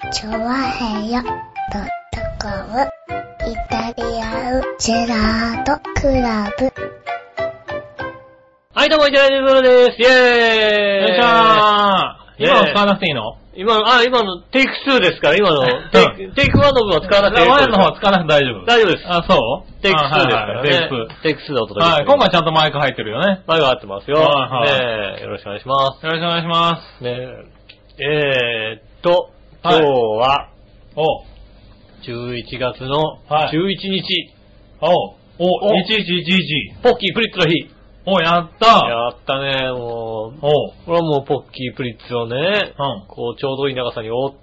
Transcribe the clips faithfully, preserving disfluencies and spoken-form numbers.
チョワヘヨドットコムイタリアンジェラートクラブ。 はい、どうも、イタリアンジェラートです。イェーイ。 よいしょー。今の使わなくていいの？ 今の、あ、今のテイクツーですから、今のテイク、テイクワンの部分は使わなくていい。 ワンの方は使わなくて大丈夫。 大丈夫です。 あ、そうテイクツーですからね。 テイクツー。 テイクツーでお届けします。 はい、今回ちゃんとマイク入ってるよね。 マイク入ってますよ。 はいはい。 ねえ、よろしくお願いします。 よろしくお願いします。 ねえ、えーっと、今日は、 おじゅういちがつのじゅういちにち。 おお、いちいちいちいち。 ポッキープリッツの日。 お、やったやったね、もう。 おこれはもうポッキープリッツをね、 うん。 こうちょうどいい長さに折って、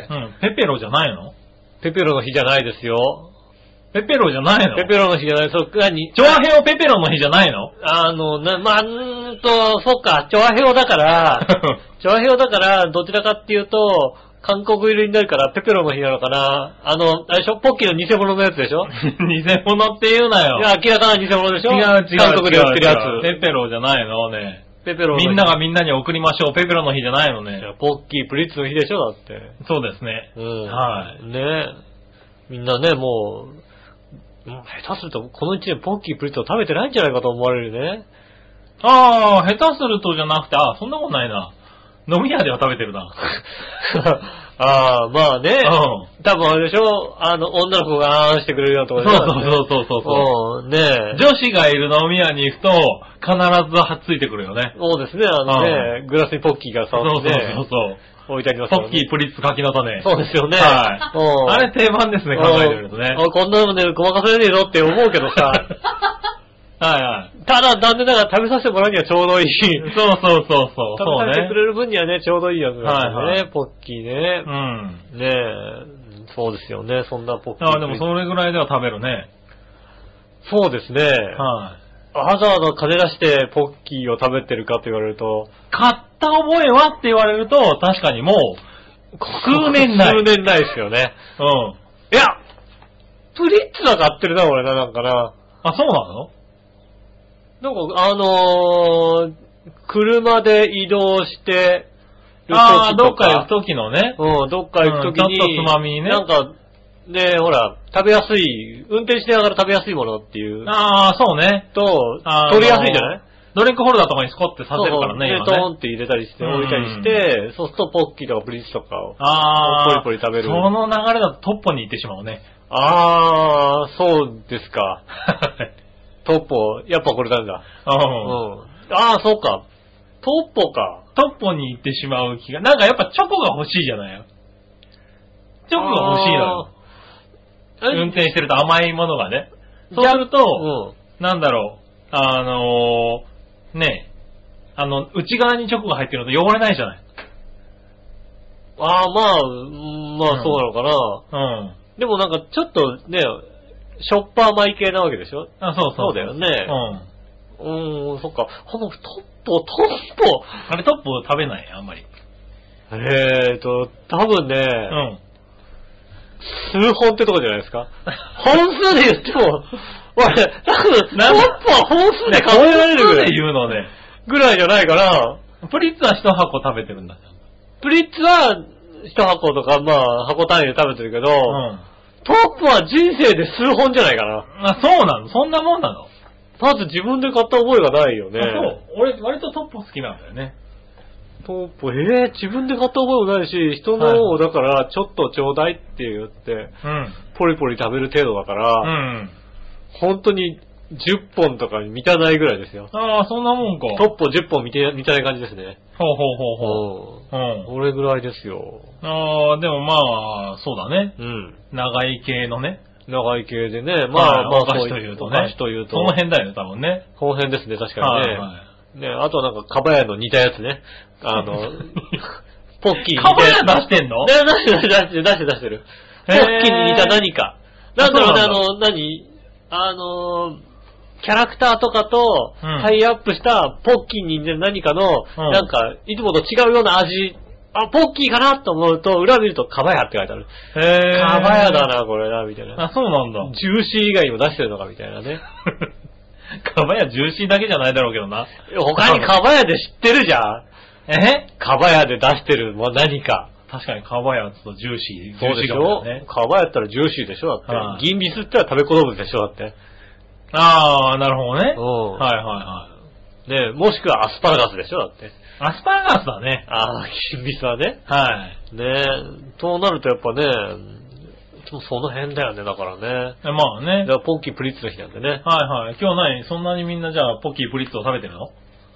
うん。ペペロじゃないの？ ペペロの日じゃないですよ。 ペペロじゃないの？ ペペロの日じゃない、そっかに。 チョアヘオペペロの日じゃないの？ あの、な、まあ、んーと、そっか、チョアヘオだから、チョアヘオだから、どちらかっていうと、韓国入りになるからペペロの日なのかな。あの、あれでしょ、ポッキーの偽物のやつでしょ。 偽物って言うなよ。 いや、明らかな偽物でしょ。 違う違う。 韓国で売ってるやつ。 ペペロじゃないのね。 ペペロの日。 みんながみんなに送りましょう。ペペロの日じゃないのね。 ポッキープリッツの日でしょ、だって。 そうですね。 うん。 はい。 ねみんなね、もう、下手すると、この一年ポッキープリッツを食べてないんじゃないかと思われるね。 ああ、下手するとじゃなくて、ああ、そんなことないな。飲み屋では食べてるな。 ああ、まあね。 うん。 多分あれでしょ、あの、女の子があーんしてくれるようなところでしょ。 そうそうそうそうそう。 うん、ねえ。 女子がいる飲み屋に行くと、必ずはっついてくるよね。 そうですね、あのね、グラスにポッキーが触ってね。 そうそうそう置いてありますよね。ポッキープリッツ柿の種。 そうですよね。 はい。 うん、 あれ定番ですね、考えてみるとね。 あ、こんなのね、ごまかせねえぞって思うけどさ。 はいはい。 ただ、残念ながら食べさせてもらうにはちょうどいい。 そうそうそうそう。 食べさせてくれる分にはね、ちょうどいいやつなんだよね、 はいはい、 ポッキーね。 うん。 ねえ、そうですよね、そんなポッキー。 ああ、でもそれぐらいでは食べるね。 そうですね。 はい。 わざわざ金出してポッキーを食べてるかと言われると。 買った覚えはって言われると、確かにもう、数年ない。 数年ないですよね。 うん。 いや、プリッツは買ってるな、俺な、なんかな。 あ、そうなの？ なんか、あのー、車で移動してるああ、どっか行くときのね。 うん、どっか行くときに、 うん、ちょっとつまみにね。 なんか、ね、ほら、食べやすい、運転しながら食べやすいものっていう。 ああ、そうね。 と、取りやすいじゃない？ ドリンクホルダーとかにスコってさせるからね、 そうそう、 今ね。 トーンって入れたりして、置いたりして、うん、そうするとポッキーとかブリッツとかを、 ああ、 ポリポリ食べる。 その流れだとトッポに行ってしまうね。 ああ、そうですか。トッポ、やっぱこれなんだ。 うん。うん、 ああ、そうか。トッポか。 トッポに行ってしまう気が。なんかやっぱチョコが欲しいじゃないよ。チョコが欲しいのよ。運転してると甘いものがね。そうすると、うん、なんだろう、あのー、ねえ、あの、内側にチョコが入ってるのと汚れないじゃない。 ああ、まあ、まあそうなのかな。うん。でもなんかちょっとね、ショッパー米系なわけでしょ？ あ、そうそう。 そうだよね。うん。うーん、そっか。このトッポ、トッポ。 あれトッポ食べない、あんまり。 えーと、多分ね、うん。数本ってとこじゃないですか。本数で言っても、俺、多分、トッポは本数で数えられるぐらい。 で言うのね。 ぐらいじゃないかな。 プリッツは一箱食べてるんだ。 プリッツは一箱とか、まあ、箱単位で食べてるけど、うん。トップは人生で数本じゃないかな。 あ、そうなの？そんなもんなの？ まず自分で買った覚えがないよね。 そう。俺、割とトップ好きなんだよね。 トップ、えー、自分で買った覚えもないし、人のをだから、ちょっとちょうだいって言って、うん、ポリポリ食べる程度だから、うん、本当にじゅっぽんとかに満たないぐらいですよ。 ああ、そんなもんか。 トップじゅっぽん満て、満たない感じですね。 ほうほうほうほう。 うん。これぐらいですよ。 ああ、でもまあ、そうだね。うん。長い系のね。 長い系でね。まあ、まあ、 お菓子というとね。 お菓子というと。 その辺だよね、多分ね。 その辺ですね、確かにね。はいはい。ね、あとはなんか、かばやの似たやつね。あの、ポッキーに似たやつ。 かばや出してんの？ 出してる、出してる、出してる、出してる。ポッキーに似た何か。なんだろうね、あの、何あの、キャラクターとかとタイアップしたポッキーに似てる何かの、うん、なんか、いつもと違うような味、あ、ポッキーかなと思うと、裏見るとカバヤって書いてある。へー。カバヤだな、これな、みたいな。 あ、そうなんだ。 ジューシー以外にも出してるのか、みたいなね。 カバヤジューシーだけじゃないだろうけどな。 他にカバヤで知ってるじゃん。 え？ カバヤで出してるもう何か。 確かに皮やつとジューシー。 そうでしょ、ね、皮やったらジューシーでしょだって。はい、銀ビスって言ったら食べ子動物でしょだって。 あー、なるほどね。 うん。 はいはいはい。 ねもしくはアスパラガスでしょだって。 アスパラガスだね。 あー、銀ビスはね。 はい。 ねとなるとやっぱね、その辺だよね、だからね。 まあね。 だからポッキープリッツの日なんでね。はいはい。今日何そんなにみんなじゃあポッキープリッツを食べてるの？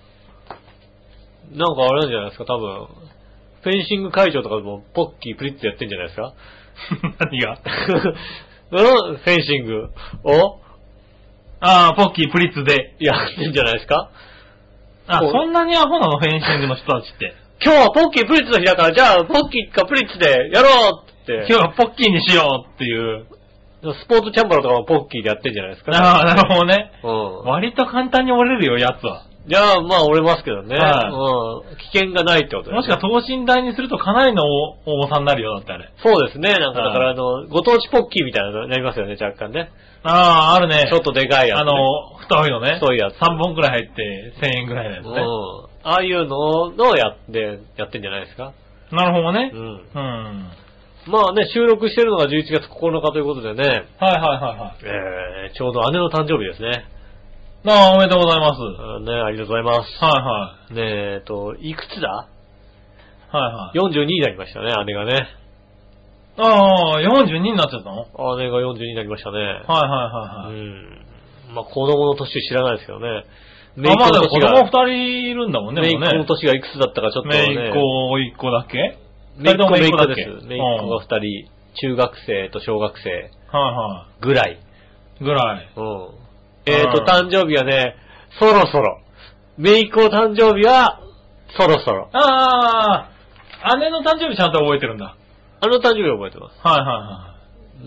なんかあれなんじゃないですか、多分。フェンシング会場とかでもポッキープリッツやってんじゃないですか何がフェンシングをああ、ポッキープリッツでやってんじゃないですか。 あ、そんなにアホなのフェンシングの人たちって。 今日はポッキープリッツの日だから、じゃあポッキーかプリッツでやろうって。 今日はポッキーにしようっていう。 スポーツチャンバラとかもポッキーでやってんじゃないですか、ね。 ああ、なるほどね。 うん。 割と簡単に折れるよ、やつは。 いや、まあ折れますけどね。はい。うん。危険がないってことですね。 もしくは等身大にするとかなりの重さになるよ、だってあれ。 そうですね。なんかだからあの、ご当地ポッキーみたいなのになりますよね、若干ね。 ああ、あるね。 ちょっとでかいやつ、ね。 あの、太いのね。 太いやつ。 さんぼんくらい入ってせんえんくらいのやつね。うん。 ああいうののやって、やってんじゃないですか。 なるほどね。 うん。 うん。 まあね、収録してるのがじゅういちがつここのかということでね。はいはいはいはい。 えー、ちょうど姉の誕生日ですね。 ああ、おめでとうございます。 ね、ありがとうございます。 はいはい。 ねえ、えっと、いくつだ？ はいはい。 よんじゅうにになりましたね、姉がね。 ああ、よんじゅうにになっちゃったの？ 姉がよんじゅうにになりましたね。はいはいはいはい。 うん。まあ、子供の年知らないですけどね。 めいっ子の年が。あ、まあ子供二人いるんだもんね、 めいっ子の年がいくつだったかちょっとね。 めいっ子、おいっ子だっけ？ めいっ子、めいっ子です。めいっ子が二人、中学生と小学生。はいはい。 ぐらい。 ぐらい。 うん。えーと、誕生日はね、そろそろ。めいっ子の誕生日は、そろそろ。 ああ、姉の誕生日ちゃんと覚えてるんだ。 姉の誕生日覚えてます。 はいはいはい。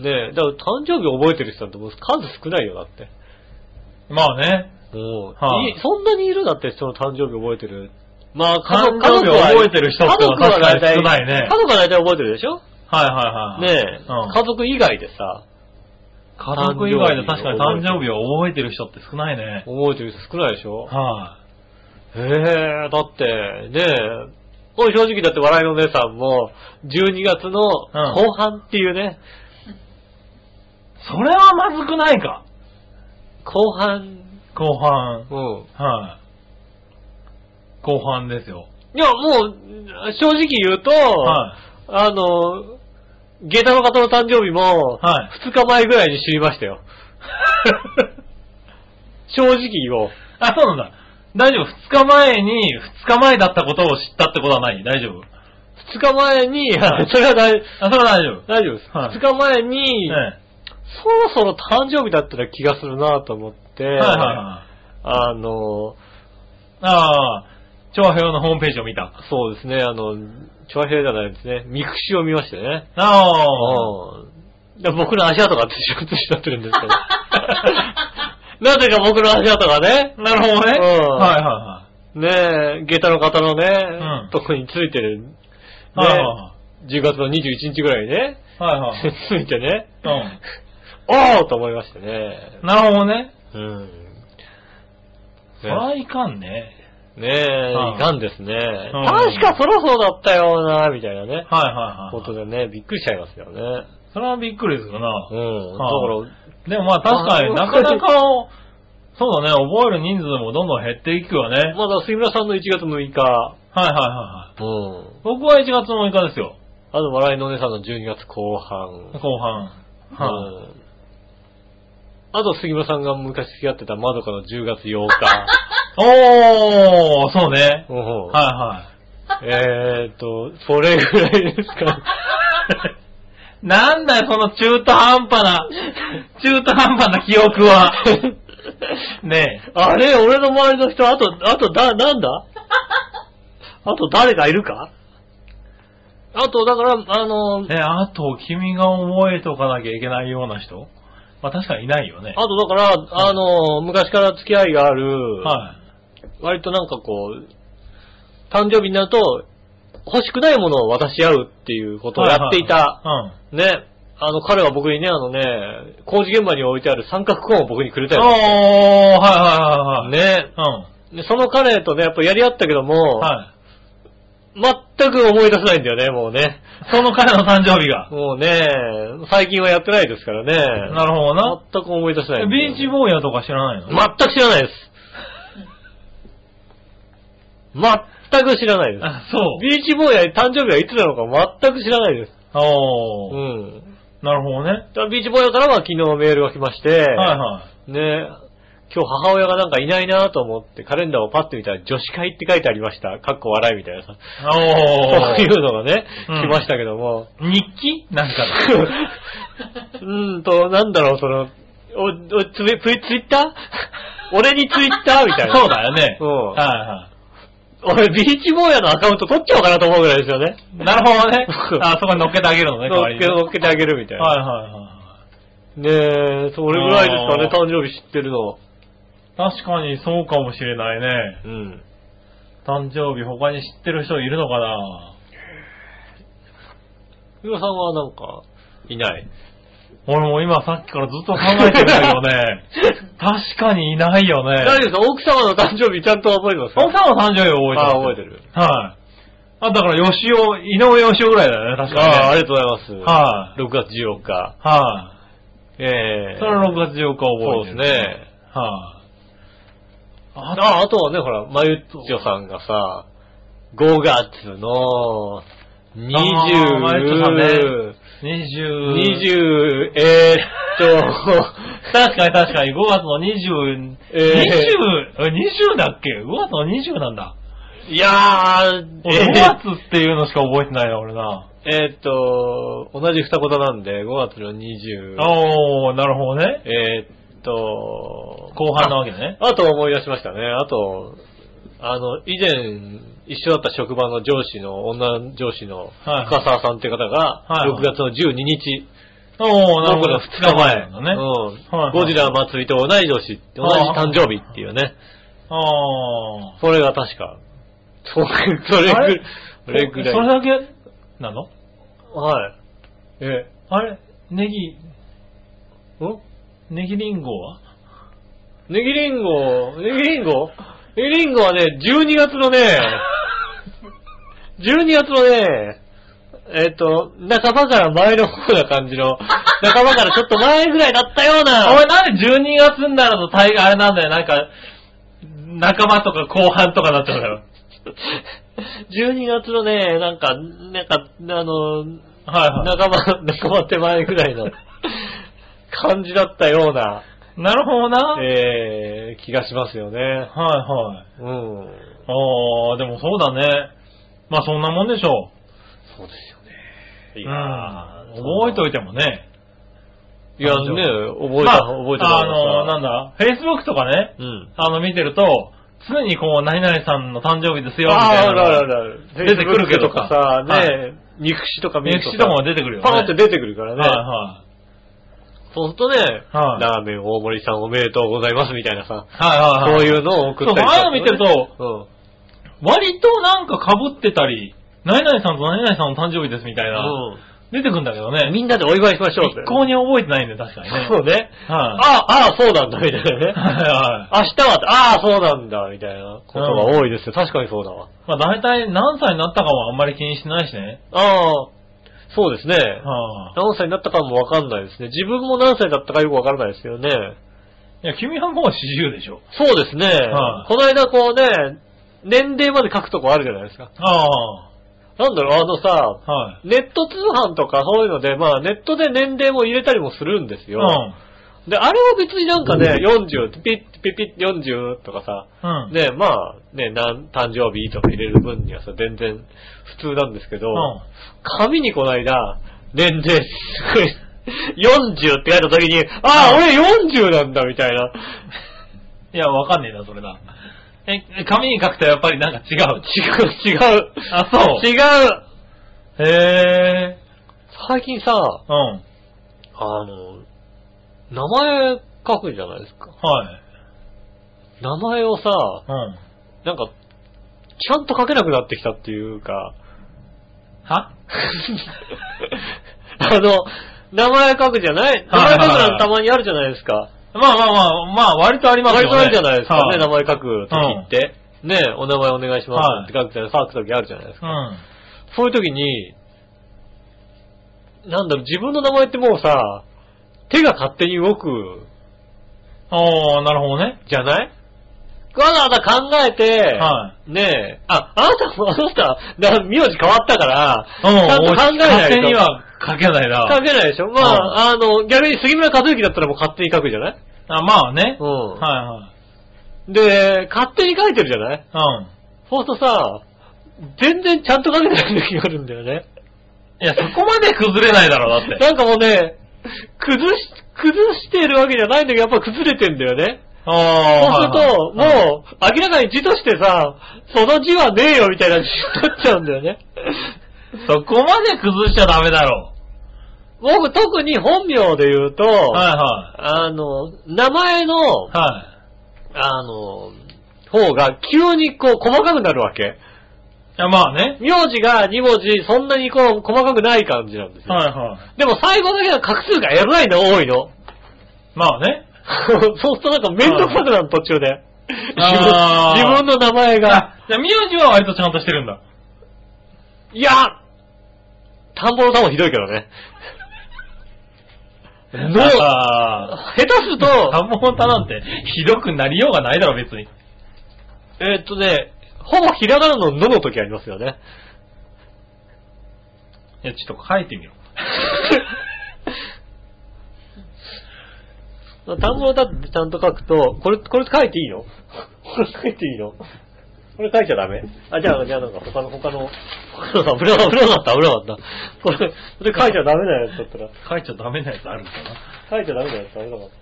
ねえ、だから誕生日覚えてる人なんてもう数少ないよ、だって。 まあね。 もう、はあ、そんなにいるだって人の誕生日覚えてる。まあ、 家族、家族覚えてる人ってのは確かに少ないね。 家族は大体覚えてるでしょ？ はいはいはい。 ねえ、うん、家族以外でさ、 家族以外で確かに誕生日を覚えてる人って少ないね。 覚えてる人少ないでしょ？ はい、 あ、へえ、だって、ねえ、これ正直だって笑いのお姉さんも、じゅうにがつの後半っていうね、 うん。それはまずくないか？ 後半。 後半。 うん。 はい、あ、後半ですよ。 いや、もう、正直言うと、はい、あの、下駄の方の誕生日も、はい、ふつかまえぐらいに知りましたよ。正直言おう。 あ、そうなんだ。大丈夫。ふつかまえに、ふつかまえだったことを知ったってことはない？大丈夫？ ふつかまえに、はい、それは大丈夫。 あ、それは大丈夫。 大丈夫です。はい、ふつかまえに、ね、そろそろ誕生日だったら気がするなと思って、はいはいはい、あの、 ああ、調和表のホームページを見た。 そうですね、あの、調和表じゃないですね、ミクシーを見ましてね。 ああ。 僕の足跡が仕事しちゃってるんですけど。なぜか僕の足跡がね。 なるほどね。うん、はいはいはい。 ねえ、下駄の方のね、うん、とこについてる。ね、はいはいはい、じゅうがつのにじゅういちにちぐらいにね。 はいはい。 ついてね。 うん。 おーと思いましてね。 なるほどね。 うん。 それはいかんね。 ねえ、いかんですね。確かそろそろだったよな、みたいなね。 はいはいはい。 ことでね、びっくりしちゃいますよね。 それはびっくりですよな。 うん。だから、 でもまあ確かになかなか、そうだね、覚える人数もどんどん減っていくよね。 まだ杉村さんのいちがつむいか。 はいはいはいはい。 うん。 僕はいちがつむいかですよ。 あと笑いのお姉さんのじゅうにがつこう半。 後半。 はい。あと杉村さんが昔付き合ってたまどかのじゅうがつようか。 おー、そうね。 うん、 はいはい。 えーっと、それぐらいですか。 なんだよ、その中途半端な、中途半端な記憶は。ねえ。 あれ、俺の周りの人、あと、あと、だ、なんだあと誰かいるか？あと、だから、あのー、え、あと、君が覚えておかなきゃいけないような人？まあ確かにいないよね。 あと、だから、あのー、昔から付き合いがある、 はい。 割となんかこう、誕生日になると、欲しくないものを渡し合うっていうことをやっていた。はいはいはい、ね。あの、彼は僕にね、あのね、工事現場に置いてある三角コーンを僕にくれたよ。 おー、はいはいはいはい。 ね。うん。で、その彼とね、やっぱやり合ったけども、はい。 全く思い出せないんだよね、もうね。 その彼の誕生日が。 もうね、最近はやってないですからね。 なるほどな。 全く思い出せない、ね。 ビーチ坊やとか知らないの？ 全く知らないです。全く知らないです。 あ、そう。 ビーチ坊や誕生日はいつなのか全く知らないです。 おー。 うん。 なるほどね。 ビーチ坊やからは昨日メールが来まして、はいはい。 ね、今日母親がなんかいないなと思ってカレンダーをパッと見たら女子会って書いてありました。かっこ笑いみたいなさ。 おー。 そういうのがね、 うん、 来ましたけども。 日記なんかうーんと、なんだろう、その、お、お、ツイ、ツイッター俺にツイッターみたいな。 そうだよね。 うん。 はいはい。 俺、ビーチ坊やのアカウント取っちゃおうかなと思うぐらいですよね。 なるほどね。あ、そこに乗っけてあげるのね、 乗っけ、乗っけてあげるみたいな。 はいはいはい。 ねえ、それぐらいですかね、誕生日知ってるの。 確かにそうかもしれないね。 うん。 誕生日他に知ってる人いるのかな？ ひろさんはなんか、いない。 俺も今さっきからずっと考えてるんだけどね。確かにいないよね。 大丈夫ですか？奥様の誕生日ちゃんと覚えてますか？ 奥様の誕生日覚えてます。 あ、覚えてる。 はい。あ、だから吉尾、井上吉尾ぐらいだよね、確かに、ね。 ああ、ありがとうございます。 はい、 ろくがつじゅうよっか。 はい、 ええー。 それはろくがつじゅうよっか覚えてる、 そうですね。 はい、 あ, あ, あとはね、ほら、まゆっちょさんがさ、ごがつのにじゅう、 まゆっちょさんね。 にじゅう、にじゅう、えー、っと、 確かに確かにごがつのにじゅう、えー、にじゅう、にじゅうだっけ ?ご 月のにじゅうなんだ。 いやー、 俺ごがつっていうのしか覚えてないな、俺な。 えー、っと、同じ二言なんで、ごがつのにじゅう。 おー、なるほどね。 えー、っと、 後半なわけね。 あ, あと思い出しましたね。あと、あの、以前、一緒だった職場の上司の、女上司の深沢さんっていう方が、はいはい、ろくがつのじゅうににち、 おー、なるほど。 ふつかまえのね。うん。 はいはい、 ゴジラ祭りと同い年、同じ誕生日っていうね。 ああ。 それが確か、それ、それぐらい。 それぐらい。それだけなの？ はい。 え、あれネギ、 んネギリンゴはネギリンゴ、ネギリンゴネギリンゴはね、じゅうにがつのね、じゅうにがつのね、えっと、半ばから前の方な感じの、半ばからちょっと前ぐらいだったような。 お前なんでじゅうにがつになると大概あれなんだよ、なんか、半ばとか後半とかなっちゃうんだよ。 じゅうにがつのね、なんか、なんか、あの、はいはい、 半ば、半ば手前ぐらいの感じだったような。 なるほどな。 えー、気がしますよね。はいはい。 うん。 あー、でもそうだね。まあそんなもんでしょう。 そうですよね。 いやー、うん、覚えておいてもね。 いやね、覚えた、 まあ、 覚えてた。 あの、なんだ、Facebook とかね、うん、あの見てると、常にこう、何々さんの誕生日ですよ、みたいなのが出てくるけどかさ、ね、 はい、 肉視とか見ると肉視とかも出てくるよね。 パーって出てくるからね。 はいはい。 そうするとね、はい、ラーメン大盛りさんおめでとうございますみたいなさ、 はいはいはい、 そういうのを送ったりとか、ね。 そう、ああいうの見てると、うん、割となんか被ってたり、何々さんと何々さんの誕生日ですみたいな、うん、出てくんだけどね。 みんなでお祝いしましょうって。 一向に覚えてないんで、確かにね。 そうね。 はい、 ああ、ああ、そうなんだ、みたいなね。 はいはい。 明日は、ああ、そうなんだ、みたいなことが多いですよ。うん、確かにそうだわ。 まあ大体何歳になったかもあんまり気にしてないしね。 ああ。そうですね。 はあ、 何歳になったかもわかんないですね。自分も何歳だったかよくわからないですよね。 いや、君はもうよんじゅうでしょ。 そうですね。はあ、この間こうね、年齢まで書くとこあるじゃないですか。 ああ。 なんだろう、あのさ、はい、ネット通販とかそういうので、まあネットで年齢も入れたりもするんですよ。うん、で、あれは別になんかね、よんじゅう、ピッピッピッよんじゅうとかさ、うん、ね、まあね、なん誕生日とか入れる分にはさ、全然普通なんですけど、うん、紙にこの間、年齢、よんじゅうって書いた時に、ああ、俺よんじゅうなんだみたいな。 いや、わかんねえな、それな。え、紙に書くとやっぱりなんか違う。違う、違う。 あ、そう。 違う。 へー。 最近さ、 うん。 あの、名前書くじゃないですか。 はい。 名前をさ、 うん。 なんか、ちゃんと書けなくなってきたっていうか、 はあの、名前書くじゃない名前書くのたまにあるじゃないですか。 まあまあまあ、まあ割とありますよね。 割とあるじゃないですかね、はい、名前書くときって、 ねえ、お名前お願いしますって書く書くときあるじゃないですか。うん。そういうときに、なんだろう、自分の名前ってもうさ、手が勝手に動く。 ああ、なるほどね。 じゃない？わざわざ考えて、はい、ねえ、あ、あなたもあなた、名字変わったから、うん、ちゃんと考えないと。 勝手には書けないな。 書けないでしょ。まあ、うん、あの、逆に杉村和之だったらもう勝手に書くじゃない？ あ、まあね。 うん。はいはい。で、勝手に書いてるじゃない？うん。そうするとさ、全然ちゃんと書けない時があるんだよね。 いや、そこまで崩れないだろう、だって。 なんかもうね、崩し、崩してるわけじゃないんだけど、やっぱ崩れてんだよね。ああ。そうすると、はいはい、もう、明らかに字としてさ、その字はねえよみたいな字になっちゃうんだよね。 そこまで崩しちゃダメだろう。僕、特に本名で言うと、はいはい。あの、名前の、はい。あの、方が急にこう細かくなるわけ。 いや、まあね。 名字がに文字、そんなにこう細かくない感じなんですよ。はいはい。でも最後だけは画数がえらいの多いの。 まあね。 そうするとなんかめんどくさくなる途中で。自分、自分の名前が。 じゃあ名字は割とちゃんとしてるんだ。 いや、田んぼの田もひどいけどね。の、下手すると、 田んぼの田なんてひどくなりようがないだろ別に。 えー、っとね、ほぼひらがなののの時ありますよね。 いや、ちょっと書いてみよう。単語だってちゃんと書くと、これ、これ書いていいの？これ書いていいの？これ書いちゃダメ？あ、じゃあ、じゃあなんか他の、他の、他の、危なかった、危なかった、危なかった。これ、それ書いちゃダメなやつだったら。 書いちゃダメなやつあるんだな。 書いちゃダメなやつあるのかった。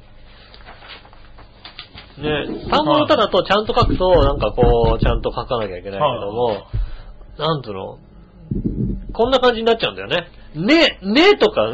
ね、単語の歌だとちゃんと書くと、なんかこう、ちゃんと書かなきゃいけないけども、はい、なんつうの、こんな感じになっちゃうんだよね。ね、ねとか、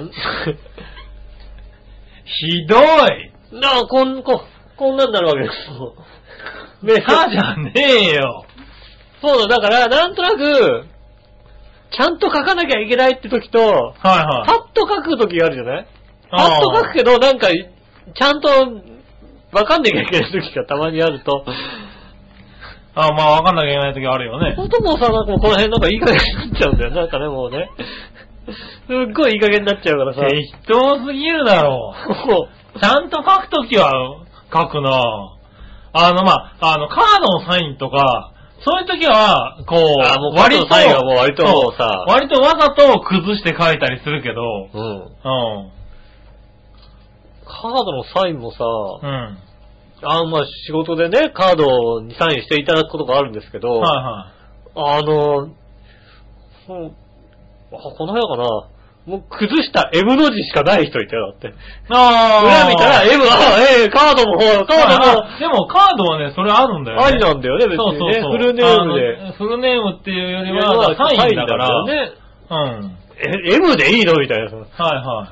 ひどいなあ、こん、こ、こんなんなるわけですよ。 ね、さじゃねえよ。 そうだ、だから、なんとなく、ちゃんと書かなきゃいけないって時と、はいはい。パッと書く時があるじゃない？パッと書くけど、なんか、ちゃんと、わかんなきゃいけない時がたまにあると。 ああ、まあわかんなきゃいけない時あるよね。 ほんともうさ、なんかもうこの辺なんかいい加減になっちゃうんだよ。なんかね、もうね。すっごいいい加減になっちゃうからさ。 適当すぎるだろう。ちゃんと書くときは書くな。あの、まあ、あの、カードのサインとか、そういうときは、こう、 あもう割と、サインはもう割ともうさ、 割とわざと崩して書いたりするけど、うん。うん。 カードのサインもさ、うん。あまあ仕事でね、カードにサインしていただくことがあるんですけど、はいはい。あの、もうあこの部屋かな、もう崩した M の字しかない人いたよ、だって。ああ。裏見たら M、あええー、カードも、カードも。 でもカードはね、それあるんだよね。 ありなんだよね、別に、ね。そうそうそう。フルネームで。 フルネームっていうよりは、サインだから。ね。うん。 え、M でいいのみたいな。 はいはい。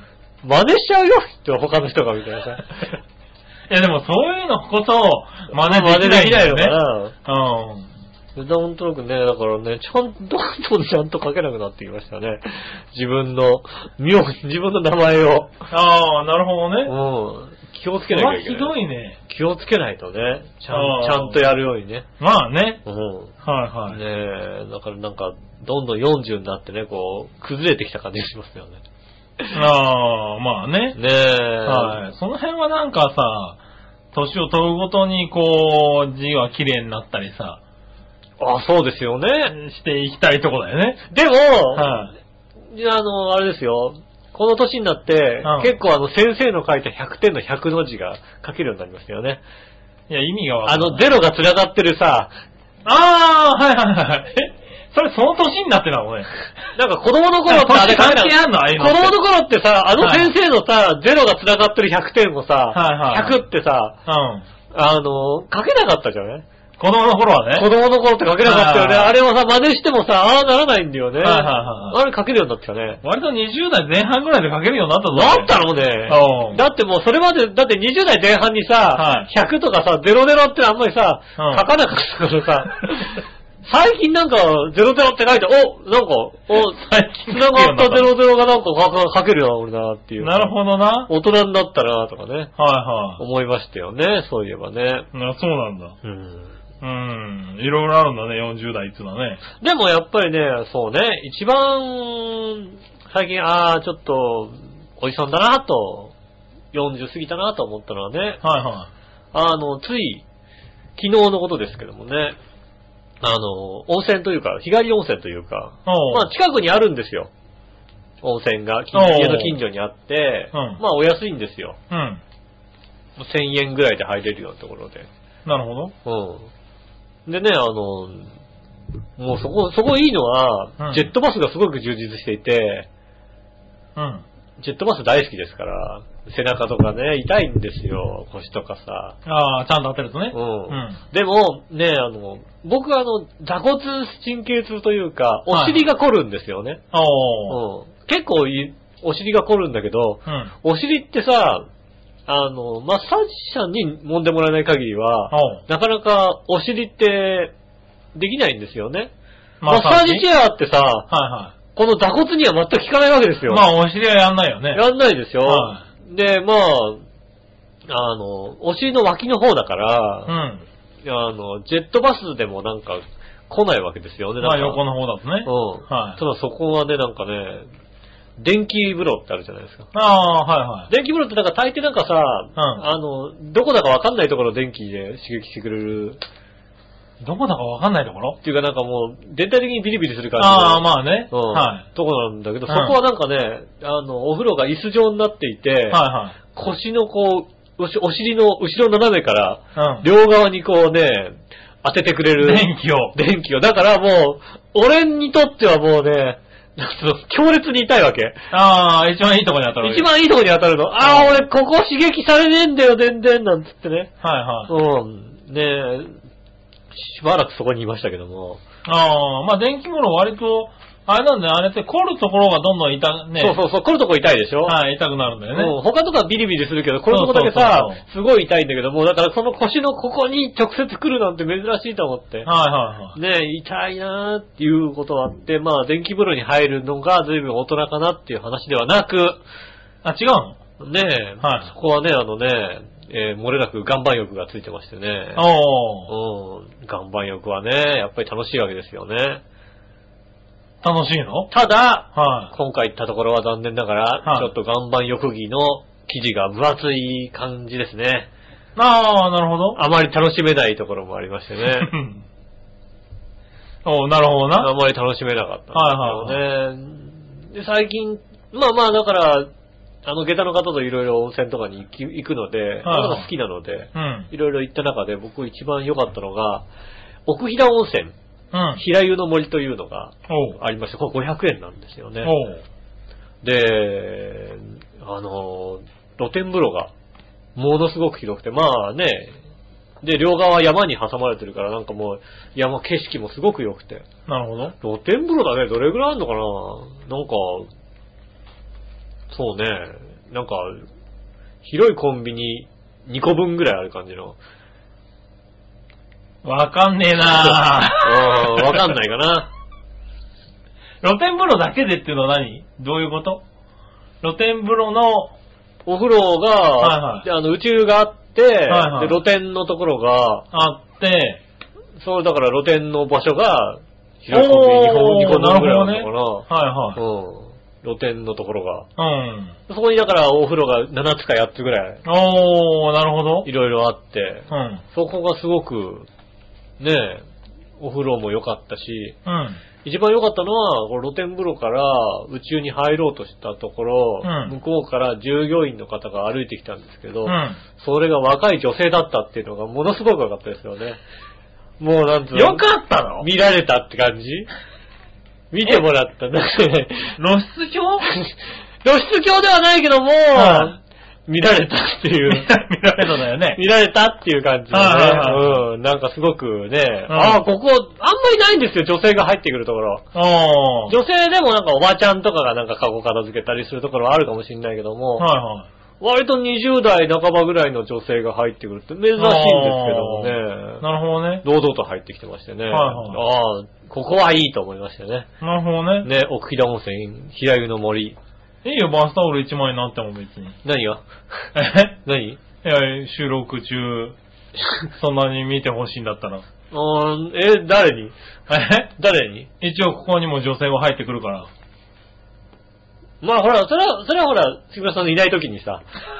真似しちゃうよって他の人がみたいなさ。 いやでもそういうのこそ真似できないよね。 うん。なんとなくね、だからね、ちゃんと、どんどんちゃんと書けなくなってきましたね。自分の、名字、自分の名前を。 ああ、なるほどね。 うん。気をつけなきゃいけない。 ひどいね。 気をつけないとね。ちゃん、ちゃんとやるようにね。 まあね。 うん。 はいはい。 ねえ、だからなんか、どんどんよんじゅうになってね、こう、崩れてきた感じがしますよね。 ああ、まあね。 ねえ。 はい。その辺はなんかさ、年を取るごとにこう、字は綺麗になったりさ。 あ、そうですよね。 していきたいとこだよね。 でも、はい。あの、あれですよ。この年になって、うん、結構あの先生の書いたひゃくてんのひゃくの字が書けるようになりましたよね。 いや、意味がわかんない。 あの、ゼロが繋がってるさ。 ああ、はいはいはい。えそれその年になってなのね。 なんか子供の頃ってあれ関係あんのああいうの子供の頃ってさ、あの先生のさ、はい、ゼロが繋がってるひゃくてんをさ、はいはい、ひゃくってさ、うん、あの、書けなかったじゃない？ 子供の頃はね。 子供の頃って書けなかったよね。あれをさ、真似してもさ、ああならないんだよね。はいはいはい。あれ書けるようになってたね。 割とにじゅう代前半ぐらいで書けるようになったぞ。 なったのね。だってもうそれまで、だってにじゅう代前半にさ、はい、ひゃくとかさ、ゼロゼロってあんまりさ、うん、書かなかったからさ、最近なんか、ゼロゼロって書いて、お、なんか、お、最近繋がったゼロゼロがなんか書けるよな、俺な、っていう。 なるほどな。 大人になったな、とかね。 はいはい。 思いましたよね、そういえばね。 あ、そうなんだ。 うん。 うん。いろいろあるんだね、よんじゅう代っていうのはね。 でもやっぱりね、そうね、一番、最近、あー、ちょっと、おじさんだなと、よんじゅう過ぎたなと思ったのはね、はいはい。あの、つい、昨日のことですけどもね、あの、温泉というか、日帰り温泉というか、まあ近くにあるんですよ。温泉が、家の近所にあって、うん、まあお安いんですよ。うん。せんえんぐらいで入れるようなところで。 なるほど。 うん。でね、あの、もうそこ、そこいいのは、うん、ジェットバスがすごく充実していて、うん。ジェットバス大好きですから、背中とかね、痛いんですよ、腰とかさ。 ああ、ちゃんと当てるとね。 うん。うん、でも、ね、あの、僕はあの、座骨神経痛というか、お尻が凝るんですよね。はい、うん。結構い、お尻が凝るんだけど、うん、お尻ってさ、あの、マッサージ師さんに揉んでもらえない限りは、なかなかお尻ってできないんですよね。マッサージチェアってさ、はいはい、この座骨には全く効かないわけですよ。 まあお尻はやんないよね。 やんないですよ。はい、で、まあ、あの、お尻の脇の方だから、うん、あの、ジェットバスでもなんか来ないわけですよね。 まあ横の方だとね。 うん。はい。ただそこはね、なんかね、電気風呂ってあるじゃないですか。 ああ、はいはい。 電気風呂ってなんか大抵なんかさ、うん、あの、どこだかわかんないところを電気で刺激してくれる。 どこだかわかんないところっていうかなんかもう、全体的にビリビリする感じの。 ああ、まあね。 うん。はい。とこなんだけど、うん、そこはなんかね、あの、お風呂が椅子状になっていて、はいはい。腰のこう、お尻の後ろ斜めから、うん、両側にこうね、当ててくれる。 電気を。 電気を。だからもう、俺にとってはもうね、強烈に痛いわけ。 ああ、一番いいとこに当たる。 一番いいとこに当たるの。ああ、俺ここ刺激されねえんだよ、全然、なんつってね。 はいはい。 うん。ねえ、しばらくそこにいましたけども。 ああ、まあ電気風呂割と、あれなんだよ、あれって凝るところがどんどん痛、ね。 そうそうそう、凝るところ痛いでしょ。 はい、痛くなるんだよね。 うん、他とかビリビリするけど、これとこだけさ、そうそうそうそう、すごい痛いんだけども、だからその腰のここに直接来るなんて珍しいと思って。はいはいはい。ねえ、痛いなーっていうことがあって、まあ電気風呂に入るのが随分大人かなっていう話ではなく、 あ、違うの？ ねえ、はい、そこはね、あのね、えー、漏れなく岩盤浴がついてましてね。 おー。 うん。岩盤浴はね、やっぱり楽しいわけですよね。 楽しいの？ ただ、はい、今回行ったところは残念ながら、はい、ちょっと岩盤浴着の生地が分厚い感じですね。 ああ、なるほど。 あまり楽しめないところもありましてね。 おー、なるほどな。 あまり楽しめなかったんですよね。はいはいはい、で、最近、まあまあだから、あの、下駄の方といろいろ温泉とかに行き行くので、はいはい、まだ好きなので、いろいろ行った中で僕一番良かったのが、奥飛騨温泉。うん、平湯の森というのがありまして、これごひゃくえんなんですよね。で、あの、露天風呂がものすごく広くて、まあね、で、両側山に挟まれてるからなんかもう山景色もすごく良くて。 なるほど。 露天風呂だね、どれぐらいあるのかな？なんか、そうね、なんか、広いコンビニにこぶんぐらいある感じの。 わかんねえなぁ。わかんないかな。 露天風呂だけでっていうのは何？どういうこと？露天風呂のお風呂が、はいはい、あの宇宙があって、はいはい、で露天のところがあって、 そうだから露天の場所が広くにこぶんぐらいあるのかな。 なはいはい。 うん。露天のところが。 うん。 そこにだからお風呂がななつかやっつぐらい。 おー、なるほど。 いろいろあって、 うん。 そこがすごく、ねえ、お風呂も良かったし、 うん。 一番良かったのは、こ露天風呂から宇宙に入ろうとしたところ、うん、向こうから従業員の方が歩いてきたんですけど、うん、それが若い女性だったっていうのがものすごく良かったですよね。もうなんつうの。 良かったの？ 見られたって感じ？見てもらったんだね。 露出狂？ 露出狂ではないけども、はい、見られたっていう。 見られただよね。 見られたっていう感じでね。はいはいはい、うん。なんかすごくね、うん、ああ、ここ、あんまりないんですよ、女性が入ってくるところ。女性でもなんかおばちゃんとかがなんかカゴ片付けたりするところはあるかもしれないけども、はいはい、割とにじゅう代半ばぐらいの女性が入ってくるって珍しいんですけどもね。 なるほどね。 堂々と入ってきてましてね。はいはい、ああ、ここはいいと思いましたね。 なるほどね。 ね、奥飛騨温泉、平湯の森。 いいよ、バスタオルいちまいになっても別に。 何がえ何いや、収録中、そんなに見てほしいんだったら。 うん、え、誰にえ誰に一応ここにも女性は入ってくるから。 まあほら、それは、それはほら、杉村さんのいない時にさ。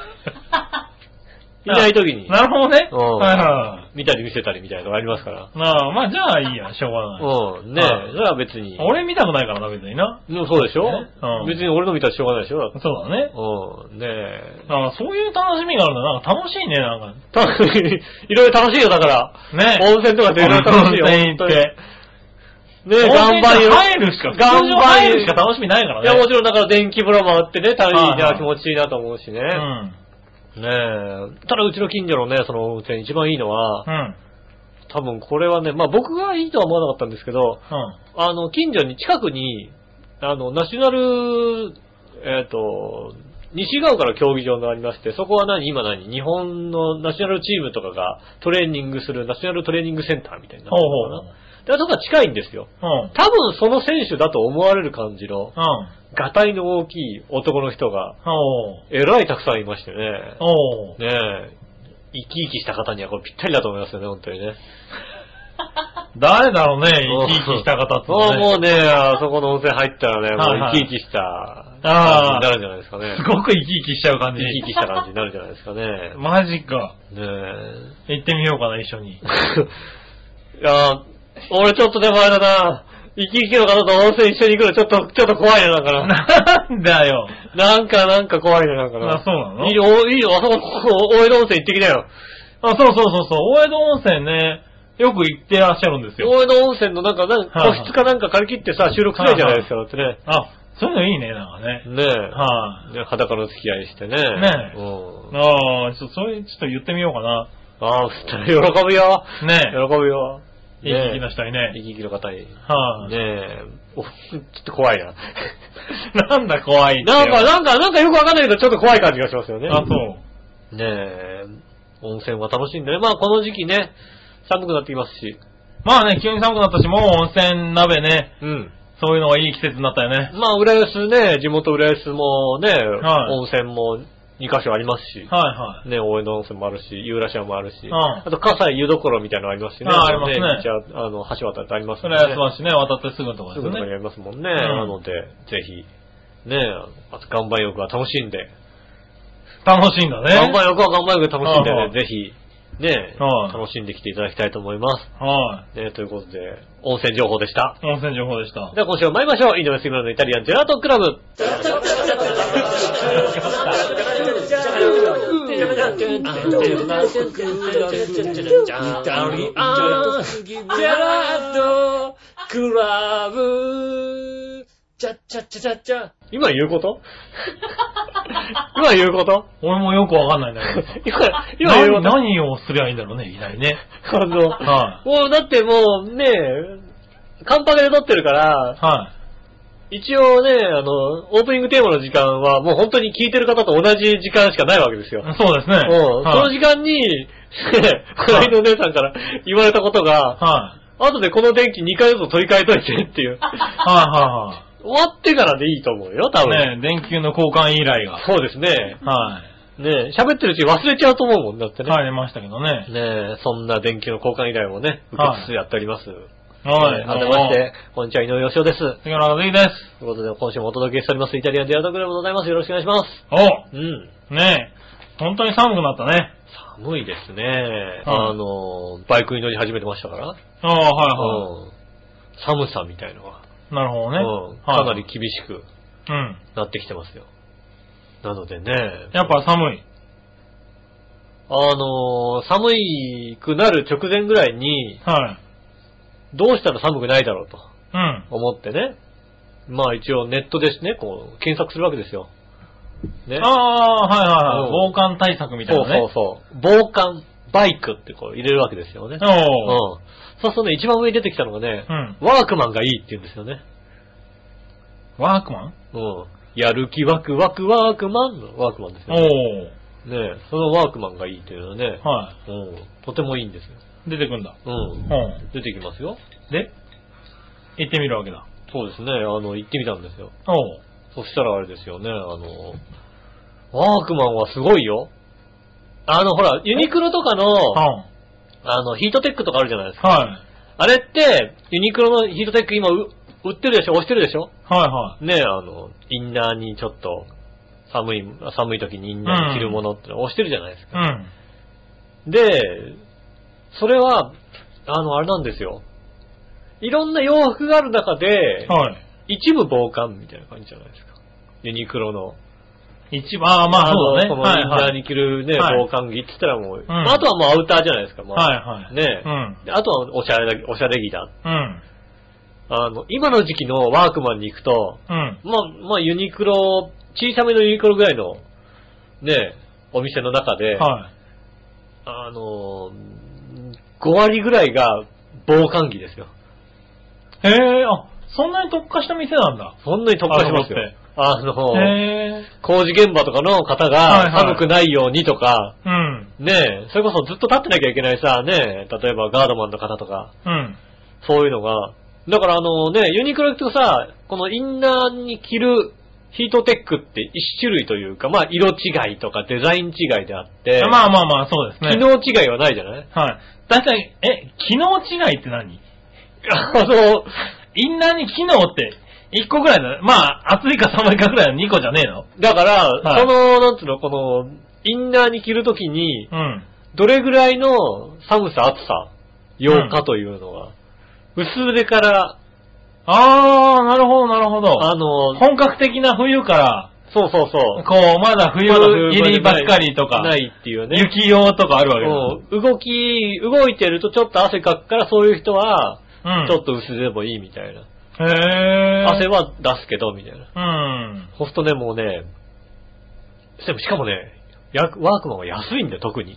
いない時に。 なるほどね。 うん。 はいはい。 見たり見せたりみたいなのがありますから。 ああ、まあじゃあいいや、しょうがない。 うん。ねえ、それは別に。 俺見たくないからな、別にな。 うん、そうでしょ、 ね、うん。 別に俺の見たらしょうがないでしょそうだね。 うん。ねえ。 ああ、そういう楽しみがあるんだ。なんか楽しいね、なんか。 いろいろ楽しいよ、だから。ね温泉とかでいろいろ楽しいよ。 温泉行って。 ねえ、岩盤浴。 入るしか、岩盤入るしか楽しみないからね。 いや、もちろんだから電気風呂もあってね、大変な気持ちいいなと思うしね。うん。ねえ。ただうちの近所のね、その温泉一番いいのは、うん。多分これはね、まあ僕がいいとは思わなかったんですけど、うん。あの、近所に、近くに、あの、ナショナル、えっと、西側から競技場がありまして、そこは何今何日本のナショナルチームとかがトレーニングするナショナルトレーニングセンターみたいな。ほうほうほう。で、あそこは近いんですよ。うん。多分その選手だと思われる感じの、うん。ガタイの大きい男の人が、えらいたくさんいましてね。おねえ、生き生きした方にはこれぴったりだと思いますよね、本当にね。 誰だろうね、生き生きした方って、ね。 もうね、あそこの温泉入ったらね、もう生き生きした感じになるんじゃないですかね。 すごく生き生きしちゃう感じ。 生き生きした感じになるんじゃないですかね。 マジか。ねえ。行ってみようかな、一緒に。いや俺ちょっとでもあれだな。生き生きの方と温泉一緒に行くのちょっと、ちょっと怖いな、だから。 なんだよ。 なんか、なんか怖いな、だから。 あ、そうなの？ いいよ、いいよ、あそこ、大江戸温泉行ってきなよ。 あ、そうそうそうそう、大江戸温泉ね、よく行ってらっしゃるんですよ。 大江戸温泉のなんか、なんか個室かなんか借り切ってさ、収録しないじゃないですか、だってね。 あ、そういうのいいね、なんかね。 ねえ。はい、ね、裸の付き合いしてね。ねえ。うん。ああ、ちょっと、それ、ちょっと言ってみようかな。 ああ、喜ぶよ。ねえ。喜ぶよ。 生き生きの人にね。 生き生きの方に。 はい、 ねえ。お、ちょっと怖いな。 なんだ怖いって。 なんか、なんか、なんかよくわかんないけど、ちょっと怖い感じがしますよね。 あ、そう。 ねえ。温泉は楽しいんでね。まあ、この時期ね、寒くなってきますし。 まあね、急に寒くなったし、もう温泉鍋ね。うん。そういうのがいい季節になったよね。 まあ、浦安ね、地元浦安もね、はい、温泉もにカ所ありますし。はいはい。ね、大江戸温泉もあるし、有楽町もあるし。うん。あと、葛西湯どころみたいなのありますしね。 あ、ありますね。 じゃあ、あの、橋渡ってありますね。浦安橋ね、渡ってすぐのところですね。 すぐのところにありますもんね。うん、なので、ぜひ、ね、あと、岩盤浴は楽しんで。 楽しいんだね。 岩盤浴は岩盤浴で楽しんでね、ぜひ、ね、楽しんできていただきたいと思います。はい。ね、ということで、温泉情報でした。 温泉情報でした。 では今週は参りましょう。井上杉村のイタリアンジェラートクラブ。今言うこと今言うこと俺もよくわかんないんだけど。 今、今言うこと何をすりゃいいんだろうね、いきなりね。 あの、はい、もうだってもうね、カンパケで撮ってるから、はい、一応ね、あの、オープニングテーマの時間はもう本当に聞いてる方と同じ時間しかないわけですよ。 そうですね。 うん、はい、その時間に、この間の姉さんから言われたことが、はい、後でこの電気にかいずつ取り替えといてっていう。はいはいはい。終わってからでいいと思うよ、多分。 ねえ、電球の交換依頼が。 そうですね。はい。ねえ、喋ってるうちに忘れちゃうと思うもんだってね。 はい、出ましたけどね。 ねえ、そんな電球の交換依頼もね、受けつつやっております。はい。あけまして、こんにちは、井上義雄です。 杉村和之です。 ということで、今週もお届けしております、イタリアンジェラートクラブでございます。よろしくお願いします。 おうん。ねえ、本当に寒くなったね。 寒いですね。あの、バイクに乗り始めてましたから。ああ、はいはい。 寒さみたいのが。 なるほどね。 うん。かなり厳しくなってきてますよ。うん、なのでね。 やっぱ寒い。 あのー、寒いくなる直前ぐらいに、はい。どうしたら寒くないだろうと。うん。思ってね。まあ一応ネットですね、こう、検索するわけですよ。 ね。ああ、はいはいはい。防寒対策みたいなね。 そうそうそう。防寒バイクってこう入れるわけですよね。おー。うん。そうするとね、一番上に出てきたのがね、うん、ワークマンがいいって言うんですよね。 ワークマン？ うん。やる気ワクワクワークマンのワークマンですよね。おー。ねえ、そのワークマンがいいっていうのはね、はい。うん。とてもいいんですよ。 出てくんだ。 うん。うん。出てきますよ。 で、行ってみるわけだ。 そうですね、あの、行ってみたんですよ。おう。そしたらあれですよね、あの、ワークマンはすごいよ。あの、ほら、ユニクロとかの、うん。 あの、ヒートテックとかあるじゃないですか。 はい。 あれって、ユニクロのヒートテック今売ってるでしょ？押してるでしょ？ はいはい。 ねえ、あの、インナーにちょっと、寒い、寒い時にインナーに着るものっての押してるじゃないですか。うん。で、それは、あの、あれなんですよ。いろんな洋服がある中で、はい。一部防寒みたいな感じじゃないですか。ユニクロの。 一部、ああ、まあそうだね。 このインナーに着るね、はいはい、防寒着って言ったらもう、うん、あとはもうアウターじゃないですか、まあ。はいはい。ねえ。うん。あとはおしゃれだ、おしゃれ着だ。うん。あの、今の時期のワークマンに行くと、うん。まあ、まあユニクロ、小さめのユニクロぐらいの、ね、お店の中で、はい。あの、ご割ぐらいが防寒着ですよ。 へえ、あ、そんなに特化した店なんだ。 そんなに特化しますよ。あの、工事現場とかの方が寒くないようにとか、はいはい、うん。ねえ、それこそずっと立ってなきゃいけないさ、ねえ、例えばガードマンの方とか、うん。そういうのが、だからあのね、ユニクロ行くとさ、このインナーに着るヒートテックって一種類というか、まあ色違いとかデザイン違いであって、 まあまあまあそうですね。 機能違いはないじゃない？ はい。だいたい、え、機能違いって何？ あの、 インナーに機能っていっこぐらいだね。まあ、暑いか寒いかぐらいのにこじゃねえの？ だから、はい、その、なんつうの、この、インナーに着るときに、うん、どれぐらいの寒さ、暑さ、用かというのが、うん、薄手から、 あー、なるほど、なるほど。 あの、 本格的な冬から、 そうそうそう。 こう、まだ冬入りばっかりとか、 ないっていうね。 雪用とかあるわけです。動き、動いてるとちょっと汗かくから、そういう人は、うん、ちょっと薄手でもいいみたいな。 へー。 汗は出すけど、みたいな。 うん。 そうするとね、もうね、しかもね、ワークマンは安いんだよ、特に。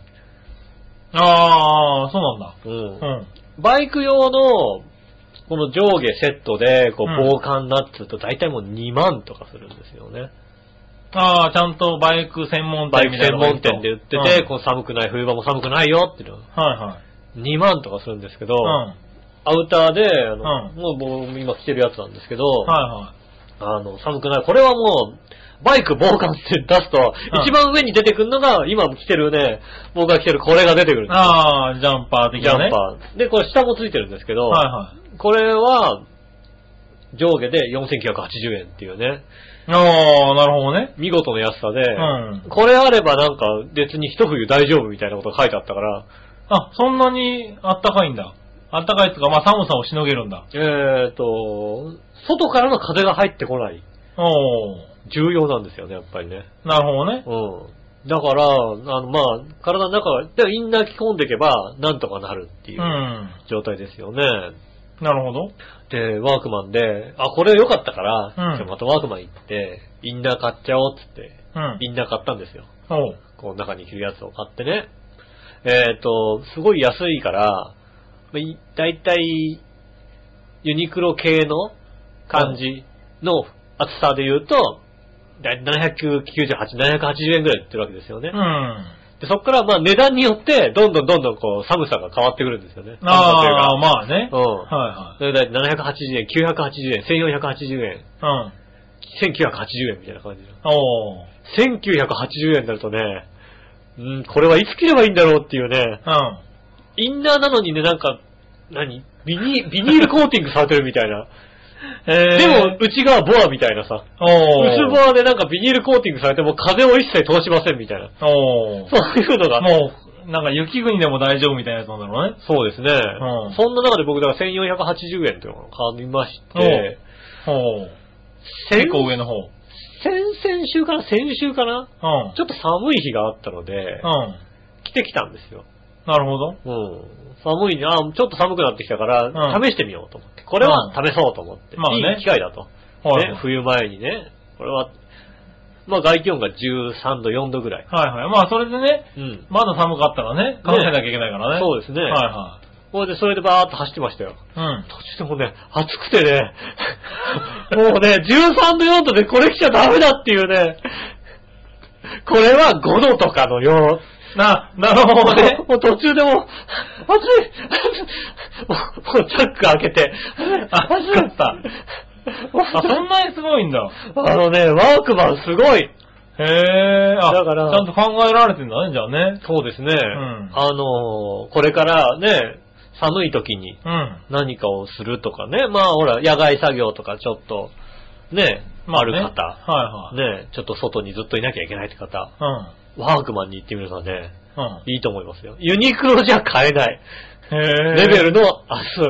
あー、そうなんだ。 うん。うん、バイク用の、この上下セットで、こう、防寒ナッツと大体もうにまんとかするんですよね。 ああ、ちゃんとバイク専門店みたいな。 バイク専門店で売ってて、うん、この寒くない、冬場も寒くないよっていうのは。 はいはい。 にまんとかするんですけど、うん、アウターで、あの、うん、もうもう今着てるやつなんですけど、はいはい。あの、寒くない。これはもう、バイク防寒って出すと、うん、一番上に出てくるのが、今着てるね、僕が着てるこれが出てくるんですよ。 ああ、ジャンパー的なね。 ジャンパー。で、これ下もついてるんですけど、 はいはい。 これは、上下でよんせんきゅうひゃくはちじゅうえんっていうね。 ああ、なるほどね。 見事な安さで、うん、これあればなんか別に一冬大丈夫みたいなことが書いてあったから。 あ、そんなにあったかいんだ。あったかいっていうか、まあ寒さをしのげるんだ。 えーと、外からの風が入ってこない。 お重要なんですよね、やっぱりね。 なるほどね。 うん。だから、あの、まあ、体の中でインナー着込んでいけば、なんとかなるっていう状態ですよね。 うん、なるほど。 で、ワークマンで、あ、これ良かったから、うん、じゃあまたワークマン行って、インナー買っちゃおうっつって、うん、インナー買ったんですよ。 おこう中に着るやつを買ってね。えっと、すごい安いから、だいたいユニクロ系の感じの厚さで言うと、だいたいななひゃくきゅうじゅうはち、ななひゃくはちじゅうえんぐらい売ってるわけですよね。 うん。 で、そっからまあ値段によって、どんどんどんどんこう寒さが変わってくるんですよね。 ああ、まあね。 うん。はいはい。それでななひゃくはちじゅうえん、きゅうひゃくはちじゅうえん、せんよんひゃくはちじゅうえん。うん。せんきゅうひゃくはちじゅうえんみたいな感じで。 おー。 せんきゅうひゃくはちじゅうえんになるとね、うん、これはいつ着ればいいんだろうっていうね。 うん。 インナーなのにね、なんか、何ビニビニールコーティングされてるみたいな。でも、内側ボアみたいなさ。薄ボアでなんかビニールコーティングされても風を一切通しませんみたいな。 おそういうのが。 もう、なんか雪国でも大丈夫みたいなやつなんだろうね。 そうですね。うん、そんな中で僕だからせんよんひゃくはちじゅうえんというのを買いまして。 おう結構上の方。 先々週かな先週かな、 うん、 ちょっと寒い日があったので、 うん、 着てきたんですよ。 なるほど。 うん。寒いね。あ、ちょっと寒くなってきたから、うん、試してみようと思って。これは試そうと思って。 うん、まあね。 いい機会だと。 はい、 ね。冬前にね。これは、まあ外気温がじゅうさんど、よんどぐらい。 はいはい。まあそれでね、うん、まだ寒かったらね、考えなきゃいけないからね。 そうですね。はいはい。 それで、それでバーっと走ってましたよ。 うん。 途中でもね、暑くてね、もうね、じゅうさんど、よんどでこれ着ちゃダメだっていうね、これはごどとかのよう。 な、なるほどね。 もう途中でもう、暑いもう、もうチャック開けて、 暑かった。あ、そんなにすごいんだ。 あのね、ワークマンすごい。 へへえ、あ、 だから、 ちゃんと考えられてんだね、じゃあね。 そうですね。 うん、 あの、これからね、寒い時に何かをするとかね、うん、まあほら、野外作業とかちょっと、ね、まあ、ある方、はいはい、ね、ちょっと外にずっといなきゃいけないって方、うん、ワークマンに行ってみるのはね、うん、いいと思いますよ。ユニクロじゃ買えない。へー。レベルの、あ、そう、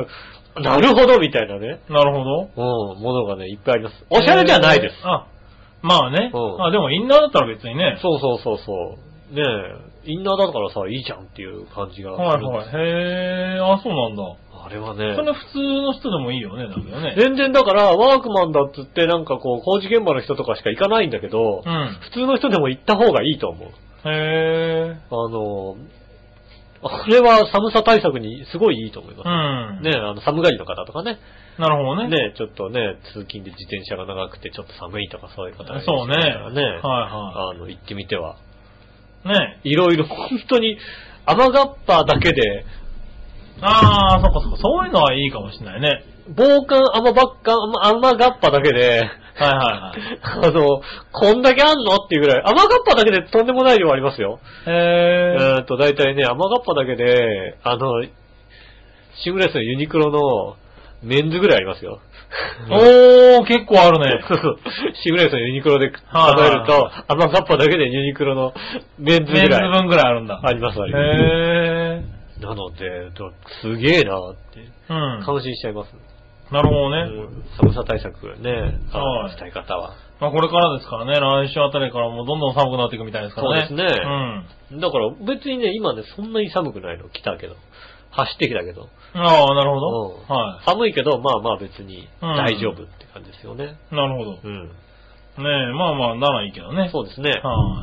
なるほどみたいなね。 なるほど。 うん、ものがね、いっぱいあります。おしゃれじゃないです。 あ、まあね。うん、あ、でもインナーだったら別にね。 そうそうそうそう。ねえ、インナーだからさ、いいじゃんっていう感じがする。 はいはい。へー、あ、そうなんだ。 あれはね。 それ普通の人でもいいよね、だけどね。 全然だから、ワークマンだっつってなんかこう、工事現場の人とかしか行かないんだけど、うん、普通の人でも行った方がいいと思う。 へー。 あの、あれは寒さ対策にすごいいいと思います。うん。ね、あの、寒がりの方とかね。 なるほどね。 ね、ちょっとね、通勤で自転車が長くてちょっと寒いとかそういう方がいらっしゃるからね。 そうね。はいはい。あの、行ってみては。ね。いろいろ本当に、雨がっぱだけで。 ああ、そっかそっか。そういうのはいいかもしれないね。 防寒雨ばっか、雨がっぱだけで。はいはいはい。あの、こんだけあんのっていうぐらい。雨がっぱだけでとんでもない量ありますよ。へー。えーと、だいたいね、雨がっぱだけで、あの、シングレスのユニクロのメンズぐらいありますよ。 おー、結構あるね。 シングレスのユニクロで数えると、雨がっぱだけでユニクロのメンズぐらい。 メンズ分ぐらいあるんだ。 ありますあります。へー。なので、すげえなーって、うん、感心しちゃいます。 なるほどね。 うん、寒さ対策ね、あしたい方は。 まあこれからですからね、来週あたりからもうどんどん寒くなっていくみたいですからね。 そうですね。うん。だから別にね、今ね、そんなに寒くないの。来たけど。走ってきたけど。 ああ、なるほど。 うん、はい。寒いけど、まあまあ別に大丈夫って感じですよね。 うん、なるほど。うん。ねえ、まあまあ、ならいいけどね。 そうですね。はい。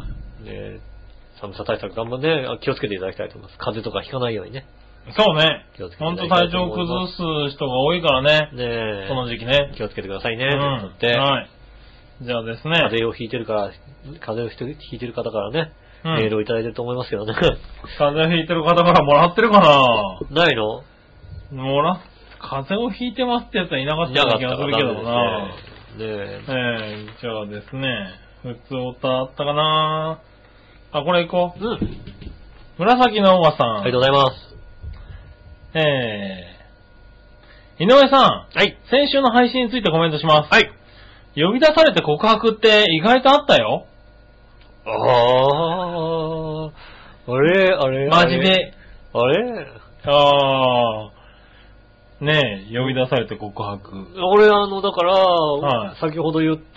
ね寒さ対策頑張ってね、気をつけていただきたいと思います。風邪とかひかないようにね。 そうね。気をつけてほんと体調崩す人が多いからね。ねえ。この時期ね。 気をつけてくださいね。 うん。ってはい。じゃあですね。 風邪をひいてるから、風邪をひいてる方からね、うん、メールをいただいてると思いますけどね。 風邪をひいてる方からもらってるかなないのもら、風邪をひいてますってやつはいなかったような気がするけどな。ねえ。えー、じゃあですね。普通歌あったかなあ、これ行こう。うん。紫のおばさん。 ありがとうございます。 えー、井上さん。 はい。 先週の配信についてコメントします。 はい。 呼び出されて告白って意外とあったよ。 あー。あれあれマジで。 あれあー。ねえ、呼び出されて告白。 俺あの、だから、はい、先ほど言った、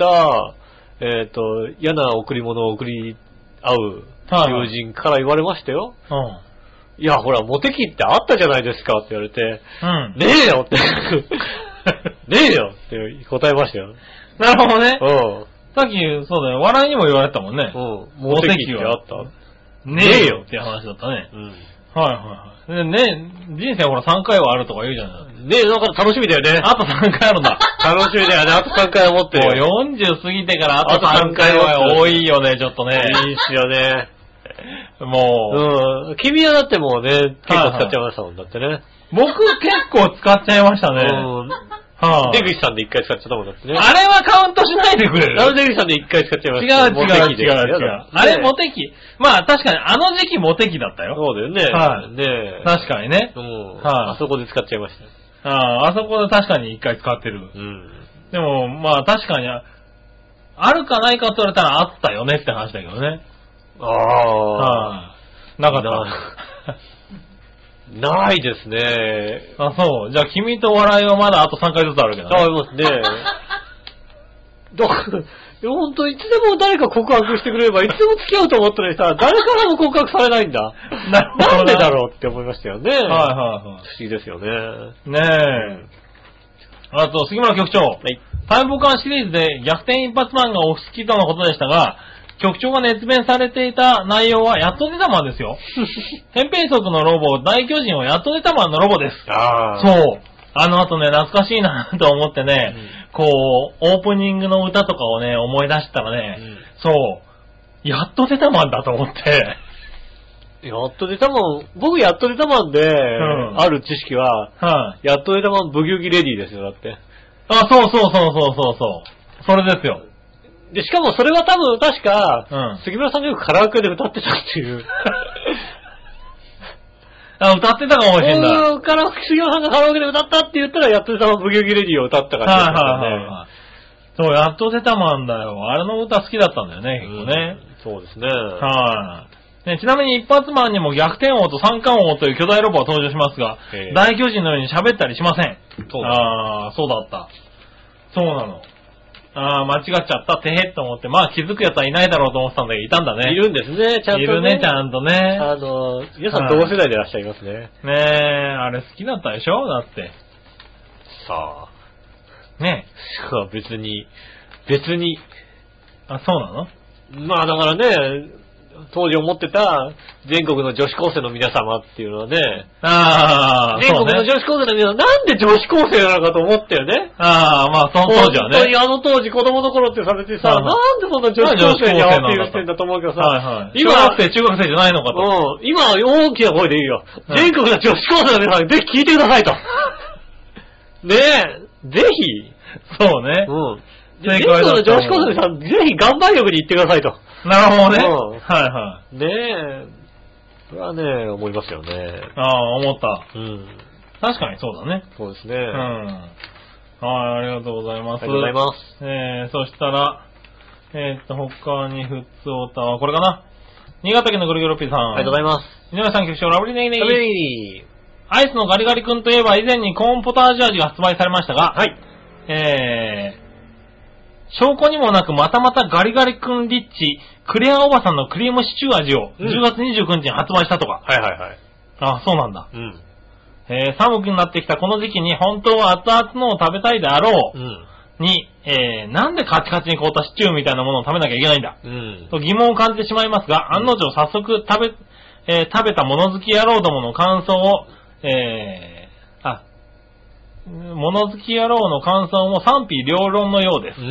えっと、嫌な贈り物を贈り合う友人から言われましたよ。はい、うん。いや、ほら、モテ期ってあったじゃないですかって言われて、うん。ねえよって。ねえよって答えましたよ。 なるほどね。 うん。 さっき、そうだよ、笑いにも言われたもんね。 うん。モテ期ってあった？ ねえよっていう話だったね。うん。はいはいはい。ねえ、人生ほらさんかいはあるとか言うじゃない。 ねえ、だから楽しみだよね。 あとさんかいあるんだ。 楽しみだよね。あとさんかいは持ってるよ。 もうよんじゅう過ぎてからあとさんかいは多いよね、ちょっとね。 いいっすよね。 もう。うん。君はだってもうね、結構使っちゃいましたもん、だってね。 僕結構使っちゃいましたね。うん。 はあ、出口さんで一回使っちゃったもんだってね。 あれはカウントしないでくれる。 あの出口さんで一回使っちゃいました。 違う違う違う違う。ね、あれモテ期。まあ確かにあの時期モテ期だったよ。 そうだよね。 はい、 ねえ。 確かにね。 うん。はい、あそこで使っちゃいました。 ああ、あそこで確かに一回使ってる。うん。でもまあ確かに、あるかないかって言われたらあったよねって話だけどね。 ああ。 はい、あ、なかった。 ないですね。 あ、そう。じゃあ君と笑いはまだあとさんかいずつあるけどね。 ありますね。だから、ほんといつでも誰か告白してくれれば、いつでも付き合うと思ったのにさ、誰からも告白されないんだ。な, なんでだろうって思いましたよね。はいはいはい。不思議ですよね。 ねえ。あと、杉村局長。はい。タイムボカンシリーズで逆転一発マンがお好きとのことでしたが、局長が熱弁されていた内容はやっと出たマンですよ。扁平足のロボ、大巨人はやっと出たマンのロボです。ああ。そう。あの後ね、懐かしいなと思ってね、うん、こう、オープニングの歌とかをね、思い出したらね、うん、そう、やっと出たマンだと思って。 やっと出たマン、僕やっと出たマンで、うん、ある知識は、はい、やっと出たマンブギウギレディですよ、だって。 あ、そうそうそうそうそうそう。それですよ。 で、しかもそれは多分確か、 うん、 杉村さんがよくカラオケで歌ってたっていう。 あ、歌ってたかもしれない。 うん、カラオケ、杉村さんがカラオケで歌ったって言ったら、やっとせたまブギウギレディを歌ったからね。はいはいはい。 そう、やっとせたまんだよ。あれの歌好きだったんだよね、結構ね。 うん、そうですね。 はい、ね。ちなみに一発マンにも逆転王と三冠王という巨大ロボが登場しますが、大巨人のように喋ったりしません。そうだ。ああ、そうだった。そうなの。ああ、間違っちゃった、てへっと思って、まあ気づくやつはいないだろうと思ってたんだけど、いたんだね。 いるんですね、ちゃんと、ね。 いるね、ちゃんとね。 あの、皆さん同世代でいらっしゃいますね。ねえ、あれ好きだったでしょだって。 さあ。 ねえ。別に、別に。 あ、そうなの？ まあだからね、当時思ってた全国の女子高生の皆様っていうのはね、 ああ、 全国の女子高生の皆様、なんで女子高生なのかと思ったよね。 ああ、まあその当時はね。 本当にあの当時子供の頃ってされてさ、なんでそんな女子高生にアピールしてんだと思うけどさ、 はいはい、今小学生、中学生じゃないのかと。 うん、今は大きな声で言うよ。うん、全国の女子高生の皆さん、ぜひ聞いてくださいと。ねえ、ぜひ。 そうね。 うん。全国の女子高生さん、ぜひ岩盤浴に行ってくださいと。 なるほどね。うん、はいはい。 ねえ。それはね、思いますよね。 ああ、思った。 うん。 確かにそうだね。 そうですね。 うん。はい、ありがとうございます。 ありがとうございます。 えー、そしたら、えー、っと、他にふつおたは、これかな。新潟県のぐるぐるぴーさん。 ありがとうございます。 井上さん、局長、ラブリーネギネギ。 ラブリーネギ。 アイスのガリガリ君といえば、以前にコーンポタージュ味が発売されましたが、 はい。 えー、証拠にもなくまたまたガリガリ君リッチ、クレアおばさんのクリームシチュー味をじゅうがつにじゅうくにちに発売したとか。 はいはいはい。 あ、そうなんだ。 うん。 えー、寒くなってきたこの時期に本当は熱々のを食べたいであろう。 うん。 に、えー、なんでカチカチに凍ったシチューみたいなものを食べなきゃいけないんだ。 うん。 と疑問を感じてしまいますが、案の定早速食べ、えー、食べた物好き野郎どもの感想を、えー、あ、物好き野郎の感想も賛否両論のようです。 うん。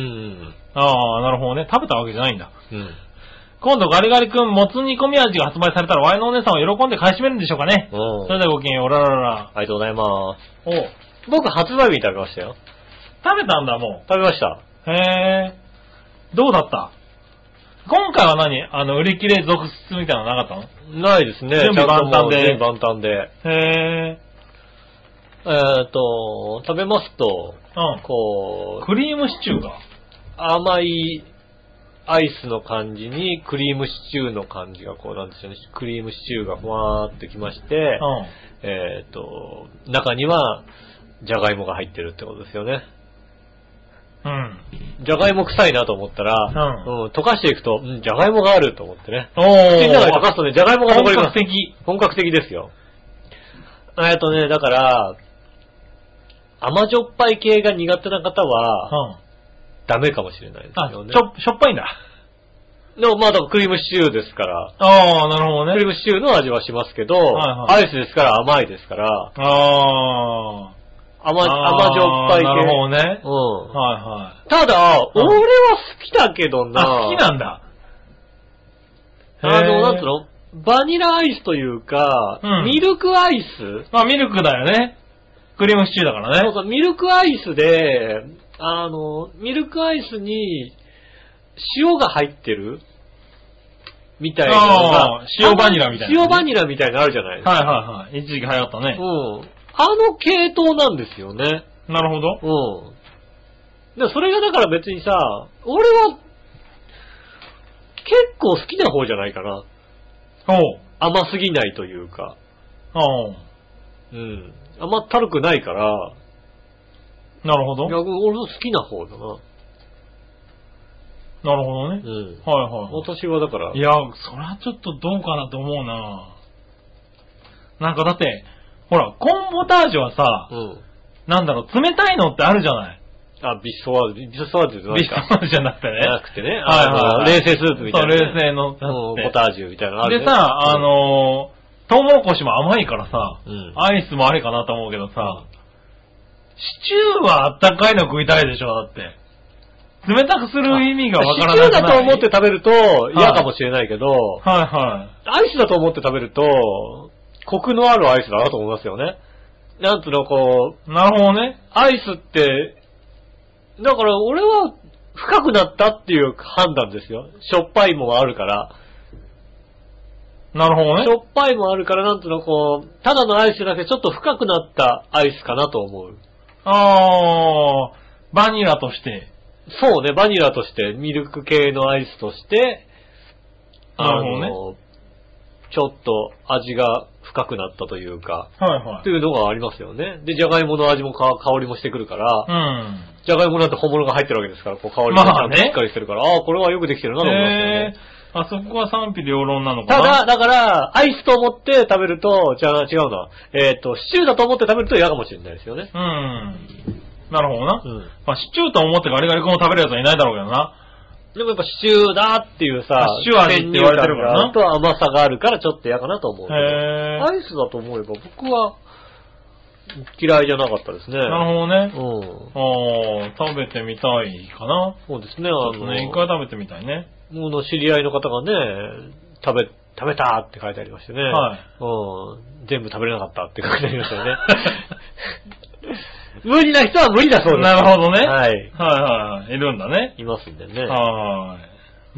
ああ、なるほどね。食べたわけじゃないんだ。 うん。 今度ガリガリ君もつ煮込み味が発売されたらワイのお姉さんは喜んで買い占めるんでしょうかね。 うん。 それではごきげんよう、おららら。 ありがとうございます。 お僕発売日に食べましたよ。 食べたんだ、もう。食べました。 へえ。どうだった？今回は何？あの、売り切れ続出みたいなのなかったの？ ないですね。 準備万端で。 準備万端で。 へえ。 えーっと、食べますと、 うん、 こう、 クリームシチューが甘いアイスの感じにクリームシチューの感じがこうなんですよね。クリームシチューがふわーってきまして、うん、えーっと、中にはジャガイモが入ってるってことですよね。 うん。 ジャガイモ臭いなと思ったら、うんうん、溶かしていくと、うん、ジャガイモがあると思ってね。 おー。 口の中で溶かすとね、ジャガイモが残ります。 本格的。 本格的ですよ。えっとね、だから、甘じょっぱい系が苦手な方は、うん、ダメかもしれないですよね。 あ、しょ、しょっぱいんだ。 でもまあ、クリームシチューですから。 ああ、なるほどね。 クリームシチューの味はしますけど、はいはい、アイスですから甘いですから。ああ。 甘、甘じょっぱい系。 なるほどね。 うん。 はいはい。 ただ、うん、俺は好きだけどな。 あ、好きなんだ。 あの、なんつうのバニラアイスというか、うん、ミルクアイスまあ、ミルクだよね。クリームシチューだからね。 そうそう、ミルクアイスで、あの、ミルクアイスに塩が入ってるみたいなのが、 塩バニラみたいな、 ね。塩バニラみたいなのあるじゃないですか。 はいはいはい。一時期流行ったね。 うん。あの系統なんですよね。 なるほど。 うん。で、それがだから別にさ、俺は、結構好きな方じゃないかな。 おう。 甘すぎないというか。 おう。 うん。甘ったるくないから。 なるほど。 逆に俺の好きな方だな。 なるほどね。 うん。 はいはい。 私はだから。 いや、それはちょっとどうかなと思うな。なんかだって、ほら、コーンポタージュはさ、うん、なんだろう、冷たいのってあるじゃない。 あ、ビスソワーズ、ビスソワーズじゃないか。 ビスソワーズじゃなくてね。 じゃなくてね。 はいはい、はい。 冷製スープみたいな、 ね。そう、冷製の。 ポタージュみたいなのある、 ね。でさ、あのー、トウモロコシも甘いからさ、 うん、 アイスもあれかなと思うけどさ、シチューはあったかいの食いたいでしょ、だって。冷たくする意味がわからない。 シチューだと思って食べると嫌かもしれないけど、はいはい。 アイスだと思って食べると、コクのあるアイスだなと思いますよね。なんつうの、こう。なるほどね。 アイスって、だから俺は深くなったっていう判断ですよ。しょっぱいもあるから。 なるほどね。 しょっぱいもあるから、なんとのこう、ただのアイスじゃなくてちょっと深くなったアイスかなと思う。 あー、バニラとして。 そうね、バニラとして、ミルク系のアイスとして、 なるほどね。 ちょっと味が深くなったというか、 はいはい。 というのがありますよね。で、じゃがいもの味もか香りもしてくるから、 うん。 じゃがいもなんて本物が入ってるわけですから、こう香りもちゃんとしっかりしてるから、まあね、ああ、これはよくできてるなと思いますよね。 あそこは賛否両論なのかな。 ただ、だから、アイスと思って食べると、じゃあ違うな。えっと、シチューだと思って食べると嫌かもしれないですよね。 うん。なるほどな。 うん。 まあ、シチューと思ってガリガリ君を食べるやつはいないだろうけどな。 でもやっぱシチューだっていうさ、 シチュー味って言われてるからな。 と甘さがあるからちょっと嫌かなと思う。 へー。 アイスだと思えば僕は嫌いじゃなかったですね。 なるほどね。 うん。 ああ、食べてみたいかな。 そうですね、あの、 ね、一回食べてみたいね。 もの知り合いの方がね、食べ、食べたって書いてありましてね。 はい。 うん。全部食べれなかったって書いてありましたよね。無理な人は無理だそうです。 なるほどね。 はい。 はいはい。いるんだね。 いますんでね。 はい。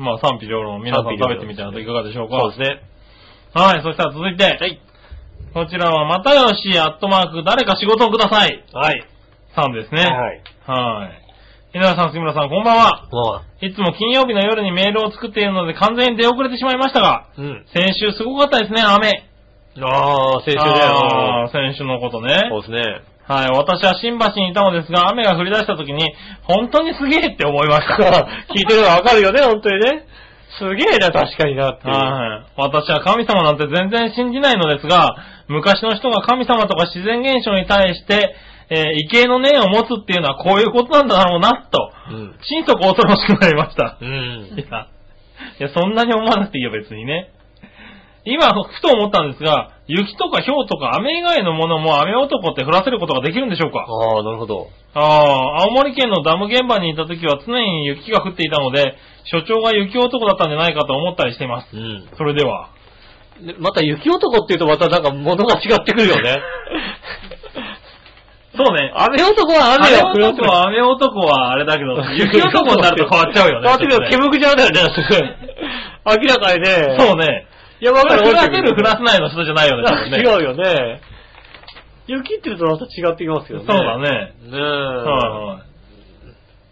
まあ賛否両論、皆さん食べてみたらいかがでしょうか。 そうですね。 はい、そしたら続いて。はい。こちらは、またよし、アットマーク、誰か仕事をください。はい。さんですね。はい。はい。稲田さん、杉村さん、こんばんは。はい。いつも金曜日の夜にメールを作っているので完全に出遅れてしまいましたが、うん。先週すごかったですね、雨。ああ、先週だよ。ああ、先週のことね。そうですね。はい。私は新橋にいたのですが、雨が降り出した時に、本当にすげえって思いました。聞いてるのわかるよね、本当にね。すげえな、確かになっていう。はい。私は神様なんて全然信じないのですが、昔の人が神様とか自然現象に対して、えー、畏敬の念を持つっていうのはこういうことなんだろうな、と。うん。心底恐ろしくなりました。うん。いや、いや、そんなに思わなくていいよ、別にね。今、ふと思ったんですが、雪とか氷とか雨以外のものも雨男って降らせることができるんでしょうか？ああ、なるほど。ああ、青森県のダム現場にいた時は常に雪が降っていたので、所長が雪男だったんじゃないかと思ったりしています。うん。それでは。でまた雪男って言うとまたなんか物が違ってくるよね。そうね。雨男は雨を降らせる。雨男は雨男はあれだけど、雪男になると変わっちゃうよね。変わってくるよ。煙くちゃうだよね。明らかにね。そうね。いや、わかる。降らせる降らせないの人じゃないよね。違うよね。雪って言うとまた違ってきますよね。そうだね。ねえ。はいはい。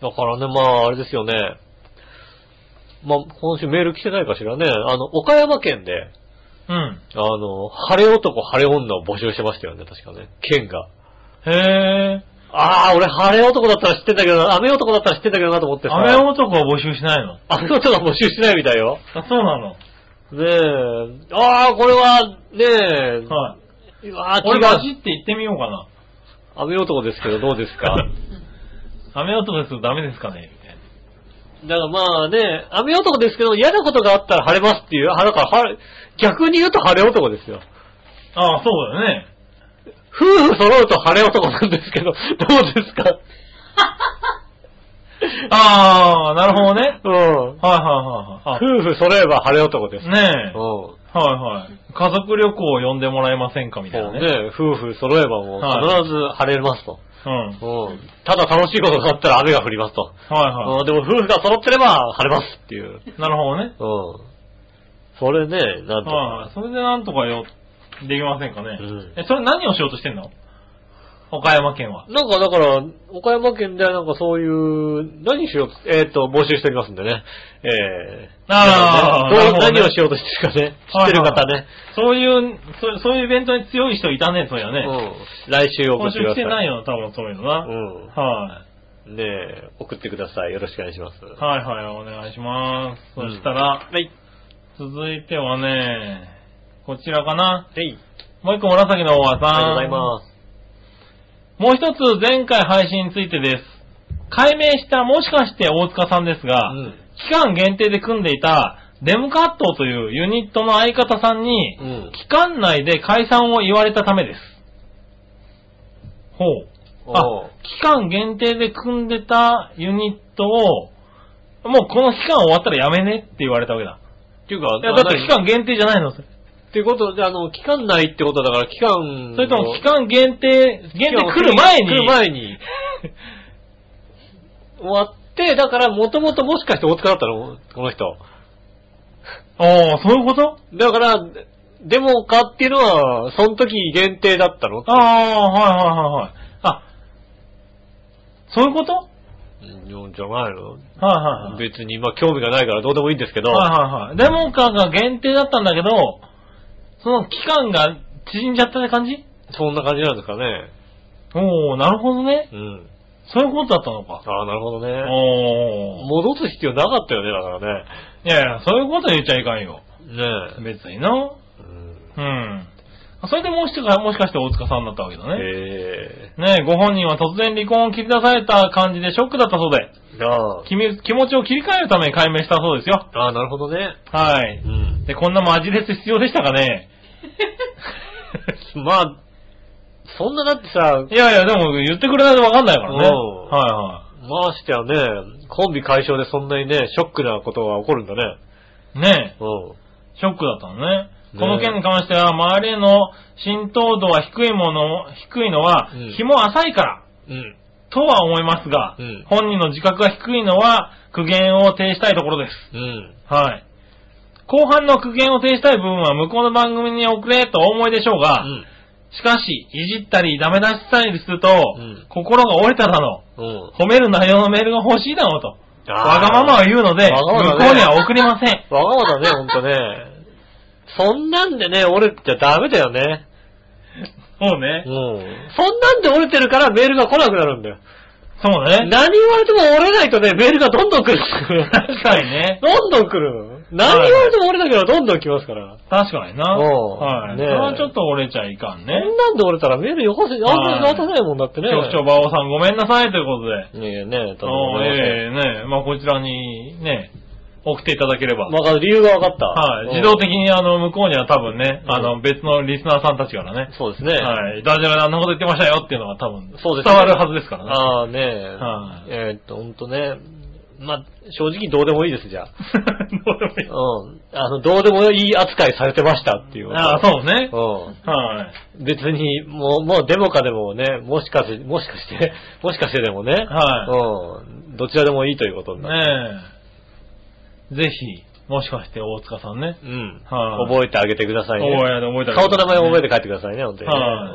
だからね、まあ、あれですよね。まあ、今週メール来てないかしらね。あの、岡山県で、うん。あの、晴れ男、晴れ女を募集してましたよね、確かね。県が。へー。ああ、俺晴れ男だったら知ってんだけど、雨男だったら知ってんだけどなと思ってさ。雨男は募集しないの？雨男は募集しないみたいよ。あ、そうなの？ねえ。ああ、これは、ねえ。はい。あ俺バジって言ってみようかな。雨男ですけどどうですか？雨男ですけどダメですかねみたいな。だからまあね、雨男ですけど嫌なことがあったら晴れますっていう。だから晴れ、逆に言うと晴れ男ですよ。ああ、そうだよね。夫婦揃うと晴れ男なんですけど、どうですか？ああ、なるほどね。うん。はいはいはいはい。夫婦揃えば晴れ男です。ねえ。うん。はいはい。家族旅行を呼んでもらえませんかみたいなね。ねえ、夫婦揃えばもう必ず晴れますと。うん。うん。ただ楽しいことがあったら雨が降りますと。はいはい。うん、でも夫婦が揃ってれば晴れますっていう。なるほどね。うん。それね、なんとか。はい。それでなんとかよ、できませんかね。うん。え、それ何をしようとしてんの？岡山県は。なんかだから、岡山県ではなんかそういう、何しようと、えっと、募集しておりますんでね。えー、ああ、ね、どう、何をしようとしてるかね。知ってる方ね。はいはい、そういうそ、そういうイベントに強い人いたね、そうやね。うん。来週送ってください。今週来てないよ、多分そういうのな。うん。はい。ねえ、送ってください。よろしくお願いします。はいはい、お願いします。うん、そしたら、はい。続いてはね、こちらかな。はい。もう一個紫のおばさん。ありがとうございます。もう一つ前回配信についてです。改名したもしかして大塚さんですが、うん、期間限定で組んでいたデムカットというユニットの相方さんに、うん、期間内で解散を言われたためです。ほう。あ、期間限定で組んでたユニットを、もうこの期間終わったらやめねって言われたわけだ。っていうか、いやだって期間限定じゃないのそれ。っていうことで、あの、期間内ってことだから、期間。それとも期間限定、限定来る前に。来る前に。終わっで、だからもともともしかして大塚だったのこの人。 ああ、そういうこと？ だから、デモかっていうのは、その時限定だったの？ ああ、はいはいはいはい。あ、そういうこと？ うん、じゃないの？ はいはいはい。 別に、まあ興味がないからどうでもいいんですけど。 はいはいはい。デモカが限定だったんだけど、その期間が縮んじゃったって感じ？ そんな感じなんですかね。 おー、なるほどね。 うん。 そういうことだったのか。 ああ、なるほどね。 おー。 戻す必要なかったよね、だからね。 いやいや、そういうこと言っちゃいかんよ。 ねえ。 別にな。うん。うん。それでもしか、もしかして大塚さんだったわけだね。 へえ。 ねえ、ご本人は突然離婚を切り出された感じでショックだったそうで。 ああ。 気持ちを切り替えるために解明したそうですよ。 ああ、なるほどね。 はい。うん。で、こんなマジレス必要でしたかね。 まあ、そんなだってさ、 いやいや、でも言ってくれないとわかんないからね。はいはい。 ましてやね、コンビ解消でそんなにね、ショックなことが起こるんだね。 ねえ。 うん。 ショックだったのね。この件に関しては、周りへの浸透度は低いもの、低いのは、日も浅いから、うん、とは思いますが、うん、本人の自覚が低いのは、苦言を呈したいところです。うん、はい。後半の苦言を呈したい部分は向こうの番組に送れとお思いでしょうが、うん、しかし、いじったりダメ出ししたりすると、うん、心が折れただの、うん、褒める内容のメールが欲しいだろうと、わがままを言うので、向こうには送りません。 わがままだね、ほんとね。そんなんでね、折れちゃダメだよね。 そうね。 うん。そんなんで折れてるからメールが来なくなるんだよ。 そうね。 何言われても折れないとね、メールがどんどん来る。 確かにね。 どんどん来る。何言われても折れなければどんどん来ますから。 確かにな。はい。ね、それはちょっと折れちゃいかんね。 そんなんで折れたらメールよこせ、あんまり渡せないもんだってね。 局長馬王さんごめんなさいということで。 いえね、 ただええね、まあこちらにね、送っていただければ。 わかる、理由が分かった。 はい。自動的にあの、向こうには多分ね、あの、別のリスナーさんたちからね。 そうですね。 はい。ダジャレであんなこと言ってましたよっていうのが多分、そうですね。伝わるはずですからね。 ああねえ。はい。えーっと、ほんとね。まあ、正直どうでもいいです、じゃあ。 どうでもいい。 うん。あの、どうでもいい扱いされてましたっていう。 ああ、そうね。 うん。はい。別に、もう、もうデモかでもね、もしかして、もしかして、もしかしてでもね。はい。うん。どちらでもいいということになる。ねえ。ぜひ。もしかして大塚さんね。 うん。はい、覚えてあげてくださいね。 覚えて、覚えてあげて、ね。 顔と名前を覚えて帰ってくださいね、本当に、ね。 はい、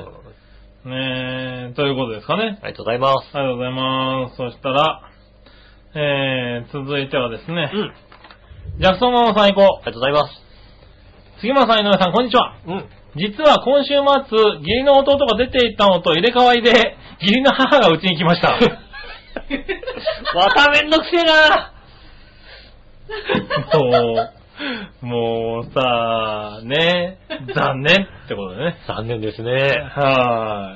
ねえ、ということですかね。 ありがとうございます。 ありがとうございます。そしたら、えー、続いてはですね。うん。ジャクソンママ最高。 ありがとうございます。 杉村さん、井上さん、こんにちは。うん。実は今週末、義理の弟が出て行ったのと入れ替わりで、義理の母がうちに来ました。 まためんどくせえな。 もう、もうさ、ね、残念ってことでね。 残念ですね。 はい。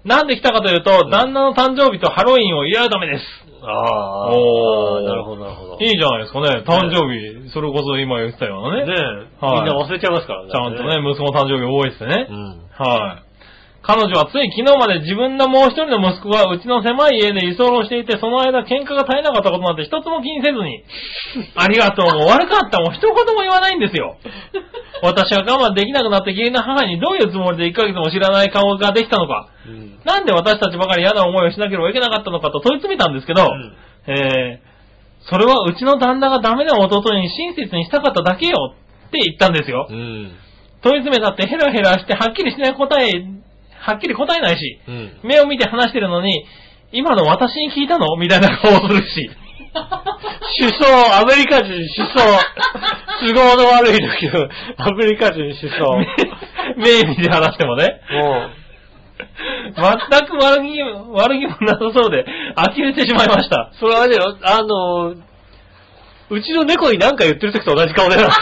なんで来たかというと、旦那の誕生日とハロウィンを祝うためです。 ああ。おー。なるほど、なるほど。 いいじゃないですかね。誕生日、ね、それこそ今言ってたようなね。 ねえ。はい、みんな忘れちゃいますからね。 ちゃんとね、息子の誕生日多いですね。うん。はい。彼女はつい昨日まで自分のもう一人の息子がうちの狭い家で居候していて、その間喧嘩が絶えなかったことなんて一つも気にせずに、ありがとうも悪かったも一言も言わないんですよ。私は我慢できなくなって義理の母にどういうつもりでいっかげつも知らない顔ができたのか、うん、なんで私たちばかり嫌な思いをしなければいけなかったのかと問い詰めたんですけど、うん、えー、それはうちの旦那がダメな弟に親切にしたかっただけよって言ったんですよ。うん、問い詰めたってヘラヘラしてはっきりしない答え、はっきり答えないし、うん、目を見て話してるのに、今の私に聞いたのみたいな顔をするし。 思想、アメリカ人思想。都合の悪い時のアメリカ人思想。 目見て話してもね。もう。全く悪気、悪気もなさそうで、呆れてしまいました。 それはね、あの、うちの猫に何か言ってる時と同じ顔でなって。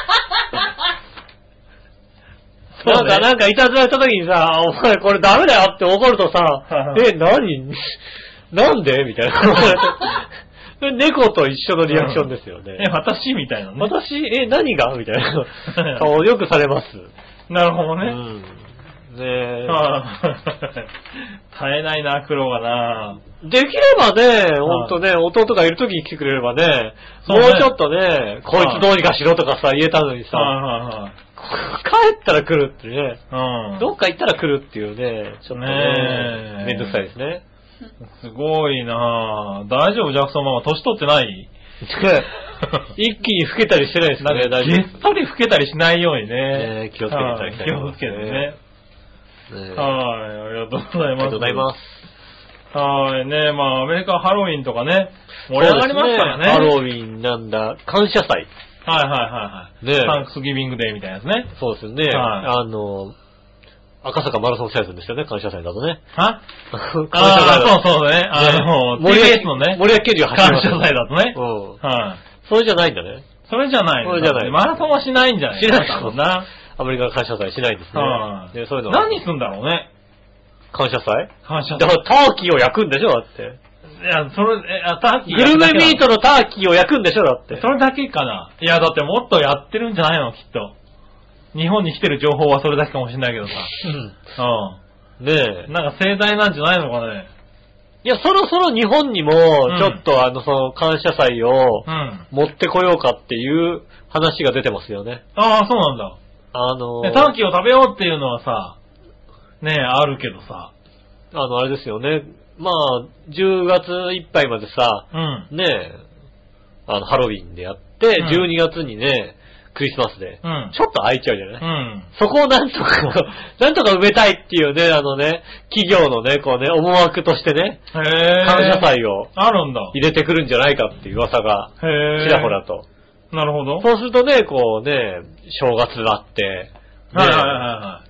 なんか、なんかいたずらした時にさ、お前これダメだよって怒るとさ、え、何なんでみたいな。猫と一緒のリアクションですよね。 え、私みたいなね。 私、え、何がみたいな顔をよくされます。 なるほどね。うん、 ねえ。 絶えないな、苦労がな。 できればね、ほんとね、弟がいる時に来てくれればね、もうちょっとね、こいつどうにかしろとかさ、言えたのにさ、帰ったら来るってね、うん、どっか行ったら来るっていうね、ちょっとね、めんどくさいですね。 すごいなぁ。大丈夫ジャクソンママ、年取ってない一気に老けたりしてないですかね、大丈夫。 げっそり老けたりしないようにね。 ね気をつけていただきたい。 気をつけてね。ねはい、ありがとうございます。ありがとうございます。 はい、ねまあアメリカハロウィンとかね、盛り上がりますからね。 ハロウィンなんだ、感謝祭。 はいはいはいはい。ねサンクスギビングデーみたいなやつね。 そうですよね。はい、あの、赤坂マラソンサイズですよね、感謝祭だとね。 は感謝祭だと。そうそうね。あの、 森脇のね。森脇球児が走る。感謝祭だとね。 うん。はい。それじゃないんだね。 それじゃない。 それじゃない。 マラソンはしないんじゃないしないもんな。アメリカの感謝祭しないですね。 はい。そういうの何すんだろうね。 感謝祭感謝祭。 だからターキーを焼くんでしょだって。 いや、それ、え、ターキーグルメミートのターキーを焼くんでしょだって。 それだけかな。いや、だってもっとやってるんじゃないのきっと。日本に来てる情報はそれだけかもしれないけどさ。うん。うん。ねえ。なんか盛大なんじゃないのかね。 いや、そろそろ日本にも、ちょっと、うん、あの、その、感謝祭を、持ってこようかっていう話が出てますよね。 ああ、そうなんだ。 あのー、 ターキーを食べようっていうのはさ、ねえ、あるけどさ。 あの、あれですよね。まあ、じゅうがついっぱいまでさ、うん、ねえ、あの、ハロウィンでやって、うん、じゅうにがつにね、クリスマスで、うん、ちょっと空いちゃうじゃない、うん、そこをなんとか、なんとか埋めたいっていうね、あのね、企業のね、こうね、思惑としてね、へー感謝祭をあるんだ入れてくるんじゃないかっていう噂が、ちらほらと。 なるほど。 そうするとね、こうね、正月があって、ね、 はいはいはいはい。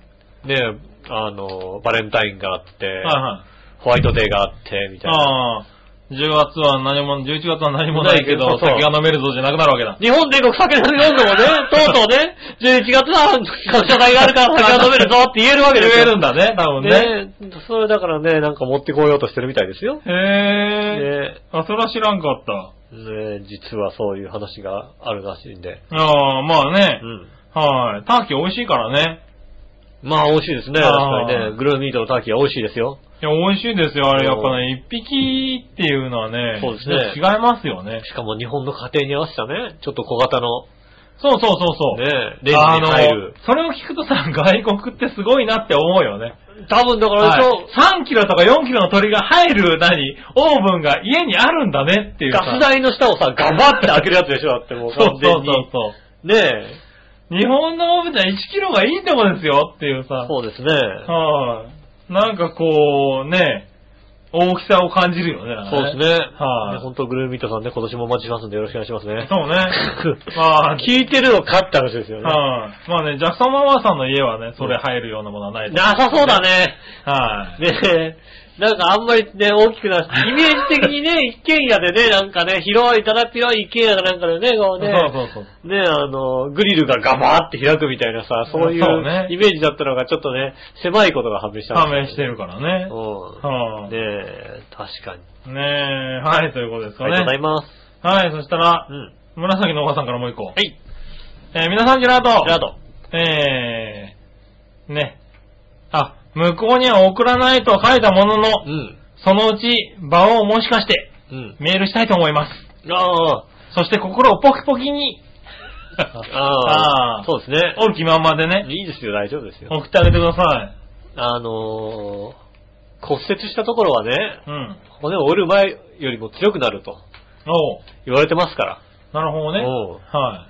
ね、あの、バレンタインがあって、はいはい、ホワイトデーがあって、みたいな。ああ。 じゅうがつは何も、じゅういちがつは何もないけど、そうそう酒が飲めるぞじゃなくなるわけだ。 日本全国酒飲んでもね、とうとうね、じゅういちがつは感謝祭があるから酒が飲めるぞって言えるわけですよ。 言えるんだね、多分ね。 ねそれだからね、なんか持ってこようとしてるみたいですよ。 へぇー。ねあ、それは知らんかった。 ね実はそういう話があるらしいんで。 ああ、まあね。うん。はい。ターキー美味しいからね。 まあ美味しいですね。確かにね。グルメミートのターキーは美味しいですよ。 いや、美味しいですよ。あれ、やっぱね、一匹っていうのはね、 そうですね。 違いますよね。 しかも日本の家庭に合わせたね、ちょっと小型の。 そうそうそうそう。 ねレンジに入る。 それを聞くとさ、外国ってすごいなって思うよね。 多分だから、はい、 さんキロとかよんキロの鳥が入る何オーブンが家にあるんだねっていう。 ガス台の下をさ、ガバって開けるやつでしょだってもう。 そうそうそうそう。 ねえ。 日本のオーブンじゃいちキロがいいってことですよっていうさ。 そうですね。 はい、なんかこう、ね大きさを感じるよね。 そうですね。はい、本当グルーミートさんね、今年もお待ちしますんでよろしくお願いしますね。 そうね。まあ、 聞いてるのかって話ですよね。 はい、まあね、ジャクソンママさんの家はね、それ入るようなものはない、 ね。なさそうだね。 はい、 ねなんかあんまりね、大きくなイメージ的にね、一軒家でね、なんかね、広い、ただ広い一軒家かなんかでね、こうね、 そうそうそう。 ね、あの、グリルがガバーって開くみたいなさ、そういうイメージだったのがちょっとね、狭いことが判明した、 ね。判明してるからね。 うん。はあ、ねえ、確かに。 ねえ、はい、ということですかね。 ありがとうございます。 はい、そしたら、うん、紫のおばさんからもう一個。 はい。 えー、皆さんジェラート。 ジェラート。 えー、ね。あ、向こうには送らないと書いたものの、うん。そのうち場をもしかして、うん、メールしたいと思います。 ああ。 そして心をポキポキに。 ああ。そうですね。 おる気満々でね。 いいですよ、大丈夫ですよ。 送ってあげてください。 あのー、骨折したところはね、 うん、 骨を折る前よりも強くなると。言われてますから。 なるほどね。はい。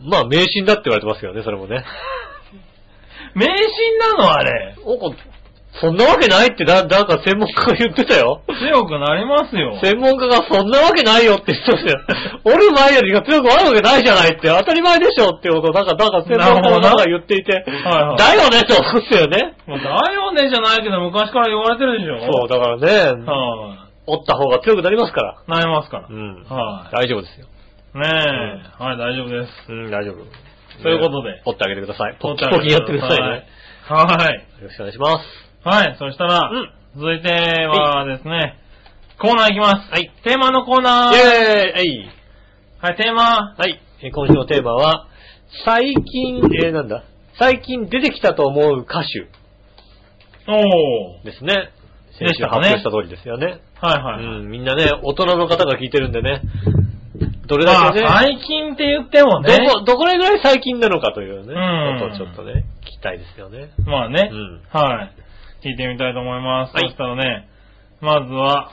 まあ、迷信だって言われてますよね、それもね。 迷信なのあれ。 おそんなわけないってだ、なんか専門家が言ってたよ。 強くなりますよ。 専門家がそんなわけないよって言ってたよ。折る前よりが強くなるわけないじゃないって当たり前でしょってことをなんか、なんか専門家が言っていて、はいはい、だよねって思ったよね。 だよねじゃないけど昔から言われてるでしょ。 そう、だからね、はい、折った方が強くなりますから。 なりますから。 うん。はい。大丈夫ですよ。 ねえ、うん、はい、大丈夫です。 うん、大丈夫。 ということで。 折ってあげてください。ポッキポキやってくださいね。 はい。 よろしくお願いします。 はい、そしたら、うん、続いてはですね、コーナーいきます。 はい。 テーマのコーナー。 イェーイはい。 はい、テーマ。 はい。今週のテーマは、最近、えー、なんだ最近出てきたと思う歌手。 おー。 ですね。先週発表した通りですよね。 はいはい。 うん、みんなね、大人の方が聞いてるんでね。どれだけね。 まあ、最近って言ってもね。 どこ、どこれぐらい最近なのかというね。うん。ことをちょっとね、聞きたいですよね。 まあね。うん。はい。聞いてみたいと思います。はい。そしたらね、 まずは、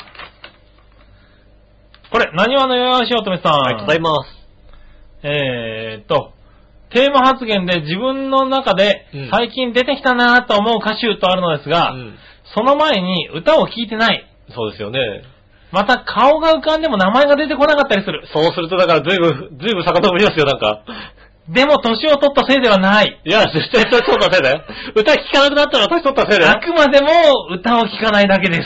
これ、何話のよよしおとめさん。 ありがとうございます。 えーっと、テーマ発言で自分の中で最近出てきたなと思う歌手とあるのですが、うん、その前に歌を聴いてない。 そうですよね。 また顔が浮かんでも名前が出てこなかったりする。 そうするとだからずいぶん、ずいぶん遡りますよ、なんか。 でも年を取ったせいではない。 いや、絶対年取ったせいだよ。歌聴かなくなったら年取ったせいだよ。 あくまでも歌を聴かないだけです。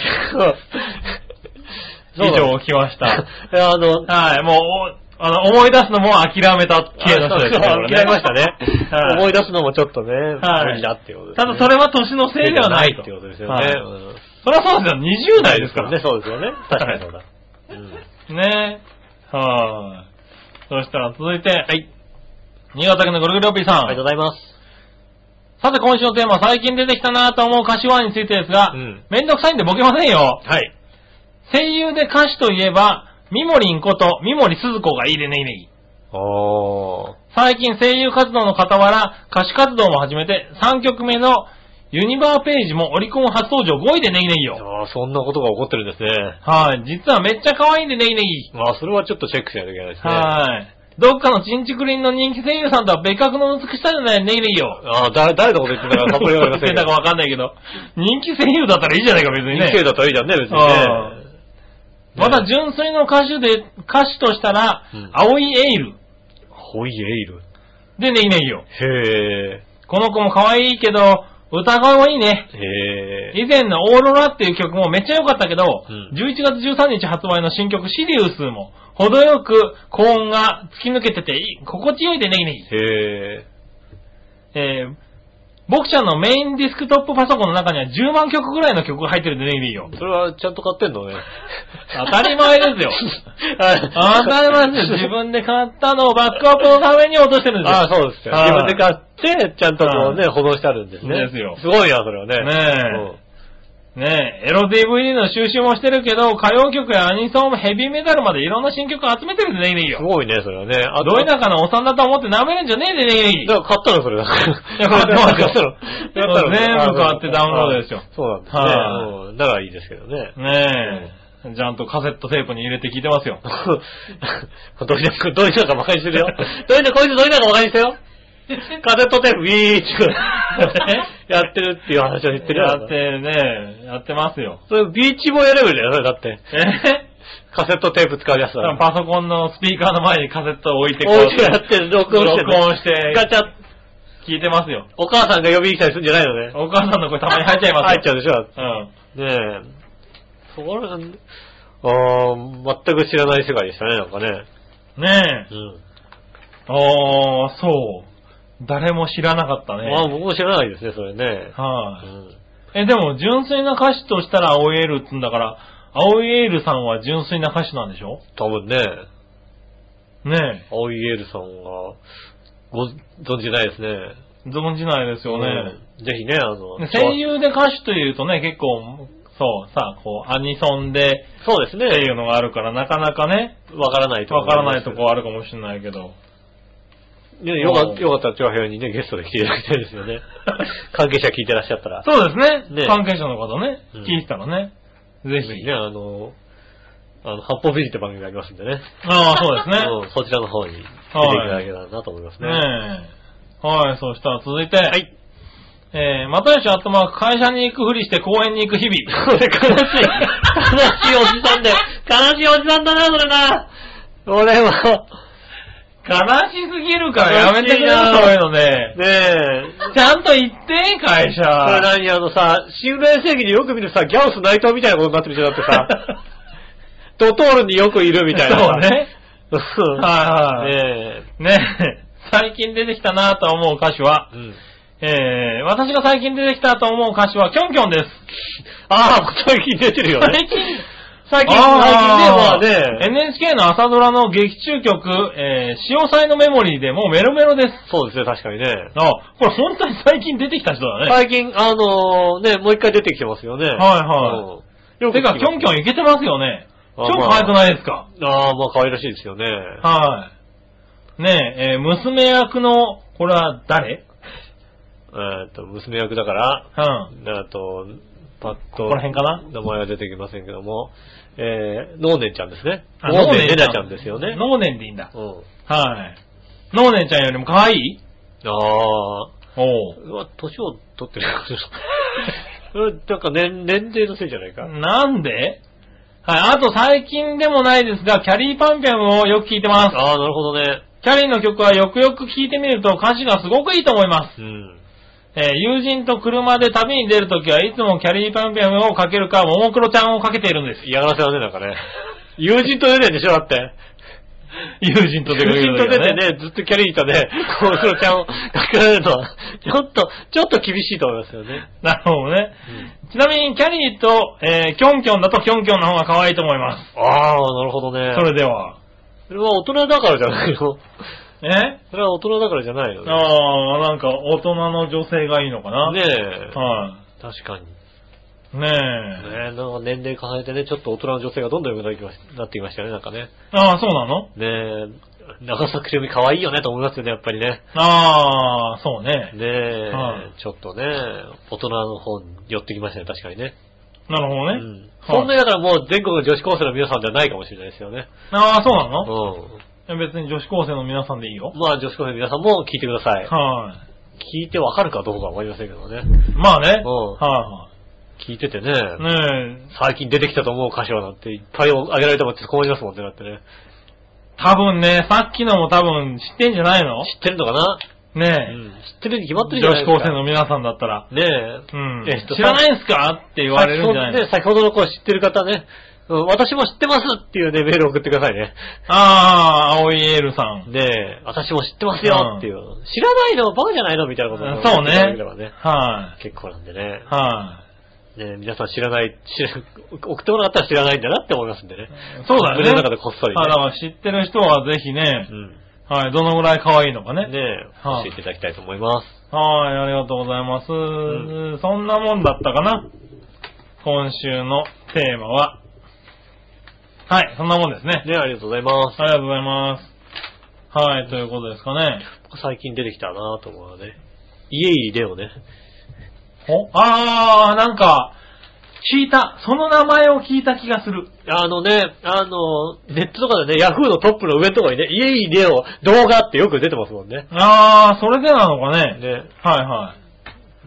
以上来ました。いや、あの、 はい、もう、あの、思い出すのも諦めた系の人ですね。 諦めましたね。はい、思い出すのもちょっとね、無理だっていうことです、ね。 ただそれは年のせいではないと。 ってことですよね。はい、うん、 それはそうですよ。にじゅう代ですからね。そうですよね。確かにそうだ。 うん、ねえ。はい。そしたら続いて、はい。新潟県のぐるぐるおぴーさん。 ありがとうございます。 さて今週のテーマは最近出てきたなと思う歌手ワンについてですが、うん、めんどくさいんでボケませんよ。 はい。 声優で歌手といえば、みもりんこと三森すず子がいいでねいねい。 おー。 最近声優活動の傍ら歌手活動も始めてさんきょくめのユニバーページもオリコン初登場ごいでねいねいよ。 ああ、そんなことが起こってるんですね。 はい。実はめっちゃ可愛いんでねいねい。 ああ、それはちょっとチェックしないといけないですね。 はい。どっかのチンチクリンの人気声優さんとは別格の美しさじゃないねいねいよ。 ああ、誰、誰のこと言ってたかさっぱりわかりませんけど。 誰のこと言ってたかわかんないけど。人気声優だったらいいじゃないか別にね。 人気声優だったらいいじゃんね、別にね。 また純粋の歌手で、歌手としたら、うん、青いエイル。 青いエイルでねいねいよ。 へー。 この子も可愛いけど、歌声はいいね。 へー。以前のオーロラっていう曲もめっちゃ良かったけど、うん、じゅういちがつじゅうさんにち発売の新曲シリウスも、程よく高音が突き抜けてて、心地よいでねいねい。 へー。えー。僕ちゃんのメインディスクトップパソコンの中にはじゅうまんきょくぐらいの曲が入ってるんでねいいよ。 それはちゃんと買ってんのね。 当たり前ですよ。当たり前ですよ。自分で買ったのをバックアップのために落としてるんですよ。 ああ、そうですよ。自分で買って、ちゃんとこうね、保存してあるんですね。 ですよ。 すごいな、それはね。 ねえ。ねえ、エロ ディーブイディー の収集もしてるけど、歌謡曲やアニソン、ヘビーメタルまでいろんな新曲集めてるんでねいいよ。 すごいね、それはね。 あど田舎のおっさんだと思って舐めるんじゃねえでねいい。 だから買ったの、それだ。買ってますよ。全部買ってダウンロードですよ。 そうなんですね。はい。だからいいですけどね。 ねえ。ちゃんとカセットテープに入れて聞いてますよ。 どいなか、どいなか馬鹿にしてるよ。どいなか、こいつどいなか馬鹿にしてよ。カセットテープ、ウィーってやってるっていう話を言ってるよ。 やってるね。やってますよ。 それビーチボーイレベルだよね、だって。 えカセットテープ使うやつだ。 パソコンのスピーカーの前にカセットを置いてこう。置いてやって、録音して、 録音して。 ガチャ聞いてますよ。 お母さんが呼びに来たりするんじゃないのね。 お母さんの声たまに入っちゃいますよ。 入っちゃうでしょ。 うん。 ねえ。そこら、あー、全く知らない世界でしたね、なんかね。 ねえ。 うん。 あー、そう。誰も知らなかったね。 ああ、僕も知らないですね、それね。 はい、うん。え、でも、純粋な歌手としたら、青いエールって言うんだから、青いエールさんは純粋な歌手なんでしょ？ 多分ね。 ねえ。 青いエールさんは、ご存じないですね。 存じないですよね。 うん、ぜひね、あの。 声優で歌手というとね、結構、そう、さ、こう、アニソンで、 そうですね。 っていうのがあるから、なかなかね。 わからないとこわからないとこあるかもしれないけど。 ね、よかった、よかったら、長編にね、ゲストで来ていただきたいですよね。関係者聞いてらっしゃったら。 そうですね。ね関係者の方ね、うん、聞いてたらね。ぜひ。 ぜひね、あの、あの、八方美人って番組がありますんでね。 ああ、そうですね。 うん、そちらの方に来ていただけたらなと思いますね。 はい、ねえ。はい、そしたら続いて。はい。えー、またよしあとまあ会社に行くふりして公園に行く日々。 これ悲しい。悲しいおじさんだよ。悲しいおじさんだな、それな。俺は。 悲しすぎるからやめてくれよ、そういうのね。 ねえ。 ちゃんと言って、会社。 それ何あのさ、新聞世紀によく見るさ、ギャオス内藤みたいなことになってるじゃなくてさ、ドトールによくいるみたいな。 そうね。 はいはい。 ねえ。ねえ。最近出てきたなと思う歌手は、うん、えー、私が最近出てきたと思う歌手はキョンキョンです。 ああ、最近出てるよね。 最近最近、最近ね、まあね。 エヌエイチケー の朝ドラの劇中曲、えー、潮騒のメモリーでもうメロメロです。 そうですね、確かにね。 あ、これ本当に最近出てきた人だね。 最近、あのー、ね、もう一回出てきてますよね。はいはい。うん、てか、キョンキョンいけてますよね。超可愛くないですか？ ああ、まあ可愛らしいですよね。 はい。ねえ、えー、娘役の、これは誰？ えっと、娘役だから、うん。あと、 パッと、 ここら辺かな名前は出てきませんけども、えー、ノーネンちゃんですね。 あノーネンレナちゃんですよね。 ノーネンでいいんだ。 うん。 はい。ノーネンちゃんよりも可愛い？ ああ。 おう。 うわ、年を取ってるからなんか年、年齢のせいじゃないか。 なんで？はい。あと最近でもないですが、キャリーパンピャムをよく聴いてます。 ああ、なるほどね。 キャリーの曲はよくよく聴いてみると歌詞がすごくいいと思います。 うん。 えー、友人と車で旅に出るときはいつもキャリーパンピャムをかけるか、ももクロちゃんをかけているんです。 嫌がらせはね、なんかね。友人と出てんでしょ、だって。 友人と出てる、 ね。友人と出てね、ずっとキャリーとね、ももクロちゃんをかけられるのは、ちょっと、ちょっと厳しいと思いますよね。 なるほどね。うん、ちなみにキャリーと、えー、キョンキョンだとキョンキョンの方が可愛いと思います。 ああ、なるほどね。 それでは。 それは大人だからじゃないの？ え？ それは大人だからじゃないのね。 ああ、なんか大人の女性がいいのかな。 ねえ。 はい、 確かに。 ねえ。 ねえ、なんか年齢重ねてね、ちょっと大人の女性がどんどん良くなってきましたよね、なんかね。 ああ、そうなの？ ねえ、長崎くるみ可愛いよねと思いますよね、やっぱりね。 ああ、そうね。 ねえ、 はい、 ちょっとね、大人の方に寄ってきましたね、確かにね。 なるほどね。 うん。そんなにだからもう全国の女子高生の皆さんじゃないかもしれないですよね。 ああ、そうなの？ うん。 別に女子高生の皆さんでいいよ。 まあ女子高生の皆さんも聞いてください。 はい、 聞いてわかるかどうかわかりませんけどね。 まあね。 うん。 はい、 聞いててね。 ねえ。 最近出てきたと思う歌詞はなんていっぱいあげられてもって困りますもんね、だってね。 多分ね、さっきのも多分知ってんじゃないの？ 知ってるのかな？ ねえ、 うん。知ってるに決まってるじゃないですか。 女子高生の皆さんだったら。 ねえ。 うん。 えっと、 知らないんすかって言われるんじゃないの？ ね、先ほどの子知ってる方ね。うん、私も知ってますっていうね、メールを送ってくださいね。 ああ、青いエールさん。 ねえ、私も知ってますよっていう。うん、知らないのバカじゃないのみたいなことをそうね。 ねはい、 結構なんでね。 はい、 ねえ、皆さん知らない、知ら、送ってもらったら知らないんだなって思いますんでね。 そうだよね。 胸の中でこっそり、ね。 あ、だから知ってる人はぜひね、うん、はい、どのぐらい可愛いのかね。 ねえ、教えていただきたいと思います。 はい、ありがとうございます。うん、そんなもんだったかな。今週のテーマは。はい、そんなもんですね。 ね、ありがとうございます。 ありがとうございます。はい、ということですかね。 最近出てきたなと思うのね。家入レオね。 おあー、なんか、聞いた。その名前を聞いた気がする。 あのね、あの、ネットとかでね、ヤフーのトップの上のところにね、家入レオ動画ってよく出てますもんね。 あー、それでなのかね。 ね。 はいはい。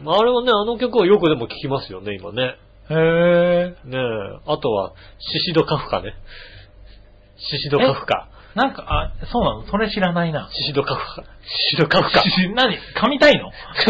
あれはね、あの曲をよくでも聞きますよね、今ね。 へえ。 ねえ。あとは、シシドカフカね。シシドカフカ。 なんか、あ、そうなの？それ知らないな。 シシドカフカ。シシドカフカ。 シシ、何？噛みたいの？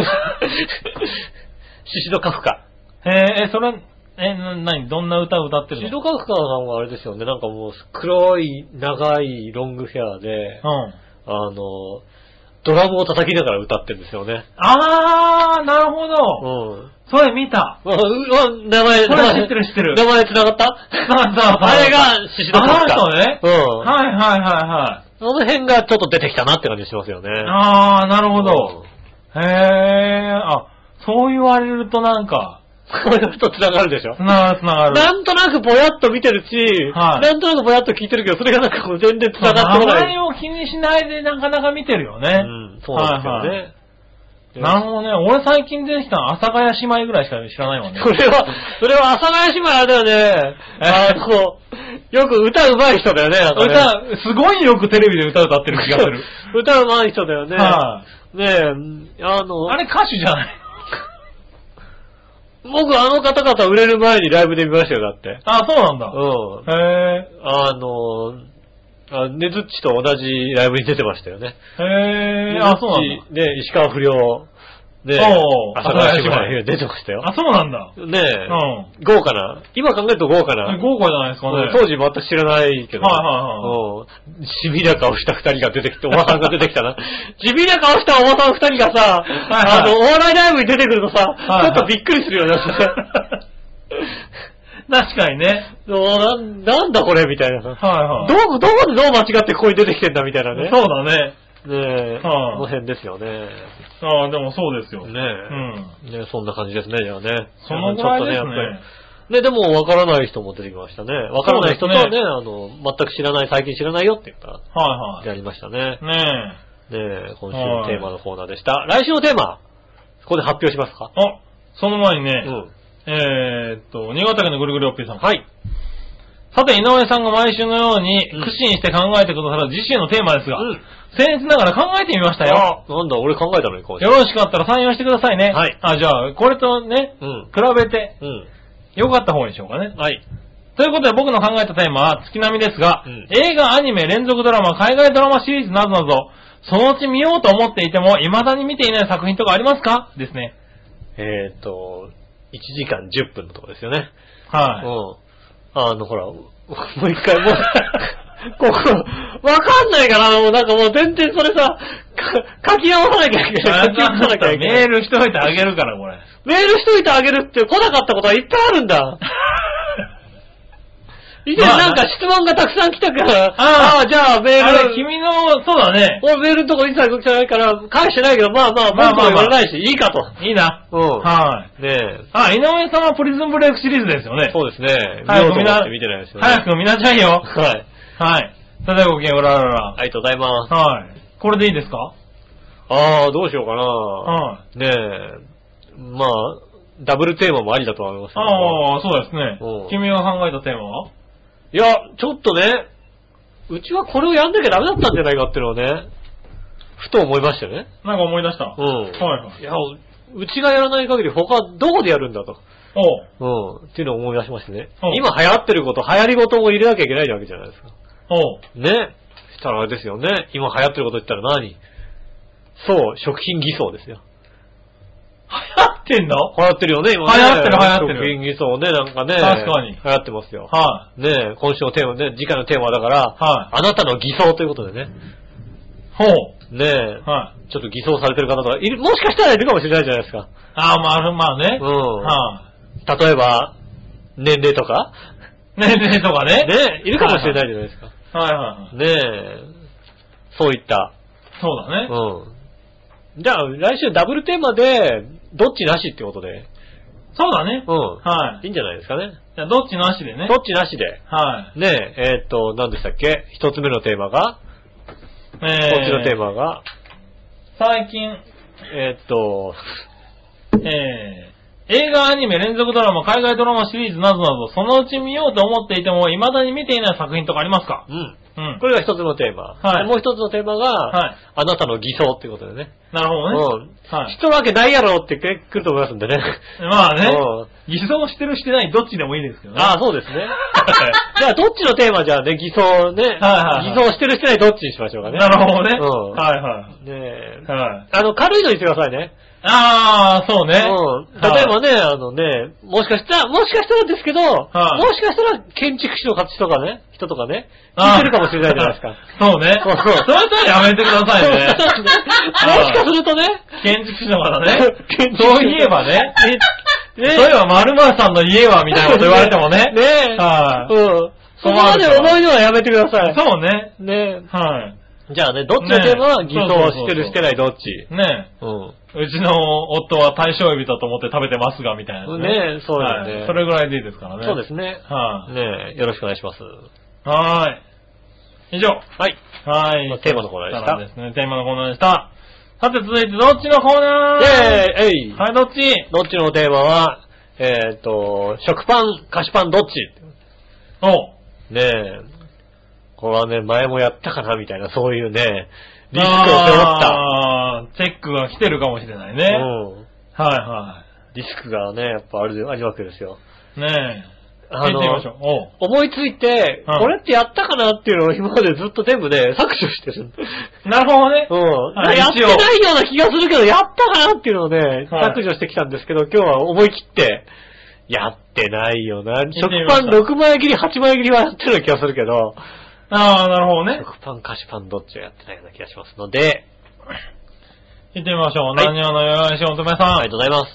シシドカフカ。 へえ、それ、え、な、何？どんな歌を歌ってるの？ シシドカフカさんはあれですよね。なんかもう、黒い、長い、ロングヘアで、 うん。 あの、ドラムを叩きながら歌ってるんですよね。 あー、なるほど。うん。それ見た。 うわ、名前、 それ知ってる知ってる。 名前繋がった繋がった。 あれが、シシドカフカ。 あの人ね。 うん。 はいはいはいはい。 その辺がちょっと出てきたなって感じしますよね。 あー、なるほど。へー、あ、そう言われるとなんか、 こういうと繋がるでしょ？ 繋がる繋がる。 なんとなくぼやっと見てるし、はい、なんとなくぼやっと聞いてるけど、それがなんかもう全然繋がってこない。 名前を気にしないでなかなか見てるよね。 うん、そうなんですよね。はいはい、 なるほどね。俺最近出てきたの阿佐ヶ谷姉妹ぐらいしか知らないもんね。 それは、それは阿佐ヶ谷姉妹あれだよね。あの、よく歌うまい人だよね、なんかね。 歌、すごいよくテレビで歌歌ってる気がする。 歌うまい人だよね。 はい、 ねえ、あの、 あれ歌手じゃない僕あの方々売れる前にライブで見ましたよ、だって。 あ、そうなんだ。 うん。 へー。あの、あねずっちと同じライブに出てましたよね。 へー。あ、そうなんだ。 ね、石川不良。ね、阿佐ヶ谷姉妹出てましたよ。 あ、そうなんだ。 ねえ。うん。豪華な。今考えると豪華な。 豪華じゃないですかね。 当時全く知らないけど。 はいはいはい。 うん。しびな顔した二人が出てきて、おばさんが出てきたな。しびな顔したおばさん二人がさ、あの、お笑いライブに出てくるとさ、ちょっとびっくりするよね。 確かにね。 な、なんだこれみたいなさ。 はいはい。 どう、どこでどう間違ってここに出てきてんだみたいなね。 そうだね。 ねえ、はあ、この辺ですよね。 ああ、でもそうですよ。 ねえ。うん。ねそんな感じですね、じゃあね。 そのぐらいですね。 ね、でも分からない人も出てきましたね。分からない人とはね、ねあの、全く知らない、最近知らないよって言ったら、はいはい。やりましたね。 ねえ。 ねえ、今週のテーマのコーナーでした。来週のテーマ、ここで発表しますか？ あ、その前にね、うん。 えーっと、新潟県のぐるぐるおっぴーさん。 はい。 さて、井上さんが毎週のように、苦心して考えてくださる次週のテーマですが、うん、僭越ながら考えてみましたよ。 あ、なんだ、俺考えたのに、 よろしかったら採用してくださいね。 はい。 あ、じゃあ、これとね、うん、比べて、うん、よかった方にしようかね。 はい。 ということで僕の考えたテーマは月並みですが、うん、映画、アニメ、連続ドラマ、海外ドラマシリーズなどなど、そのうち見ようと思っていても、未だに見ていない作品とかありますかですね。 えーっと、いちじかんじゅっぷんのとこですよね。 はい。 うん。あの、ほら、もう一回、もう、ここ、わかんないから、もうなんかもう全然それさ、書き直さなきゃいけない。書き直さなきゃいけない。 メールしといてあげるから、これ。 メールしといてあげるって来なかったことはいっぱいあるんだ。以前なんか質問がたくさん来たから、ああ、じゃあメール。 あれ、君の、そうだね。 俺メールのとこ一切来てないから、返してないけど、まあまあ、まあまあ言われないし、いいかと。 いいな。 うん。 はい。 ねえ。 あ、井上さんはプリズンブレイクシリーズですよね。 そうですね。 早くみな、 見てないですよね。 早くみなちゃんよ。 はい。 はい。ただいごきげん、うららら。 ありがとうございます。 はい。これでいいですか？ ああ、どうしようかな。 はい。 ねえ。まあ、ダブルテーマもありだと思いますけど。 ああ、そうですね。君が考えたテーマは？ いや、ちょっとね、うちはこれをやんなきゃダメだったんじゃないかっていうのはね、ふと思いましたよね。 なんか思い出した。 うん。 はいはい。 いや、うちがやらない限り他どこでやるんだと。 おう。 うん。っていうのを思い出しましてね。今流行ってること、流行り事を入れなきゃいけないわけじゃないですか。 おう。 ね。したらあれですよね。今流行ってること言ったら何？そう、食品偽装ですよ。 流行ってんの？ 流行ってるよね、今ね。 流行ってる流行ってる。 食品偽装ね、なんかね。 確かに。 流行ってますよ。 はい。 ね今週のテーマね、次回のテーマだから、 はい。 あなたの偽装ということでね。 ほう。 ねえ。 はい。 ちょっと偽装されてる方とかいる、もしかしたらいるかもしれないじゃないですか。 ああ、まあ、まあね。 うん。 はい。 例えば、年齢とか年齢とかね。 ねいるかもしれないじゃないですか。 はいはい。 ねえ。そういった。 そうだね。 うん。じゃあ、来週ダブルテーマで、どっちなしってことで。 そうだね。 うん。 はい。 いいんじゃないですかね。 じゃあ、どっちなしでね。 どっちなしで。 はい。 ねえ、えー、っと、何でしたっけ？一つ目のテーマが、 えー、 こっちのテーマが、 最近、 えー、っと、 えー、映画、アニメ、連続ドラマ、海外ドラマシリーズなどなど、そのうち見ようと思っていても、未だに見ていない作品とかありますか？ うん。うん。 うん、 これが一つのテーマ。 はい。 もう一つのテーマが、 はい。 あなたの偽装っていうことでね。 なるほどね。 うん。はい。人わけないやろって来ると思いますんでね。 まあね。うん。偽装してるしてないどっちでもいいですけどね。 ああ、そうですね。じゃあどっちのテーマじゃあね、偽装ね。はいはい、はい。偽装してるしてないどっちにしましょうかね。 なるほどね。 うん。 はいはい。 ねえ。 はい。 あの、軽いのにしてくださいね。 ああ、そうね。 うん。例えばね、はい、あのね、もしかしたら、もしかしたらですけど、はい、もしかしたら建築士の人とかね、人とかね、聞いてるかもしれないじゃないですか。 そうね。そうそう。それとはやめてくださいね。 もしかするとね、 建築士の方ね、そういえばね、ねそういえば〇〇さんの家はみたいなこと言われてもね。 ねえ。はい。うん。そこまで思いのはやめてください。 そうね。 ねえ。 はい。 じゃあね、どっちのテーマは偽装してるしてないどっち？ ねえ。うん。うちの夫は対象エビだと思って食べてますが、みたいなね。 ねえ、そうだね、 はい。それぐらいでいいですからね。 そうですね。 はい、 ねえ、よろしくお願いします。 はーい。以上。 はい。 はい。 テーマのコーナーでした。 ですね、テーマのコーナーでした。さて続いてどっちのコーナー？ イェーイえいはい、どっち？ どっちのテーマは、えっと、食パン、菓子パンどっち？ おねえ。これはね、前もやったかなみたいな、そういうね、リスクを背負った。 ああ、チェックが来てるかもしれないね。 うん。はいはい。 リスクがね、やっぱある、あるわけですよ。 ねえ。 あの、 聞いてみましょう。 お思いついて、うん、これってやったかなっていうのを今までずっと全部ね、削除してる。 なるほどね。 うん。やってないような気がするけど、やったかなっていうのをね、はい、削除してきたんですけど、今日は思い切って、やってないよな。食パンろくまい切り、はちまい切りはやってるような気がするけど、 ああ、なるほどね。 食パン、菓子パンどっちをやってないような気がしますので、 行ってみましょう。何話のよよしおとめさん。 ありがとうございます。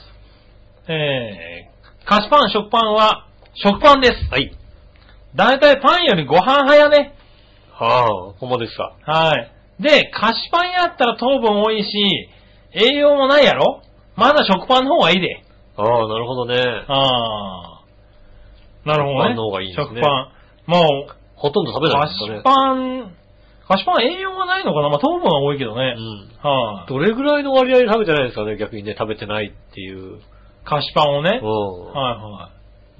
えー、菓子パン、食パンは、食パンです。 はい。 だいたいパンよりご飯派やね。 はあ、ほんまですか。 はい。で、菓子パンやったら糖分多いし、栄養もないやろ？まだ食パンの方がいいで。 ああ、なるほどね。 ああ。なるほどね。 食パンの方がいいですね。 食パン。もう、 ほとんど食べないですかね。 菓子パン、菓子パン栄養がないのかな？まあ糖分は多いけどね。 うん。 はい、あ、 どれぐらいの割合で食べてないですかね、逆にね、食べてないっていう。 菓子パンをね。 うん。 はいはい。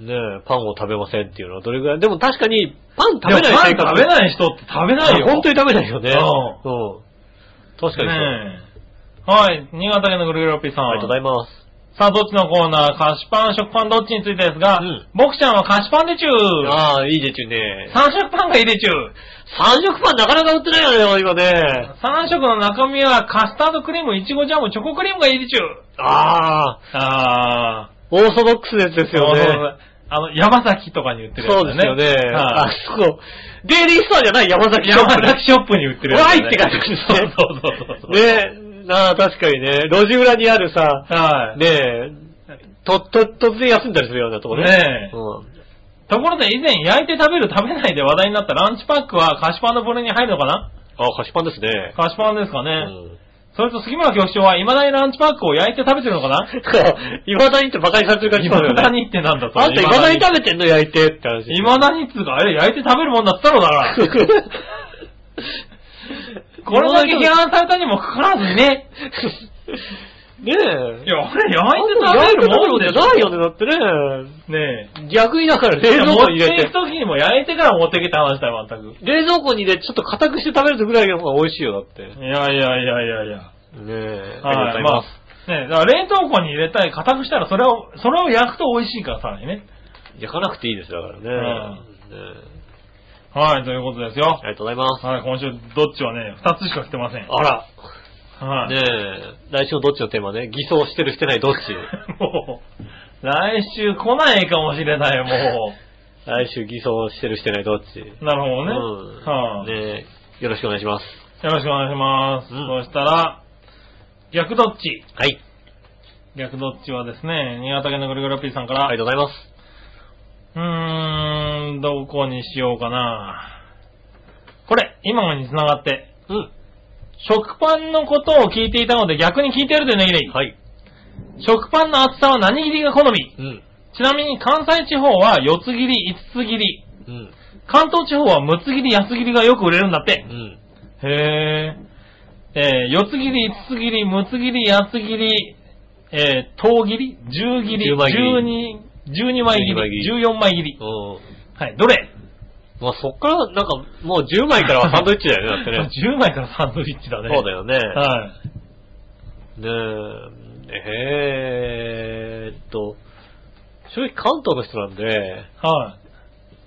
ねえ、パンを食べませんっていうのはどれぐらい。でも確かに、パン食べない生活。パン食べない人って食べないよ。 本当に食べないよね。 うん。 うん。確かにそう。 ねえ。はい。新潟県のぐるぐるおっぴーさん。 ありがとうございます。 さあ、どっちのコーナー、菓子パン、食パンどっちについてですが、うん、僕ちゃんは菓子パンでちゅー。 ああ、いいでちゅーね。 三色パンがいいでちゅー。 三色パンなかなか売ってないよね、今ね。 三色の中身はカスタードクリーム、いちごジャム、チョコクリームがいいでちゅー。 ああ。ああ。オーソドックスなやつですよね。 あの、山崎とかに売ってるやつね。 そうですよね。あ、そう。デイリーストアじゃない山崎ショップ。 山崎ショップに売ってるやつ、 ね。わーいって感じですね。 そうそうそうそう。 ねえ、ああ、確かにね。路地裏にあるさ、はい。ねえ、と、と、突然休んだりするようなとこね。ねえ。うん。 ところで以前焼いて食べる食べないで話題になったランチパックは菓子パンの部類に入るのかな？ ああ、菓子パンですね。 菓子パンですかね。うん。それと杉村局長は未だにランチパックを焼いて食べてるのかな？ 未だにって馬鹿にされてる感じですよね。 未だにってなんだと。 あんた未だに食べてんの焼いてって話。 未だにっつうか、あれ焼いて食べるもんだったろだから。これだけ批判されたにもかかわらずにね。 ねえ。 いや、あれ焼いて食べるもんじゃないよね、だってね。 ねえ。 逆にだから冷蔵庫に入れて。 持っていく時にも焼いてから持ってきて話したよ、全く。 冷蔵庫に入れてちょっと硬くして食べるぐらいの方が美味しいよ、だって。 いやいやいやいやいや。 ねえ。 はい、ありがとうございます。ねえ、だから冷凍庫に入れたい、硬くしたらそれを、それを焼くと美味しいからさらにね。 焼かなくていいですよ、だからね。うんねはい、ということですよ。 ありがとうございます。 はい、今週どっちはね、二つしか来てません。 あら。 はい。 ねえ、来週のどっちのテーマね、偽装してるしてないどっちもう、来週来ないかもしれない、もう。来週偽装してるしてないどっちなるほどね。 うん。 はあ、ねえ、よろしくお願いします。 よろしくお願いします。うん、そしたら、逆どっちはい。 逆どっちはですね、新潟県のぐるぐる P さんから。 ありがとうございます。 うーん、どこにしようかな。これ、今のに繋がって。 うん。 食パンのことを聞いていたので逆に聞いてやるというねぎねぎ。 はい。 食パンの厚さは何切りが好み？ うん。ちなみに関西地方はよつ切り、いつつ切り。 うん。 関東地方はむつ切り、やす切りがよく売れるんだって。 うん。 へー。えー、よつ切り、いつつ切り、むつ切り、やす切り、えー、とう切り、じゅう切り、じゅうに、じゅうにまい切り、じゅうよんまい切り。はい、どれ？ まあそっから、なんか、もうじゅうまいからはサンドイッチだよね、だってね。 じゅうまいからサンドイッチだね。 そうだよね。 はい。 ねえ、えーっと、正直関東の人なんで、 はい。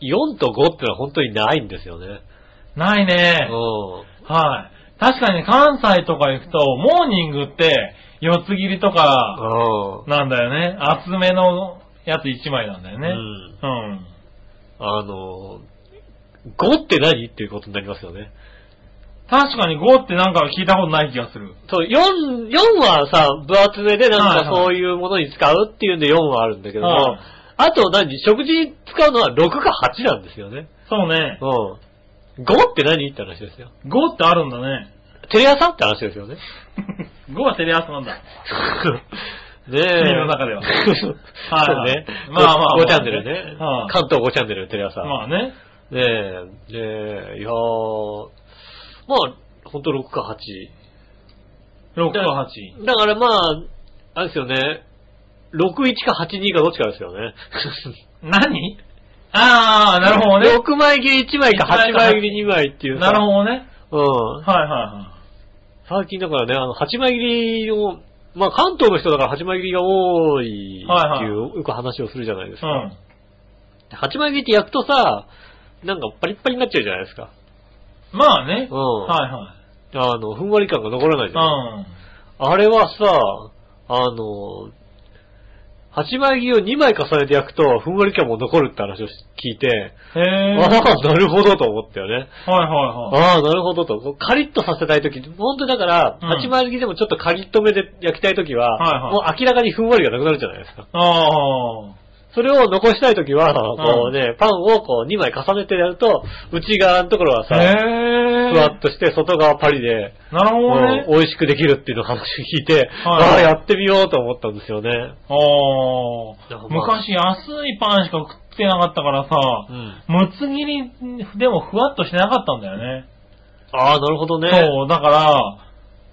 よんとごってのは本当にないんですよね。 ないね。 うん。 はい。確かに関西とか行くと、モーニングって、四つ切りとか、なんだよね。厚めのやついちまいなんだよね。うん。うん。 あの、ごって何っていうことになりますよね。 確かにごってなんか聞いたことない気がする。 そう、よん、よんはさ、分厚めでなんかそういうものに使うっていうんでよんはあるんだけども、はいはい、あと何食事に使うのはろくかはちなんですよね。 そうね。 うん。ごって何って話ですよ。 ごってあるんだね。 テレ朝って話ですよね。 ごはテレ朝なんだ。 ねえ。 君の中では。はい、はい。そうね。 まあまあ、まあ。 ごチャンネルね。はあ、関東ごチャンネルテレ朝。 まあね。 ねえ、ねえ、いやー、まあ、ほんとろくかはち。 ろくかはち。 だからまあ、あれですよね、ろくいちかはちにかどっちかですよね。 何？あー、なるほどね。 ろくまい切りいちまいかはちまい切りにまいっていう。 なるほどね。 うん。 はいはいはい。 最近だからね、あの、はちまい切りを、まあ関東の人だからはちまい切りが多いっていう、はいはい、よく話をするじゃないですか。うん。はちまい切りって焼くとさ、なんかパリッパリになっちゃうじゃないですか。 まあね。 うん。 はいはい。 あの、ふんわり感が残らないじゃないですか。うん。あれはさ、あの、はちまい切りをにまい重ねて焼くと、ふんわり感も残るって話を聞いて、 へー。 ああ、なるほどと思ったよね。 はいはいはい。 ああ、なるほどと。カリッとさせたいとき、本当にだから、うん、はちまい切りでもちょっとカリッとめで焼きたいときは、はいはい、もう明らかにふんわりがなくなるじゃないですか。 ああ。 それを残したいときは、こうね、うん、パンをこうにまい重ねてやると、内側のところはさ、ふわっとして外側パリで、 なるほどね。 美味しくできるっていうのを話を聞いて、はい、ああ、やってみようと思ったんですよね。ああ、まあ、昔安いパンしか食ってなかったからさ、うん、むつ切りでもふわっとしてなかったんだよね。 ああ、なるほどね。 そう、だから、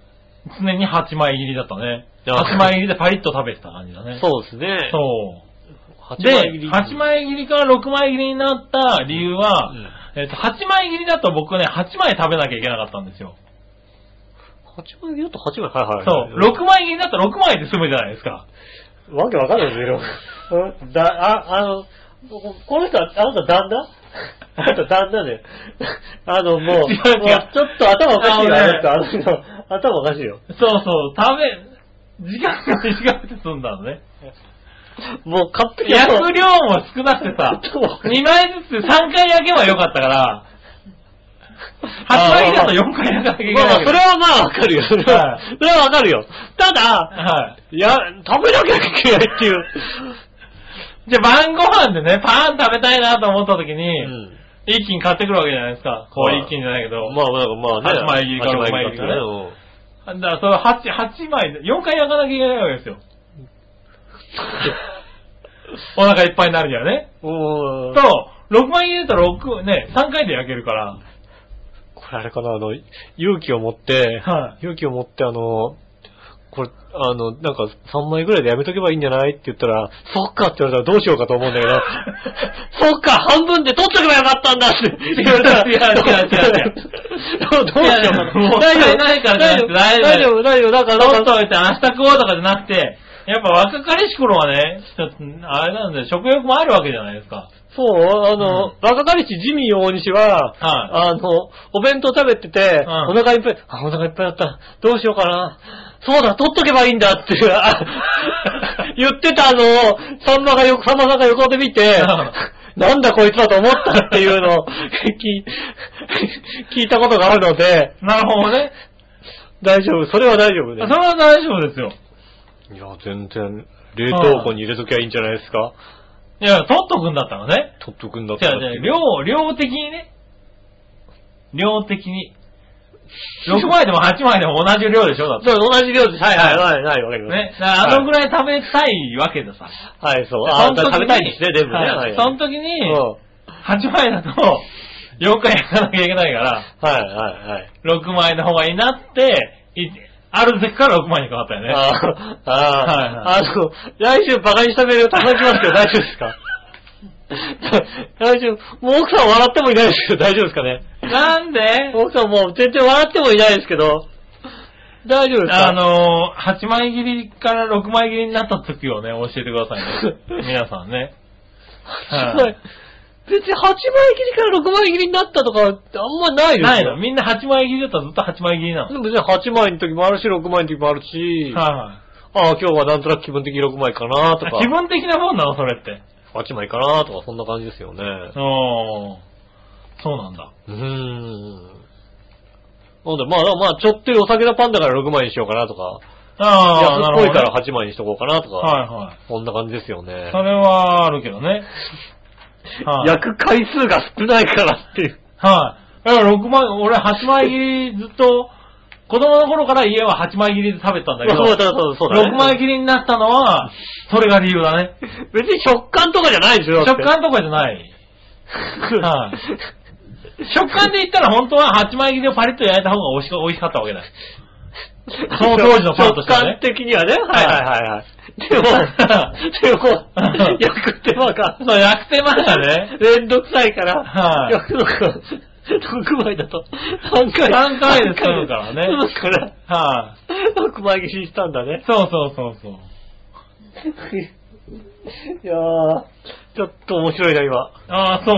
常にはちまい切りだったね。はちまい切りでパリッと食べてた感じだね。 そうですね。 そう。で、はちまい切りからろくまい切りになった理由は、うん、えっと、はちまい切りだと僕ね、はちまい食べなきゃいけなかったんですよ。 はちまい切りだとはちまい、はいはい、はい。 そう。ろくまい切りだとろくまいで済むじゃないですか。 わけわかんないですよ。だ、あ、あの、この人は、あなた旦那あなた旦那ね。あの、もう、違う違う、もうちょっと頭おかしいよ、あの人。あの人、頭おかしいよ。 そうそう、食べ、時間が短くて済んだのね。 もう、カップ焼く量も少なくてさ、にまいずつさんかい焼けばよかったから、はちまいだとよんかい焼かなきゃいけない。まあ、 それはまあわかるよ。それは、それはわかるよ。ただ、はい。いや、食べなきゃいけないっていう。 じゃあ晩ご飯でね、パーン食べたいなと思った時に、うん、一気に買ってくるわけじゃないですか。こう一気にじゃないけど。 まあまあまあね。 はちまい切りかろくまい切りかね。だからそれはち、はちまいで、よんかい焼かなきゃいけないわけですよ。お腹いっぱいになるにはね。おー。と、ろくまい切りだとろく、ね、さんかいで焼けるから。 これあれかな、あの、勇気を持って、はい、勇気を持ってあの、これ、あの、なんかさんまいぐらいでやめとけばいいんじゃないって言ったら、そっかって言われたらどうしようかと思うんだけど、そっか、半分で取っとけばよかったんだって言われたら、違う違う違う違う。どうしようかな。 もったいないからじゃなくて大丈夫。 大丈夫、大丈夫。だから、 取っといて明日食おうとかじゃなくて、やっぱ若かりし頃はね、ちょっと、あれなんで、食欲もあるわけじゃないですか。 そう、あの、うん、若かりしジミー大西は、はい、あの、お弁当食べてて、うん、お腹いっぱい、あ、お腹いっぱいだった。どうしようかな。そうだ、取っとけばいいんだって言ってたのを、さんまがよ、さんまさんが横で見て、なんだこいつだと思ったっていうのを聞いたことがあるので。 なるほどね。 大丈夫、それは大丈夫です。 それは大丈夫ですよ。 いや、全然、冷凍庫に入れときゃいいんじゃないですか。 いや、取っとくんだったらね。 取っとくんだったら。 じゃあ、量、量的にね。量的に。ろくまいでもはちまいでも同じ量でしょだって。 そう、同じ量です。はいはいはい、はい、わかります。 ね。あのぐらい食べたいわけでさ。 はい、そう。あ、食べたいんですね、全部ね。 はい。その時に、はちまいだと、よんかい焼かなきゃいけないから、 はいはいはい。 ろくまいの方がいいなって、ある時からろくまいに変わったよね。 ああ、はいはい。あの、来週バカにしたメールがたまに来ますけど大丈夫ですか大丈夫。もう奥さん笑ってもいないですけど大丈夫ですかね。 なんで奥さんもう全然笑ってもいないですけど、大丈夫ですか。 あのー、はちまい切りからろくまい切りになった時をね、教えてくださいね。皆さんね。 はい。別にはちまい切りからろくまい切りになったとか、あんまないですよ。 ないの。みんなはちまい切りだったらずっとはちまい切りなの。 でも別にはちまいの時もあるし、ろくまいの時もあるし、はい、はい。ああ、今日はなんとなく気分的にろくまいかなとか。 気分的なもんなのそれって。 はちまいかなとか、そんな感じですよね。ああ、 そうなんだ。 うーん。なんで、まあ、まあ、ちょっとお酒のパンだからろくまいにしようかなとか。ああ、安っぽいからはちまいにしとこうかなとか。はいはい。こんな感じですよね。 それはあるけどね。 はい、焼く回数が少ないからっていう。 はい。だからろくまい、俺はちまい切りずっと、子供の頃から家ははちまい切りで食べたんだけど、そうだそうそうだね、ろくまい切りになったのは、それが理由だね。 別に食感とかじゃないでしょ。 食感とかじゃない。はい。食感で言ったら本当ははちまい切りをパリッと焼いた方が美味し美味しかったわけだ。その当時のパンとしてはね。 食感的にはね。はいはいはいはい。でも、でも、焼く手間が。 そう、焼く手間がね。 めんどくさいから、はい、焼くのが、ろくまいだと、さんかい。 さんかいで済むからね。済むから、はい、ろくまい切りしたんだね。 そうそうそうそう。 いやー、ちょっと面白いな、今。 ああ、そう、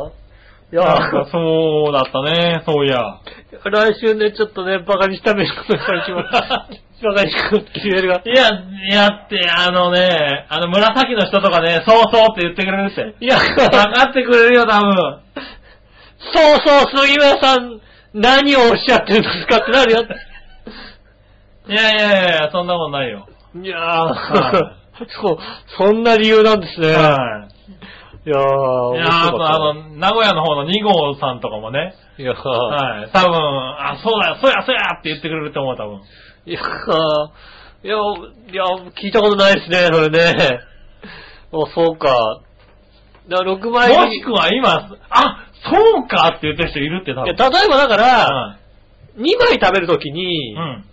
いやー、そうだったね、そういや。 来週ね、ちょっとね、バカにしためることにされちまった。バカにしたメールが。 いや、いやって、あのね、あの、紫の人とかね、そうそうって言ってくれるって。いや、分かってくれるよ、多分。 そうそう、杉村さん、何をおっしゃってるんですかってなるよ。 いやいやいや、そんなことないよ。 いやー、はい、そう、そんな理由なんですね。はい。いやー、 いやー、あとあの、名古屋の方のに号さんとかもね。いやー、はい。多分、あ、そうだよ、そうや、そうやって言ってくれると思う、多分。 いやー、いや、いや、聞いたことないですね、それね。あ、そうか。だからろくまい。 もしくは今、あ、そうかって言ってる人いるって多分。いや、 例えばだから、うん、にまい食べるときに、うん、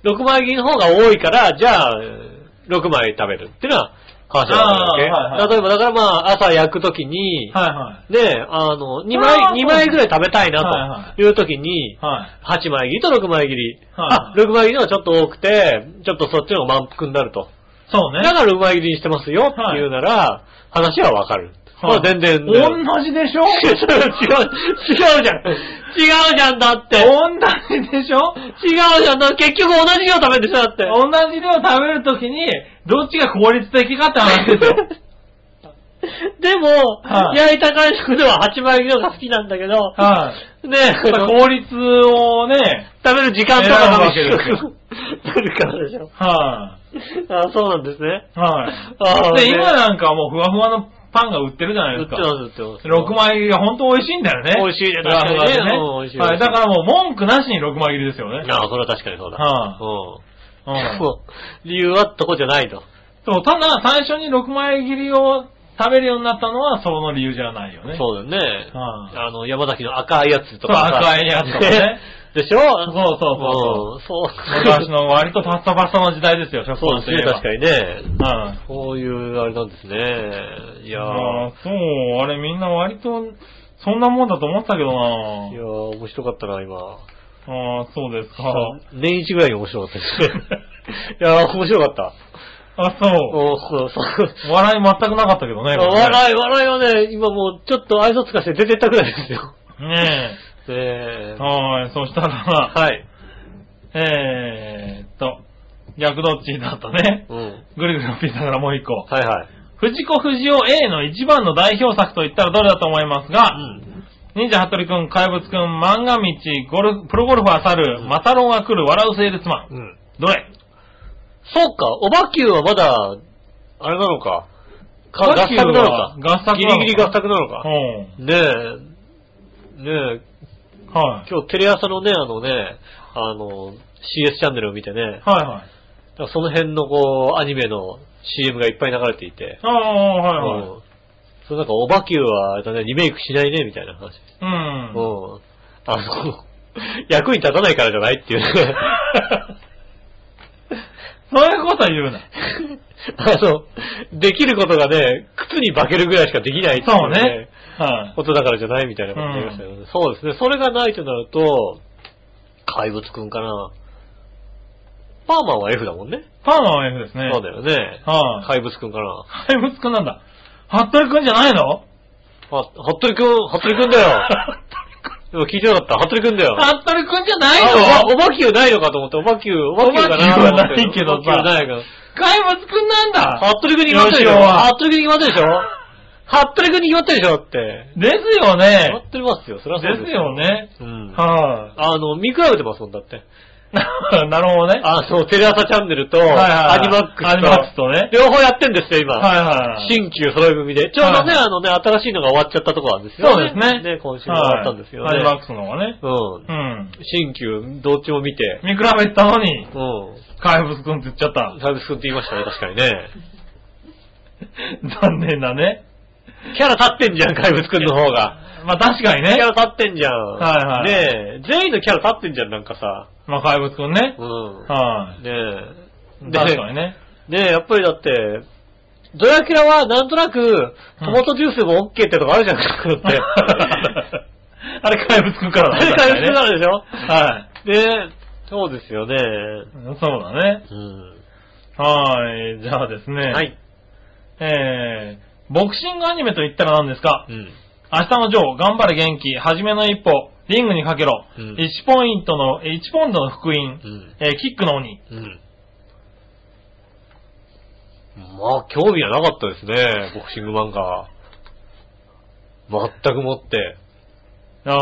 ろくまい切りの方が多いから、じゃあ、ろくまい食べるっていうのは、話があるわけ。はいはい、例えば、だからまあ、朝焼くときに、はいはい、ね、あの、にまい、にまいぐらい食べたいな、というときに、はい、はちまい切りとろくまい切り。はい、あ、ろくまい切りのはちょっと多くて、ちょっとそっちの方が満腹になると。そうね。だからろくまい切りにしてますよっていうなら、はい、話はわかる。まあ全然、ね。 同じでしょ違う、 違うじゃん。違うじゃんだって。 同じでしょ違うじゃん。だ結局同じ量食べるでしょだって。 同じ量食べるときに、どっちが効率的かって話ですよ。 でも、はい、焼いた感触でははちまい切りのが好きなんだけど、はい、ね効率をね、 食べる時間とかが出るからでしょ。はい、あ。そうなんですね。はい。 で、ね、今なんかはもうふわふわのパンが売ってるじゃないですか。売ってます、売ってます。ろくまい切りが本当美味しいんだよね。 美味しいね、確かにね。 美味しい。はい、だからもう文句なしにろくまい切りですよね。 ああ、それは確かにそうだ。はい、うん。うん。理由はとこじゃないと。 そう、ただ最初にろくまい切りを食べるようになったのはその理由じゃないよね。 そうだよね。はい、あの、山崎の赤いやつとか。 そう、赤いやつとかね。 でしょ。 そうそうそう。そう。昔の割とパッサパサの時代ですよ、 そうですね、確かにね。はい。そういうあれなんですね。いやー。 あそう、あれみんな割と、そんなもんだと思ったけどな。 いやー、面白かったな、今。 ああ、そうですか。 年一ぐらいに面白かったですね。いやー、面白かった。 あ、そう。おそうそう。笑い全くなかったけどね。ね笑い、笑いはね、今もうちょっと愛想つかして出てったくらいですよ。 ねえ。えー、はい、そしたら、はい。えーっと、逆どっちだとね、うん、ぐるぐるのピザからもう一個。はいはい。藤子不二雄 A の一番の代表作といったらどれだと思いますが、うん、忍者ハットリくん、怪物くん、漫画道、ゴルプロゴルファー猿、うん、マタロンが来る、笑うセールスマン。うん、どれ？ そうか、オバキューはまだ、あれなのか。か合作なのか。 合作ギリギリ合作なのか。うん、ねえ、ねえ、はい。今日テレ朝のね、あのね、あの、シーエス チャンネルを見てね。はいはい。だからその辺のこう、アニメの シーエム がいっぱい流れていて。ああ、はいはい。うん。それなんか、オバキューは、あれだね、リメイクしないね、みたいな話。うん。うん。あの、役に立たないからじゃないっていうね。 そういうこと言うな。 あの、できることがね、靴に化けるぐらいしかできないっていう、ね。そうね。はい。ことだからじゃないみたいなこと言いましたよね、うん。そうですね。それがないとなると、怪物くんかな。パーマンは F だもんね。 パーマンは F ですね。 そうだよね。はい。怪物くんかな。 怪物くんなんだ。ハットリくんじゃないの？ あ、ハットリくん、ハットリくんだよ。でも聞いてなかった。ハットリくんだよ。 ハットリくんじゃないの？オバキューないのかと思って、オバキュー、オバキューかな。 オバキューはないけどさ。ないか怪物くんなんだ。 ハットリくんに決まってるでしょ。ハットリくんに決まってるでしょ。ハットリくんに決まってるでしょって。 ですよね。 決まってますよ。それはそうです。 ですよね。うん。 はい、あ。あの、見比べてますもんだって。 なるほどね。 あ、そう、テレ朝チャンネルと、はいはいはい、アニマックスと、アニマックスとね。両方やってんですよ、今。はいはいはい。新旧揃い踏みで。ちょうどね、はいはい、あのね、新しいのが終わっちゃったところなんですよね。 そうですね。 ね、今週終わったんですよね。 はい、アニマックスの方がね。 うん。うん。新旧、どっちも見て。 見比べたのに。うん。怪物くんって言っちゃった。 怪物くんって言いましたね、確かにね。 残念だね。 キャラ立ってんじゃん、怪物くんの方が。 まあ確かにね。 キャラ立ってんじゃん。はいはい。ねえ、全員のキャラ立ってんじゃん、なんかさ。 まあ怪物くんね。うん。はい。 ねえ。確かにね。 ねえ、やっぱりだって、ドラキュラはなんとなく、トマトジュースも OK ってとこあるじゃん、って。 あれ怪物くんからだね。あれ怪物くんからでしょ。はい。で、そうですよね。 そうだね。うん。はい、じゃあですね。はい。えー、ボクシングアニメと言ったら何ですか？うん。明日のジョー、頑張れ元気、はじめの一歩、リングにかけろ、うん、いちポイントの、いちポンドの福音、うん、えー、キックの鬼。うん。 まあ、興味はなかったですね、ボクシング漫画。全くもって。ああ。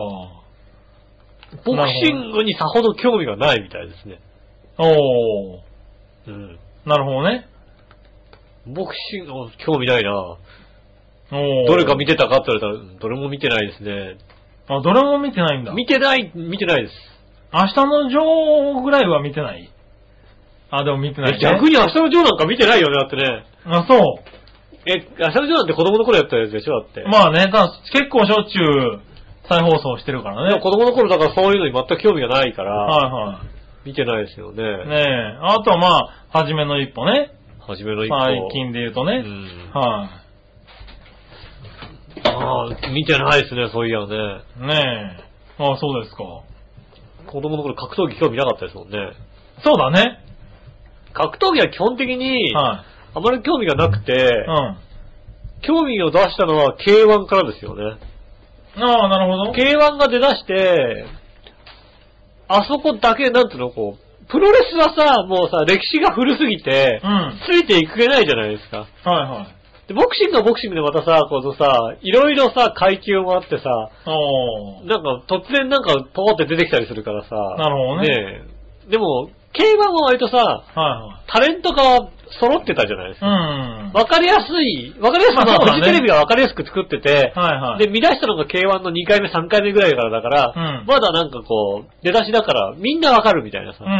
ボクシングにさほど興味がないみたいですね。おー。 うん。なるほどね。 ボクシング、興味ないな。おどれか見てたかって言われたら、どれも見てないですね。 あ、どれも見てないんだ。 見てない、見てないです。 明日のジョーぐらいは見てない？あ、でも見てない、ね。 逆に明日のジョーなんか見てないよね、だってね。 あ、そう。 え、明日のジョーなんて子供の頃やったやつでしょ、だって。 まあね、ただ結構しょっちゅう再放送してるからね。 子供の頃だからそういうのに全く興味がないから。はいはい。 見てないですよね。 ねえ。あとはまあ、はじめの一歩ね。 はじめの一歩。 最近で言うとね。うん、はい、 ああ、見てないですね、そういやね。 ねえ。ああ、そうですか。 子供の頃格闘技興味なかったですもんね。 そうだね。 格闘技は基本的に、はい、あまり興味がなくて、うん、興味を出したのは ケーワン からですよね。 ああ、なるほど。 ケーワン が出だして、あそこだけ、なんていうの、こう、プロレスはさ、もうさ、歴史が古すぎて、うん、ついていくれないじゃないですか。 はいはい。 で、ボクシングはボクシングでまたさ、このさ、いろいろさ、階級もあってさ、なんか突然なんかポコって出てきたりするからさ、 なるほどね。 ねでも、ケーワン は割とさ、はいはい、タレントが揃ってたじゃないですか。うん。わかりやすい、わかりやすく、まあ、フジテレビがわかりやすく作ってて、はいはい。で、見出したのが ケーワン のにかいめ、さんかいめぐらいからだから、うん、まだなんかこう、出だしだから、みんなわかるみたいなさ。うん。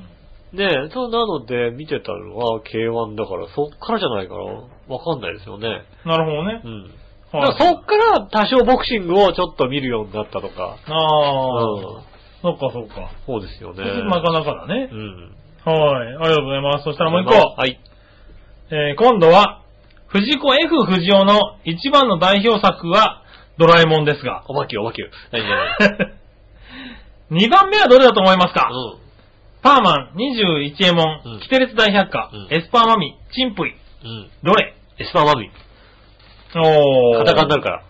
ねえ、そうなので、見てたのは ケーワン だから、そっからじゃないから、わかんないですよね。 なるほどね。 うん。だからそっから多少ボクシングをちょっと見るようになったとか。 ああ。うん。そっかそっか。 そうですよね。 なかなかだね。うん。はい。ありがとうございます。そしたらもう一個。 はい。 えー、今度は、藤子 F 不二雄の一番の代表作はドラえもんですが。 おまきゅうおまきゅう。何何二番目はどれだと思いますか？うん。パーマン、にじゅういちエモン、うん、キテレツ大百科、うん、エスパーマミ、チンプイ。うん。どれ？ エスパーマミ。 おー。 裸になるから。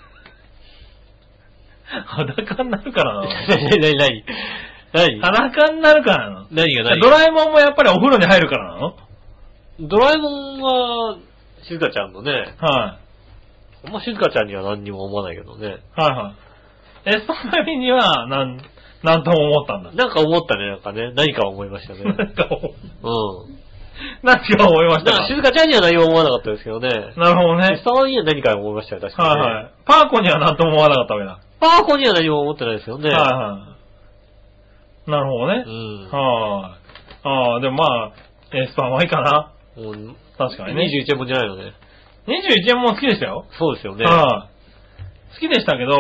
裸になるからなの？ 何何何何裸になるからなの？ 何が何？ ドラえもんもやっぱりお風呂に入るからなの？ ドラえもんは、静香ちゃんのね。はい。あんま静香ちゃんには何にも思わないけどね。 はいはい。エスパーマミには、なん、なんとも思ったんだ。 なんか思ったね、なんかね。何か思いましたね。 何か思う。 ん。 何か思いましたか？ 静香ちゃんには何も思わなかったですけどね。 なるほどね。 エスパーマミには何か思いましたよ、確かに、ね。 はいはい。パーコには何とも思わなかったわけだ。 パーコには何も思ってないですよね。 はいはい。なるほどね。うん。はい。ああ、でもまあ、エスパーマミかな。うん。確かにね。 にじゅういちえんもんじゃないのね。 にじゅういちえんもん好きでしたよ。 そうですよね。 はい。好きでしたけど、うん。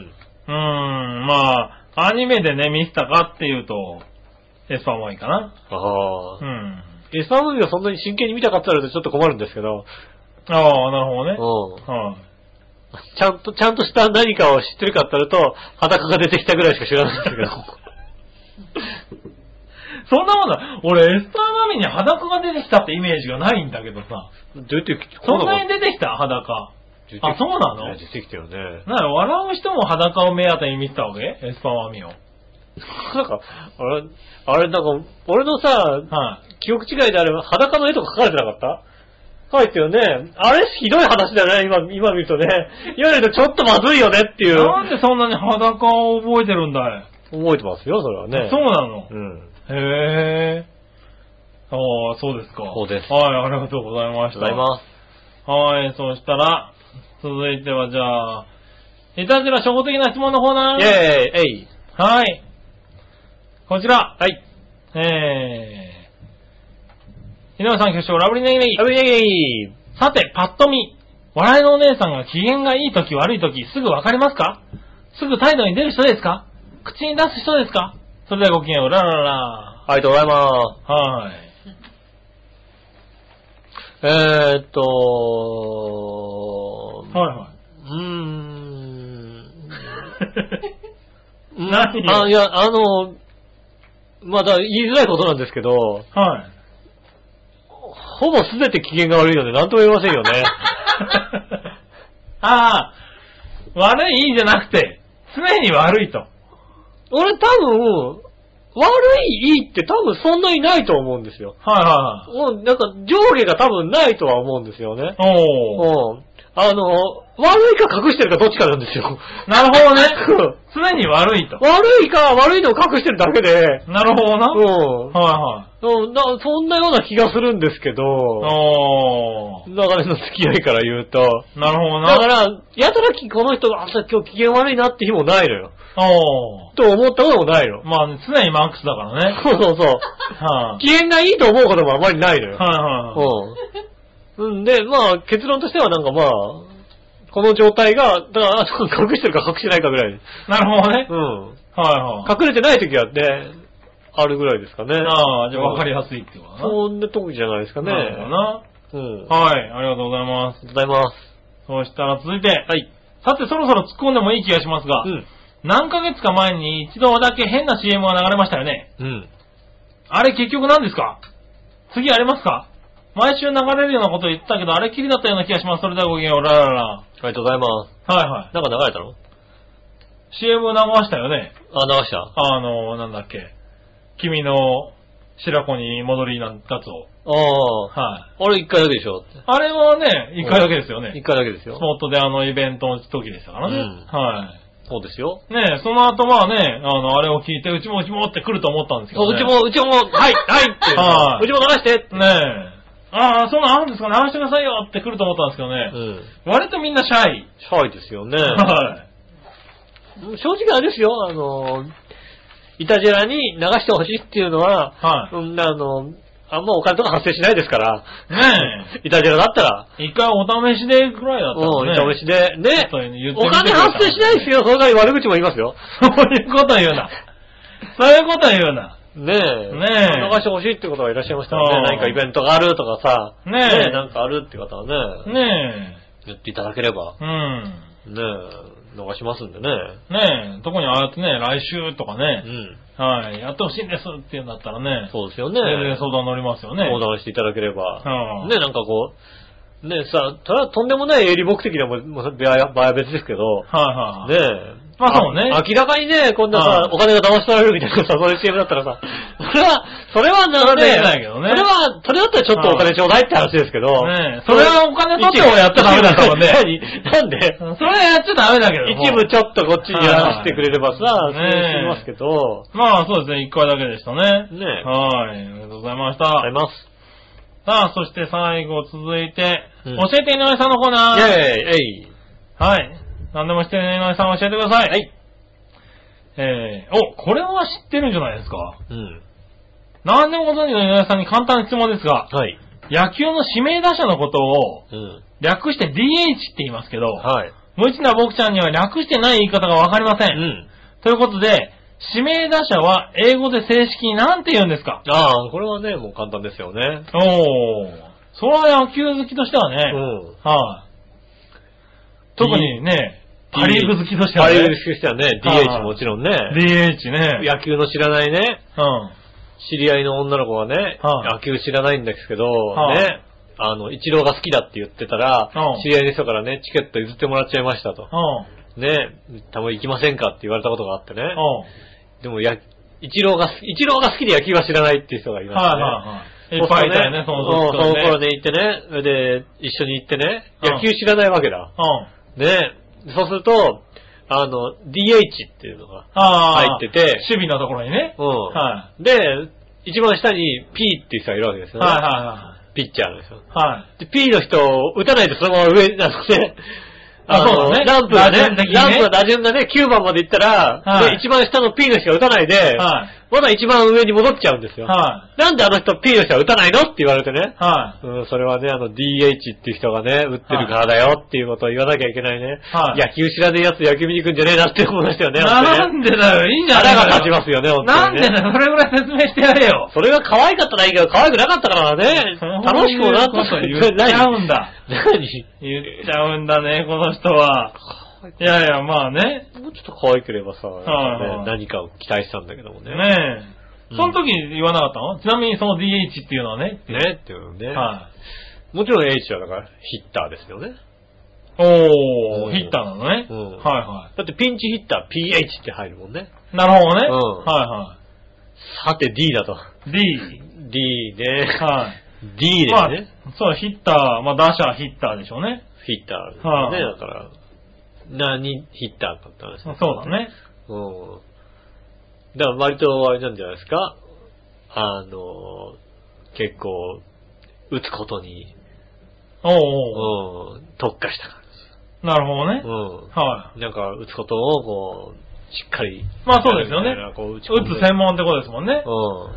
うーん、まあ、アニメでね、見せたかっていうと、エスパーマミかな。 ああ。うん。エスパーマミはそんなに真剣に見たかったらちょっと困るんですけど。 ああ、なるほどね。 うん。はい。ちゃんと、ちゃんとした何かを知ってるかって言うと、裸が出てきたぐらいしか知らないんですけど。 そんなもんだ。俺、エスパーマミに裸が出てきたってイメージがないんだけどさ。 出てきた。 そんなに出てきた裸。あ、そうなの？ 出てきたよね。 なら、笑う人も裸を目当てに見てたわけ？エスパーマミを。 なんか、あれ、あれ、なんか、俺のさ、はい、記憶違いであれば裸の絵とか描かれてなかった？書いてよね。あれひどい話だよね、今、今見るとね。言われるとちょっとまずいよねっていう。 なんでそんなに裸を覚えてるんだい？ 覚えてますよ、それはね。 そうなの？ うん。 へえ。ああ、そうですか。 そうです。 はい、ありがとうございました。 ありがとうございます。 はい、そしたら、続いてはじゃあ、いたじら初歩的な質問のコーナー。 イェーイ、えい。 はい。こちら。 はい。 えー。井上さん、挙手ラブリーネギネギ。 ラブリーネギネギ。 さて、パッと見。笑いのお姉さんが機嫌がいいとき悪いときすぐわかりますか？すぐ態度に出る人ですか？口に出す人ですか？それではごきげんよう、ララララ。 ありがとうございます。 はい。 えーっとはいはい。 うーん。 何あ、いや、あの、まだ言いづらいことなんですけど、はい。ほぼすべて機嫌が悪いので何とも言えませんよね。 ああ、悪いいいじゃなくて、常に悪いと。 俺多分、悪いいいって多分そんなにないと思うんですよ。 はいはいはい。 もうなんか上下が多分ないとは思うんですよね。 おー。 うん。あの、悪いか隠してるかどっちかなんですよ。 なるほどね。常に悪いと。 悪いか悪いのを隠してるだけで。 なるほどな。 うん。 はいはい。 うん、なそんなような気がするんですけど。 おー。 流れの付き合いから言うと。 なるほどな。 だから、やたらきこの人が朝今日機嫌悪いなって日もないのよ。 おー。 と思ったこともないの。 まあ、ね、常にマックスだからね。 そうそうそう。 はあ、 機嫌がいいと思うこともあまりないのよ。 はいはいはい。 うん。うんで、まあ、結論としてはなんかまあ、この状態が、だから、隠してるか隠してないかぐらい。 なるほどね。 うん。 はいはい。 隠れてない時はね、 あるぐらいですかね。 ああ、じゃあ分かりやすいってことかな。 そんな特技じゃないですかね。 なるほどな。うん。はい、ありがとうございます。 ありがとうございます。 そしたら続いて。 はい。 さて、そろそろ突っ込んでもいい気がしますが、うん、何ヶ月か前に一度だけ変な シーエム が流れましたよね。うん。あれ結局何ですか？次ありますか？毎週流れるようなこと言ったけど、あれきりだったような気がします。それではごきげんよう、ラララ。 ありがとうございます。 はいはい。 なんか流れたの？ シーエム 流したよね。 あ、流した。 あの、なんだっけ。君の白子に戻りなんやつを。 ああ。はい。あれ一回だけでしょ？ あれはね、一回だけですよね。 一回だけですよ。 スポットであのイベントの時でしたからね。うん、はい。 そうですよ。 ねえ、その後まあね、あの、あれを聞いて、うちもうちもって来ると思ったんですけどね。 うちも、うちも、はい、はいって。はい。うちも流してって。 ねえ。ああ、そんなんあるんですか？流してくださいよって来ると思ったんですけどね。うん。割とみんなシャイ。 シャイですよね。 はい。 正直あれですよ、あの、イタジェラに流してほしいっていうのは、はい。うん、あの、あんまお金とか発生しないですから。 ねえ。 イタジェラだったら。 一回お試しでくらいだったらね。 うん、お試しで。ね。お金発生しないですよ。それから悪口も言いますよ。 そういうこと言うな。そういうこと言うな。 ねえ。ねえ。流してほしいってことがいらっしゃいましたらね。何かイベントがあるとかさ。ねえ。ねえ、なんかあるって方はね。 ねえ。 言っていただければ。 うん。 ねえ。流しますんでね。 ねえ。特にああやってね、来週とかね。うん。はい。やってほしいんですって言うんだったらね。 そうですよね。 全然相談乗りますよね。 相談していただければ。うん。ねえ、なんかこう、ねえさ、それはとんでもない営利目的でも、場合は別ですけど。 はいはい。 ねえ。 まあそうね。 明らかにね、こんなさ、お金が騙し取られるみたいなさ、そういう シーエム だったらさ、それは、それはなんで、それは、それだったらちょっとお金ちょうだいって話ですけど。 ねえ。それはお金取ってもやっちゃダメだからね。 何なんでそれはやっちゃダメだけど。 一部ちょっとこっちにやらせてくれればさ、そうしますけど。 まあそうですね、一回だけでしたね。 ねえ。 はい。ありがとうございました。 ありがとうございます。 さあ、そして最後続いて、教えて井上さんのコーナー。 イェーイ、えい。 はい。何でも知ってる井上さん教えてください。 はい。 えー、お、これは知ってるんじゃないですか。 うん。 何でもご存知の井上さんに簡単な質問ですが、 はい。 野球の指名打者のことを、 うん、 略して ディーエイチ って言いますけど、 はい。 無知な僕ちゃんには略してない言い方がわかりません。 うん。 ということで、指名打者は英語で正式に何て言うんですか？ ああ、これはね、もう簡単ですよね。 おー。それは野球好きとしてはね、 うん。 はい、あ、特にね、パリーグ好きとしてはね。パリーグ好きとしてはね、ディーエイチ もちろんね。 ディーエイチ ね。 野球の知らないね。 うん。 知り合いの女の子がね、はあ、野球知らないんですけど、はあ、ね、あの、イチローが好きだって言ってたら、はあ、知り合いの人からね、チケット譲ってもらっちゃいましたと。はあ、ね、たまに行きませんかって言われたことがあってね。はあ、でもや、イチローが、イチローが好きで野球は知らないっていう人がいましたね。はあはあ、いっぱいいたよね、その時、ね。その頃ね、行ってね、で、一緒に行ってね、野球知らないわけだ。うん、ね、そうすると、あの、ディーエイチ っていうのが入ってて、 守備のところにね。 うん。はい。で、一番下に P っていう人がいるわけですよね。はいはいはい。ピッチャーの人。はい。で、P の人を打たないとそのまま上になって、あ、そうだね。ランプがね、ねランプの打順がね、きゅうばんまで行ったら、はい、で、一番下の P の人が打たないで、はい、まだ一番上に戻っちゃうんですよ。はい、なんであの人 P の人は打たないのって言われてね。はい、うん、それはね、あの ディーエイチ っていう人がね、打ってるからだよっていうことを言わなきゃいけないね。はい、野球知らねえやつ野球見に行くんじゃねえなって思いましたよね。 なんでだよ、いいんじゃない腹が立ちますよね、本当に、ね。 なんでだよ、それぐらい説明してやれよ。 それが可愛かったらいいけど、可愛くなかったからね。楽しくもなったら言っちゃうんだ。 何言っちゃうんだね、この人は。いやいや、まあね。 もうちょっと可愛ければさ、ね、何かを期待したんだけどもね。 ねえ。その時言わなかったの？ちなみにその ディーエイチ っていうのはね。 ねっていうのね。はい。もちろん H はだからヒッターですよね。 おー、ヒッターなのね。うん。はいはい。 だってピンチヒッター ピーエイチ って入るもんね。 なるほどね。うん。はいはい。 さて D だと。 D。 D ね。 はい。 D ですね。 まあ、そう、ヒッター、まあ打者ヒッターでしょうね。 ヒッターですね。はい、だから。何ヒッターだったんですか、ね、そうだね。 うん。だから割とあれなんじゃないですか。あの、結構、打つことに、 おうおう、 うん、特化した感じ。なるほどね。 うん。 はい。 なんか打つことをこう、しっかり。 まあそうですよね。こう打つ専門ってことですもんね。 うん。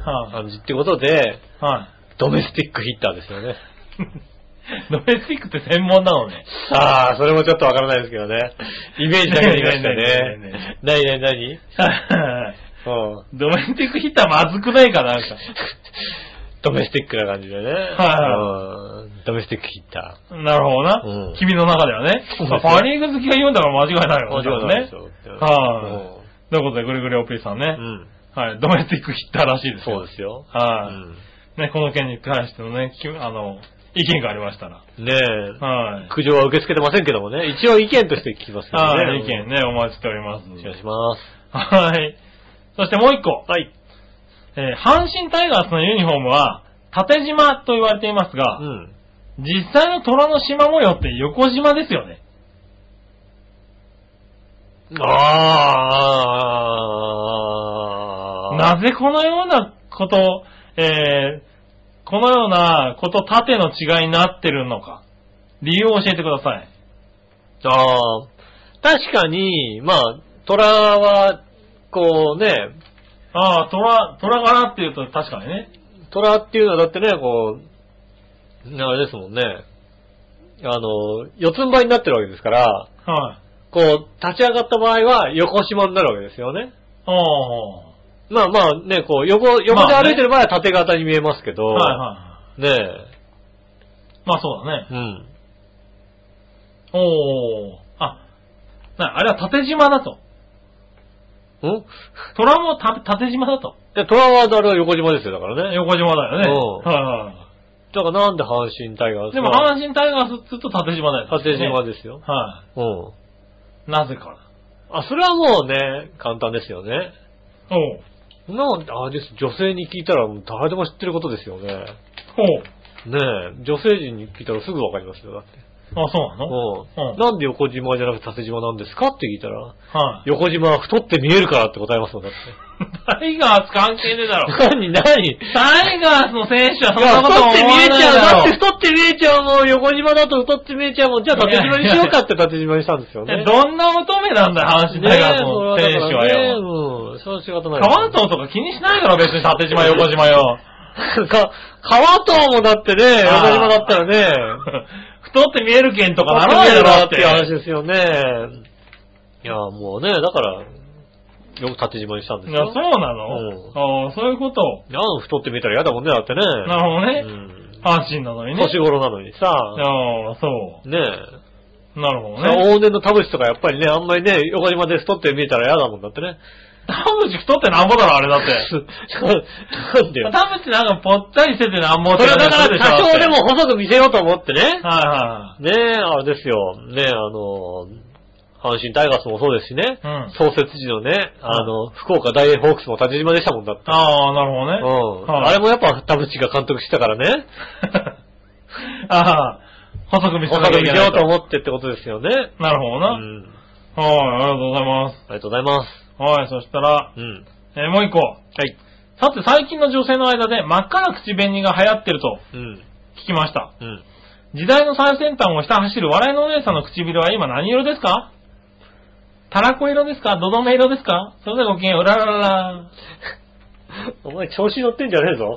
はい。感じってことで、 はい。 ドメスティックヒッターですよね。 ドメスティックって専門なのね。 さあ、それもちょっとわからないですけどね。イメージだけで言いましたね。なになになにうん。ドメスティックヒッターまずくないかなんか。 ドメスティックな感じでね。はい、はい。ドメスティックヒッター。 なるほどな。うん、君の中ではね。まあ、パ・リーグ好きが言うんだから間違いないよね。間違いないですよ。はい。ということで、ぐりぐりおっぴーさんね。うん。はい。ドメスティックヒッターらしいですよ。 そうですよ。 はい。うん、ね、この件に関してのね、あの、意見がありましたら。 ねえ。はい。苦情は受け付けてませんけどもね。一応意見として聞きますけどね。 はい。意見ね、お待ちしております。 お願いします。 はい。そしてもう一個。はい。えー、阪神タイガースのユニフォームは、縦縞と言われていますが、うん、実際の虎の縞模様って横縞ですよね。ああ。なぜこのようなこと、えー、このようなこと縦の違いになってるのか、理由を教えてください。 ああ、確かに、まあ、虎は、こうね、 ああ、虎、虎柄っていうと確かにね。 虎っていうのはだってね、こう、あれですもんね。あの、四つん這いになってるわけですから、はい。こう、立ち上がった場合は横縞になるわけですよね。ああ。まあまあね、こう、横、横で歩いてる場合は縦型に見えますけど、まあね、はいはい。ねえ。 まあそうだね。うん。おー。あ、な、あれは縦縞だと。ん虎もた縦縞だと。 いや、虎はあれは横縞ですよ、だからね。 横縞だよね。うん。はいはい。 だからなんで阪神タイガースでも阪神タイガースって言うと縦縞だよね。 縦縞ですよ。 はい。うん。なぜか。 あ、それはもうね、簡単ですよね。うん。なんで、あれです、女性に聞いたら誰でも知ってることですよね。ほう。ねえ、女性陣に聞いたらすぐわかりますよ、だって。 あ、そうなの？ うん。なんで横縞じゃなくて縦縞なんですかって聞いたら、はい。横縞は太って見えるからって答えますもん、だって。 タイガース関係ねえだろ。 何、何？ タイガースの選手はそんなこと思わないだろ。 だって太って見えちゃうもん、横縞だと太って見えちゃうもん、じゃあ縦縞にしようかって縦縞にしたんですよね。 どんな乙女なんだよ、阪神タイガースの選手はよ。 うん、そう仕方ない。 川藤とか気にしないから別に縦縞横縞よ。 か、川藤もだってね、横縞だったらね、 太って見えるけんとかならないだろっていう話ですよね。いや、もうね、だから、よく縦縞にしたんですよ。いや、 そうなの？うん。ああ、そういうこと。 いや、太って見えたら嫌だもんね、だってね。 なるほどね。うん。阪神なのにね。 年頃なのにさ。ああ、そう。ねえ。なるほどね。 往年の田淵とかやっぱりね、あんまりね、横縞で太って見えたら嫌だもんだってね。 田淵太ってなんぼだろ、あれだって。なんでよ。田淵なんかぽったりしててなんぼって。 それだから多少でも細く見せようと思ってね。はいはい。 ねえ、あれですよ。ねえ、あの、阪神タイガースもそうですしね。うん。創設時のね、あの、福岡ダイエーホークスも縦縞でしたもんだって。 ああ、なるほどね。 うん。はい、あれもやっぱ田淵が監督してたからね。 ああ、細く見せよう細く見せようと思ってってことですよね。 なるほどな。うん。はい、ありがとうございます。 ありがとうございます。 はい、そしたら、うん。えー、もう一個。はい。さて、最近の女性の間で真っ赤な口紅が流行ってると、うん。聞きました。うん。時代の最先端をひた走る笑いのお姉さんの唇は今何色ですか？たらこ色ですか？どどめ色ですか？それではごきげんよう、うらららら。 お前調子乗ってんじゃねえぞ。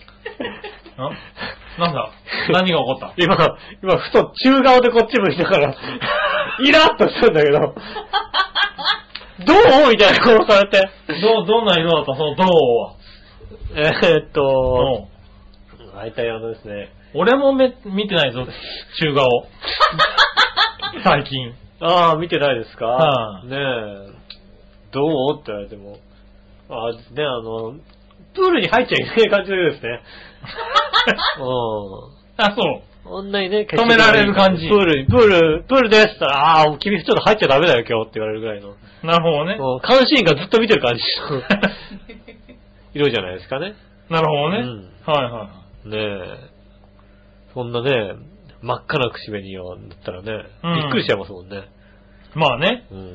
んなんだ何が起こった今、今、ふと中顔でこっち向いたから、イラッとしたんだけど、どうみたいな顔されて。 どう、どんな色だったそのどうは。 えー、っと、大体あのですね。 俺もめ見てないぞ、中顔。最近。 ああ、見てないですか、はあ、ねえ。どうって言われても。ああですね、あの、プールに入っちゃいけない感じの色ですね。 うん。あ、そう。 こんなにね、 止められる感じ。 プールに、プール、プールですって言ったら、ああ、君ちょっと入っちゃダメだよ今日って言われるぐらいの。 なるほどね。 監視員がずっと見てる感じの色じゃないですかね。 なるほどね。うん、はいはい。 ねえ。そんなね、真っ赤な口紅を塗ったらね、うん、びっくりしちゃいますもんね。 まあね。 うん。うん。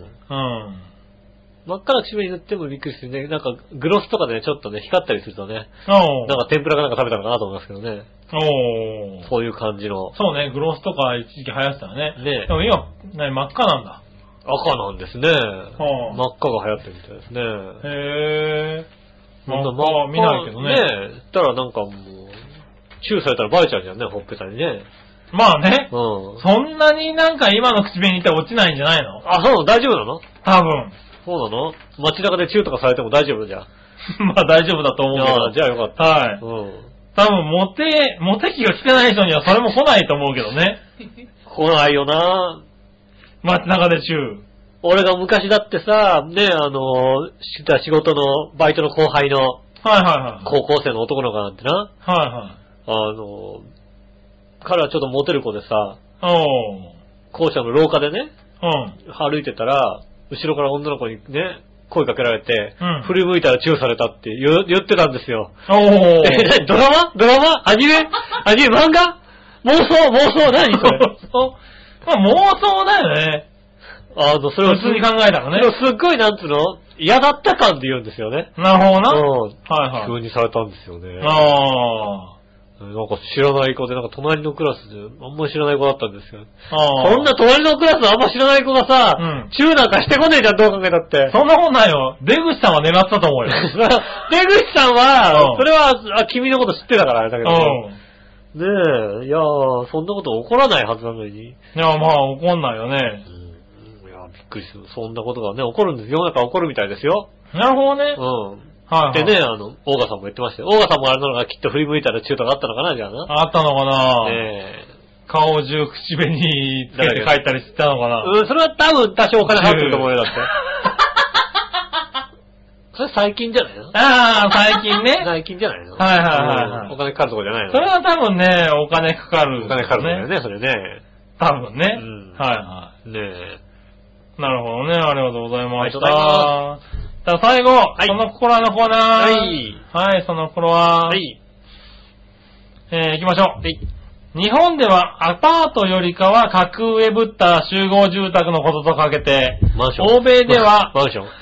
真っ赤な口紅塗ってもびっくりするね。なんか、グロスとかでね、ちょっとね、光ったりするとね。なんか天ぷらかなんか食べたのかなと思いますけどね。おそういう感じの。 そうね、グロスとか一時期流行ってたね。ねでも今、ね、真っ赤なんだ。 赤なんですね。はあ、真っ赤が流行ってるみたいですね。へぇー。真っ赤は見ないけどね。ねえ。したらなんかもう、チューされたらバレちゃうじゃんね、ほっぺたにね。 まあね。うん。そんなになんか今の口紅って落ちないんじゃないの？ あ、そう、大丈夫なの？ 多分。 そうなの？街中でチューとかされても大丈夫じゃん。 まあ大丈夫だと思うけど。 じゃあよかった。 はい。うん。多分、モテ、モテ期が来てない人にはそれも来ないと思うけどね。 来ないよな。 街中でチュー。 俺が昔だってさ、ね、あの、してた仕事の、バイトの後輩の、 はいはいはい。 高校生の男の子なんてな。 はいはい。 あの、彼はちょっとモテる子でさ、 おー。 校舎の廊下でね、 うん。 歩いてたら、後ろから女の子にね、声かけられて、 うん、 振り向いたらチューされたって言, 言ってたんですよ。 おー。 え、ドラマドラマアニメアニメ漫画妄想妄想何それまあ妄想だよね。 あの、それを普通に考えたらね。 すっごいなんつうの嫌だった感で言うんですよね。 なるほどな。うん。 はいはい。急にされたんですよね。 ああ。 なんか知らない子で、なんか隣のクラスであんまり知らない子だったんですよ。ああ。そんな隣のクラスのあんま知らない子がさ、うん、チューなんかしてこねえじゃん、どう考えたって。 そんなことないよ。出口さんは狙ってたと思うよ。 出口さんは、それはあ、君のこと知ってたからあれだけど。ねえ、いやー、そんなこと起こらないはずなのに。いや、まあ、起こんないよね。 うん、いや、びっくりする。そんなことがね、起こるんです。世の中起こるみたいですよ。 なるほどね。 うん。はい、はい。でね、あの、オーガさんも言ってましたよ。オーガさんもあれなのがきっと振り向いたらチュートがあったのかな、じゃあな。 あったのかな。 ねえ。 顔中口紅つけて帰ったりしてたのかな。 うん、それは多分多少お金払ってると思うよ、だって。それ最近じゃないの？ ああ、最近ね。 最近じゃないの？ はいはいはい、はい。 お金かかるとこじゃないの？ それは多分ね、お金かかる、 ね。お金かかるんだよね、それね。 多分ね。 うん。 はいはい。 ねえ。 なるほどね、ありがとうございました。ありがとうございます。じゃあ最後、はい、その心はのコーナー。 はい。 はい、その心は。 はい。 えー、行きましょう。はい。日本ではアパートよりかは格上ぶった集合住宅のこととかけて、 マンション。 欧米では、 マンション。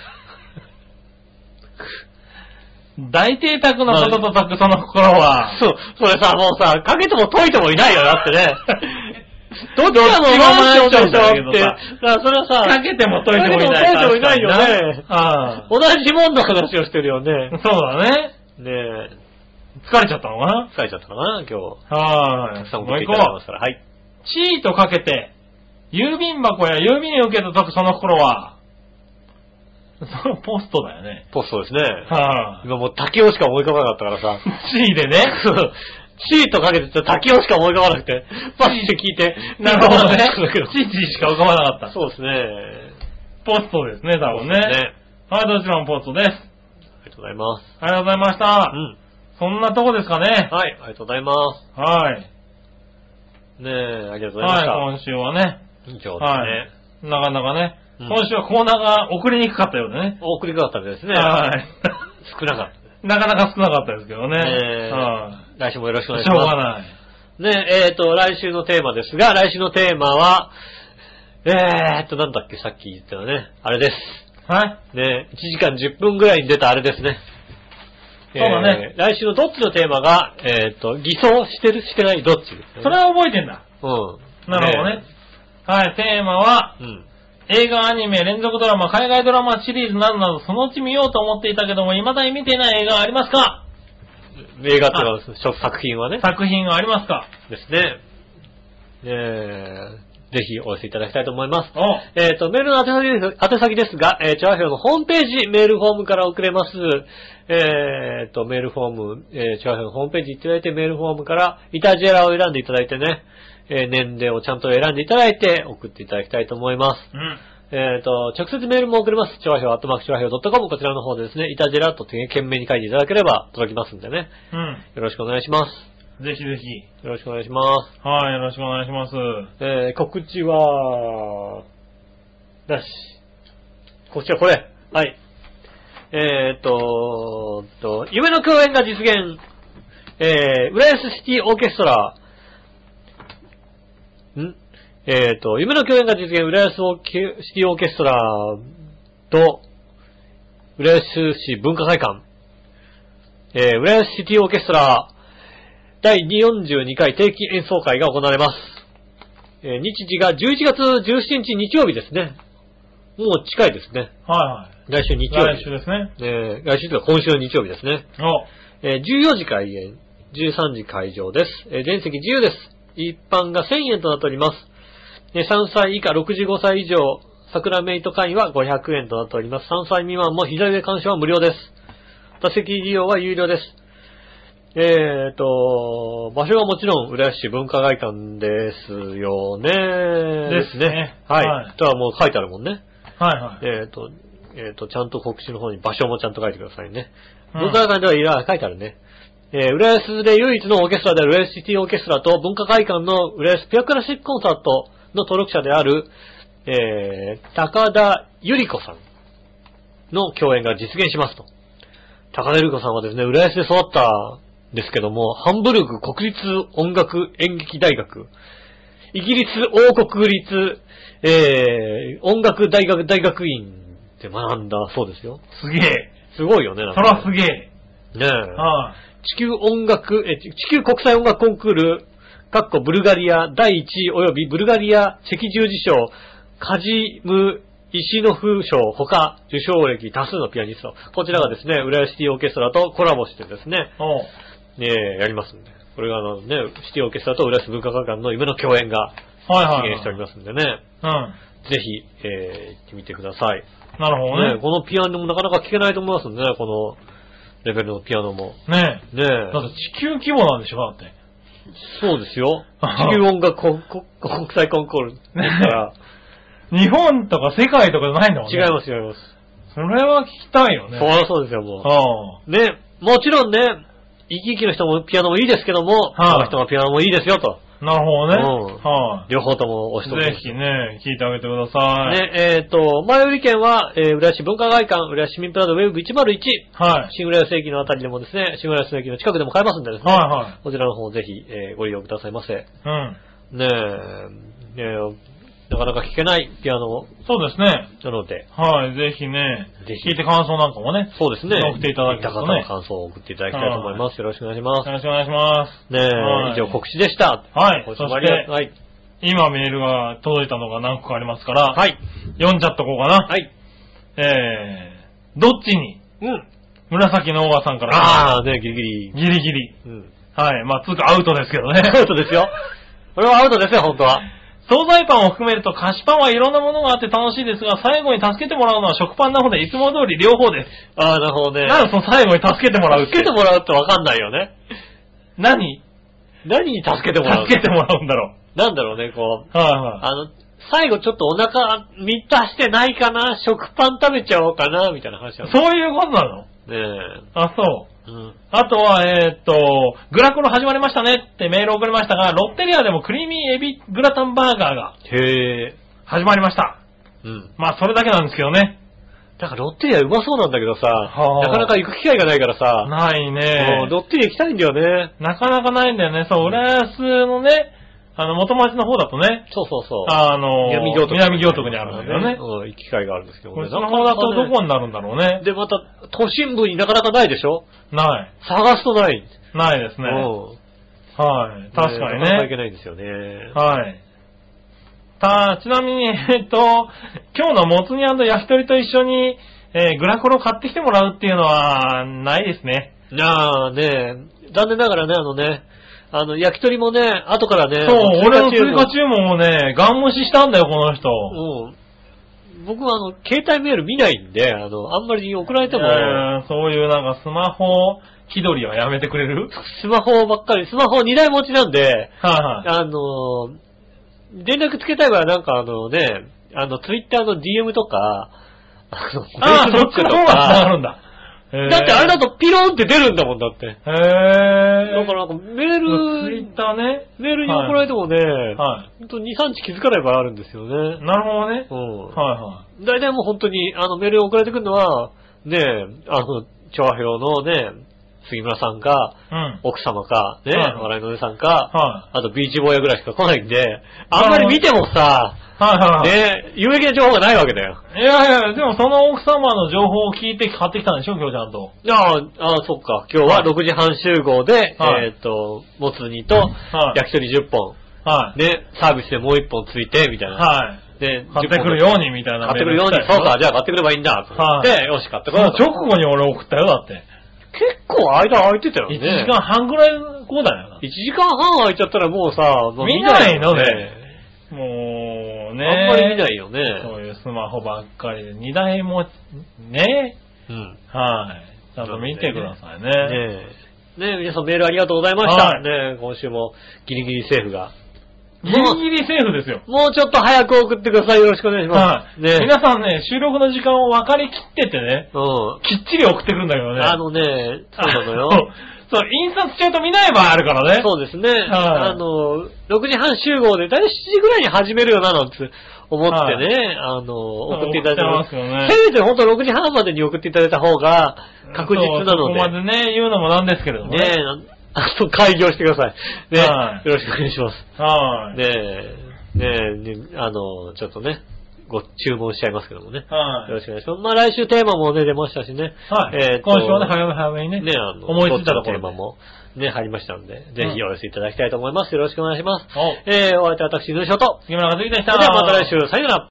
大邸宅のことと解くその心は。 そう、それさ、もうさ、かけても解いてもいないよ、だってね。どっちかのマンションでしょって。だからそれはさ、 かけても解いてもいない。 かけても解いてもいないよね。 ああ同じもんの話をしてるよね。 そうだね。 ねえ。 疲れちゃったのかな疲れちゃったのかな今日。 はい。 たくさん送っていただきますから。はい。 地位とかけて、郵便箱や郵便受けと解くその心は、そのポストだよね。 ポストですね。 はい。 今もう滝尾しか思い浮かばなかったからさ。 地位でね。 地位とかけて滝尾しか思い浮かばなくて、パッて聞いて。 なるほどね。地位しか浮かばなかった。 そうですね。 ポストですね、多分ね。ね。はい、どちらもポストです。ありがとうございます。 ありがとうございました。 うん。 そんなとこですかね。 はい、ありがとうございます。 はい。 ねえ、ありがとうございました。 はい、今週はね。 以上ですね。 はい。なかなかね。うん、今週はコーナーが送りにくかったようでね。 送りにくかったですね。 はい。 少なかった。 なかなか少なかったですけどね。 ねはい。 来週もよろしくお願いします。 しょうがない。 ねえ、えっと、来週のテーマですが、来週のテーマは、えーっと、なんだっけ、さっき言ったのね。あれです。 はい。 ねえ、いちじかんじゅっぷんぐらいに出たあれですね。 そうだね。 えー、来週のどっちのテーマが、えーっと、偽装してるしてないどっちですね。 それは覚えてんだ。 うん。 なるほどね。はい、テーマは、 うん。 映画、アニメ、連続ドラマ、海外ドラマシリーズなどなど、そのうち見ようと思っていたけども、未だに見ていない映画はありますか？ 映画とか作品はね。 作品はありますか？ ですね。えー、ぜひお寄せいただきたいと思います。 おえっ、ー、と、メールの宛先です、宛先ですが、えー、チャーヒョウのホームページ、メールフォームから送れます。えっ、ー、と、メールフォーム、えー、チャーヒョウのホームページ行っていただいて、メールフォームからイタジェラを選んでいただいてね、えー、年齢をちゃんと選んでいただいて、送っていただきたいと思います。 うん。 えっ、ー、と、直接メールも送れます。チョアヒョウ、アットマークチョアヒョウ .com、こちらの方でですね、イタジェラと懸命に書いていただければ届きますんでね。 うん。 よろしくお願いします。 ぜひぜひ。 よろしくお願いします。 はい、よろしくお願いします。 えー、告知は、なし。告知はこれ。はい。えーと、と、夢の共演が実現。えー、浦安シティオーケストラ。んえっと、夢の共演が実現、浦安シティオーケストラと、浦安市文化会館、えー、浦安シティオーケストラだいよんじゅうにかい定期演奏会が行われます。えー、日時がじゅういちがつじゅうしちにち日曜日ですね。もう近いですね。 はいはい。 来週日曜日。 来週ですね。 えー、来週というか今週の日曜日ですね。 おえー、じゅうよじ開演、じゅうさんじ会場です。えー、全席自由です。一般がせんえんとなっております。さんさい以下ろくじゅうごさい以上桜メイト会員はごひゃくえんとなっております。さんさい未満も左上鑑賞は無料です。座席利用は有料です。えーと、場所はもちろん、浦安市文化会館ですよね。 ですね。 はい。はい。とはもう書いてあるもんね。 はいはい。 えーと、えーと、ちゃんと告知の方に場所もちゃんと書いてくださいね。うん、文化会館ではいら書いてあるね。えー、浦安で唯一のオーケストラである浦安シティオーケストラと文化会館の浦安ピュアクラシックコンサートの登録者である、えー、高田ゆり子さんの共演が実現しますと。高田ゆり子さんはですね、浦安で育ったんですけども、ハンブルグ国立音楽演劇大学、イギリス王国立、えー、音楽大学大学院で学んだそうですよ。 すげえ。 すごいよね。 そらすげえ。 ねえ。 はあ、 地球音楽、え、地球国際音楽コンクール、かっこブルガリアだいいちい及びブルガリア赤十字賞、カジム・イシノフ賞ほか受賞歴多数のピアニスト。こちらがですね、浦安シティオーケストラとコラボしてですね、ねやりますんで。これがあのね、シティオーケストラと浦安文化会館の夢の共演が実現しておりますんでね。 うん。 ぜひ、えー、行ってみてください。 なるほどね。 ねこのピアノもなかなか聴けないと思いますんでね、このレベルのピアノも。 ねえ。 ねえ。 だって地球規模なんでしょ、だって。 そうですよ。地球音楽国際コンクール。だから日本とか世界とかじゃないんだもんね。 違います、違います。 それは聞きたいよね。 そう、そうですよ、もう。 はあ、ね、もちろんね、生き生きの人もピアノもいいですけども、はあ、の人がピアノもいいですよと。 なるほどね。うん、はあ、両方とも押しとく。 ぜひね、聞いてあげてください。 ね、えっ、ー、と、前売り券は、えー、浦安市文化会館、浦安市民プラザウェブいちまるいち。はい。新浦安駅のあたりでもですね、新浦安駅の近くでも買えますんでですね。はいはい。こちらの方をぜひ、えー、ご利用くださいませ。うん。ねえ、ねえ、なかなか聴けないピアノ。 そうですね。 なので。 はい、ぜひね。ぜひ。聞いて感想なんかもね。 そうですね。 送っていただきたいとね。方の感想を送っていただきたいと思います。よろしくお願いします。 よろしくお願いします。 ねえ、以上告知でした。 はい。そして、 はい。 今メールが届いたのが何個かありますから。 はい。 読んじゃっとこうかな。 はい。 えー、どっちにうん。 紫のオーガさんから。 ああ、ね、ギリギリ。 ギリギリ。 うん。 はい。まあ、つうかアウトですけどね。 アウトですよ。これはアウトですよ、本当は。 惣菜パンを含めると菓子パンはいろんなものがあって楽しいですが、最後に助けてもらうのは食パンなので、いつも通り両方です。 ああ、なるほどね。 なんでその最後に助けてもらうって。 助けてもらうってわかんないよね。 何何に助けてもらう助けてもらうんだろう。なんだろうね、こう。 はいはい。 あの、最後ちょっとお腹満たしてないかな、食パン食べちゃおうかな、みたいな話なの。 そういうことなのねえ。 あ、そう。 うん、 あとは、えー、っと、グラコロ始まりましたねってメールを送りましたが、ロッテリアでもクリーミーエビグラタンバーガーが、 へー、 始まりました。 うん。 まあ、それだけなんですけどね。 だからロッテリアうまそうなんだけどさ、はあ、なかなか行く機会がないからさ、 ないね。 ロッテリア行きたいんだよね。 なかなかないんだよね。そう、浦安のね、あの、元町の方だとね。 そうそうそう。 あの、 南行徳。 南行徳にあるんだよね。 うん、行く機会があるんですけどね。 こっちの方だとどこになるんだろうね。 で、また、都心部になかなかないでしょ？ ない。 探すとない。 ないですね。はい。確かにね。 なかなか行けないんですよね。 はい。た、ちなみに、えっと、今日のもつ煮&焼き鳥と一緒に、えー、グラコロ買ってきてもらうっていうのは、ないですね。 ああ、ね残念ながらね、あのね、あの、焼き鳥もね、後からね。 そう、俺の追加注文をね、ガン無視したんだよ、この人。 うん。僕はあの、携帯メール見ないんで、あの、あんまり送られても。 えー、そういうなんかスマホ気取りはやめてくれる？ スマホばっかり、スマホにだい持ちなんで、 はいはい。 あの、連絡つけたい場合はなんかあのね、あの、ツイッターの ディーエム とか、 あの、ああ、そっちの方があるんだ。 だってあれだとピローンって出るんだもんだって。へぇー。だからなんかメール、 ツイッターね。 メールに送られてもね、はい。ほんとに、さんにち気づかない場合あるんですよね。 なるほどね。 うん。 はいはい。 だいたいもう本当に、あのメール送られてくるのは、ねえ、あの、調和表のね、杉村さんか、うん、奥様か、ね、はい、笑いのお姉さんか、はい、あとビーチボーイヤぐらいしか来ないんで、あんまり見てもさ、はいはい、ね、有益な情報がないわけだよ。 いやいや、でもその奥様の情報を聞いて買ってきたんでしょ、今日ちゃんと。 いやああ、そっか。今日はろくじはん集合で、はい、えっ、ー、と、もつ煮と、焼き鳥じゅっぽん。はい。で、サービスでもういっぽんついて、みたいな。はい。で、 買ってくるように、みたいな。 買ってくるように、そうか、じゃあ買ってくればいいんだ。はい。で、よし、買ってくれ。 その直後に俺送ったよ、だって。 結構間空いてたよね。 いちじかんはんぐらい後だよな。 いちじかんはん空いちゃったらもうさ、 見ないのね。もう、ねね。 あんまり見ないよね。 そういうスマホばっかりで、にだいも、ね。 うん。 はい。ちゃんと見てくださいね。 ねえ。ねえ、皆さんメールありがとうございました。はい、ねえ、今週もギリギリセーフが。 ギリギリセーフですよ。 もうちょっと早く送ってください。よろしくお願いします。はい。 ね、皆さんね、収録の時間を分かりきっててね。 うん。 きっちり送ってくるんだけどね。 あのね、そうなのよ。 そう、印刷中と見ない場合あるからね。 そうですね。はい。あの、ろくじはん集合で、だいたいしちじぐらいに始めるよな、なんて思ってね、はい、あの、送っていただいてますよね。せめてほんとろくじはんまでに送っていただいた方が確実なので。 ここまでね、言うのもなんですけれどもね。 ねえ、あと開業してください。ね、はい、よろしくお願いします。 はい。 ねえ、ねえ、あの、ちょっとね、ご注文しちゃいますけどもね。はい。よろしくお願いします。まあ来週テーマもね、出ましたしね。 はい。えー、今週はね、早め早めにね。ね、あの、思いついたところ。テーマもね、入りましたので、ぜひお寄せいただきたいと思います。よろしくお願いします。えー、お相手は私、ヌーショと。 杉村和之でした。 それではまた来週、さよなら。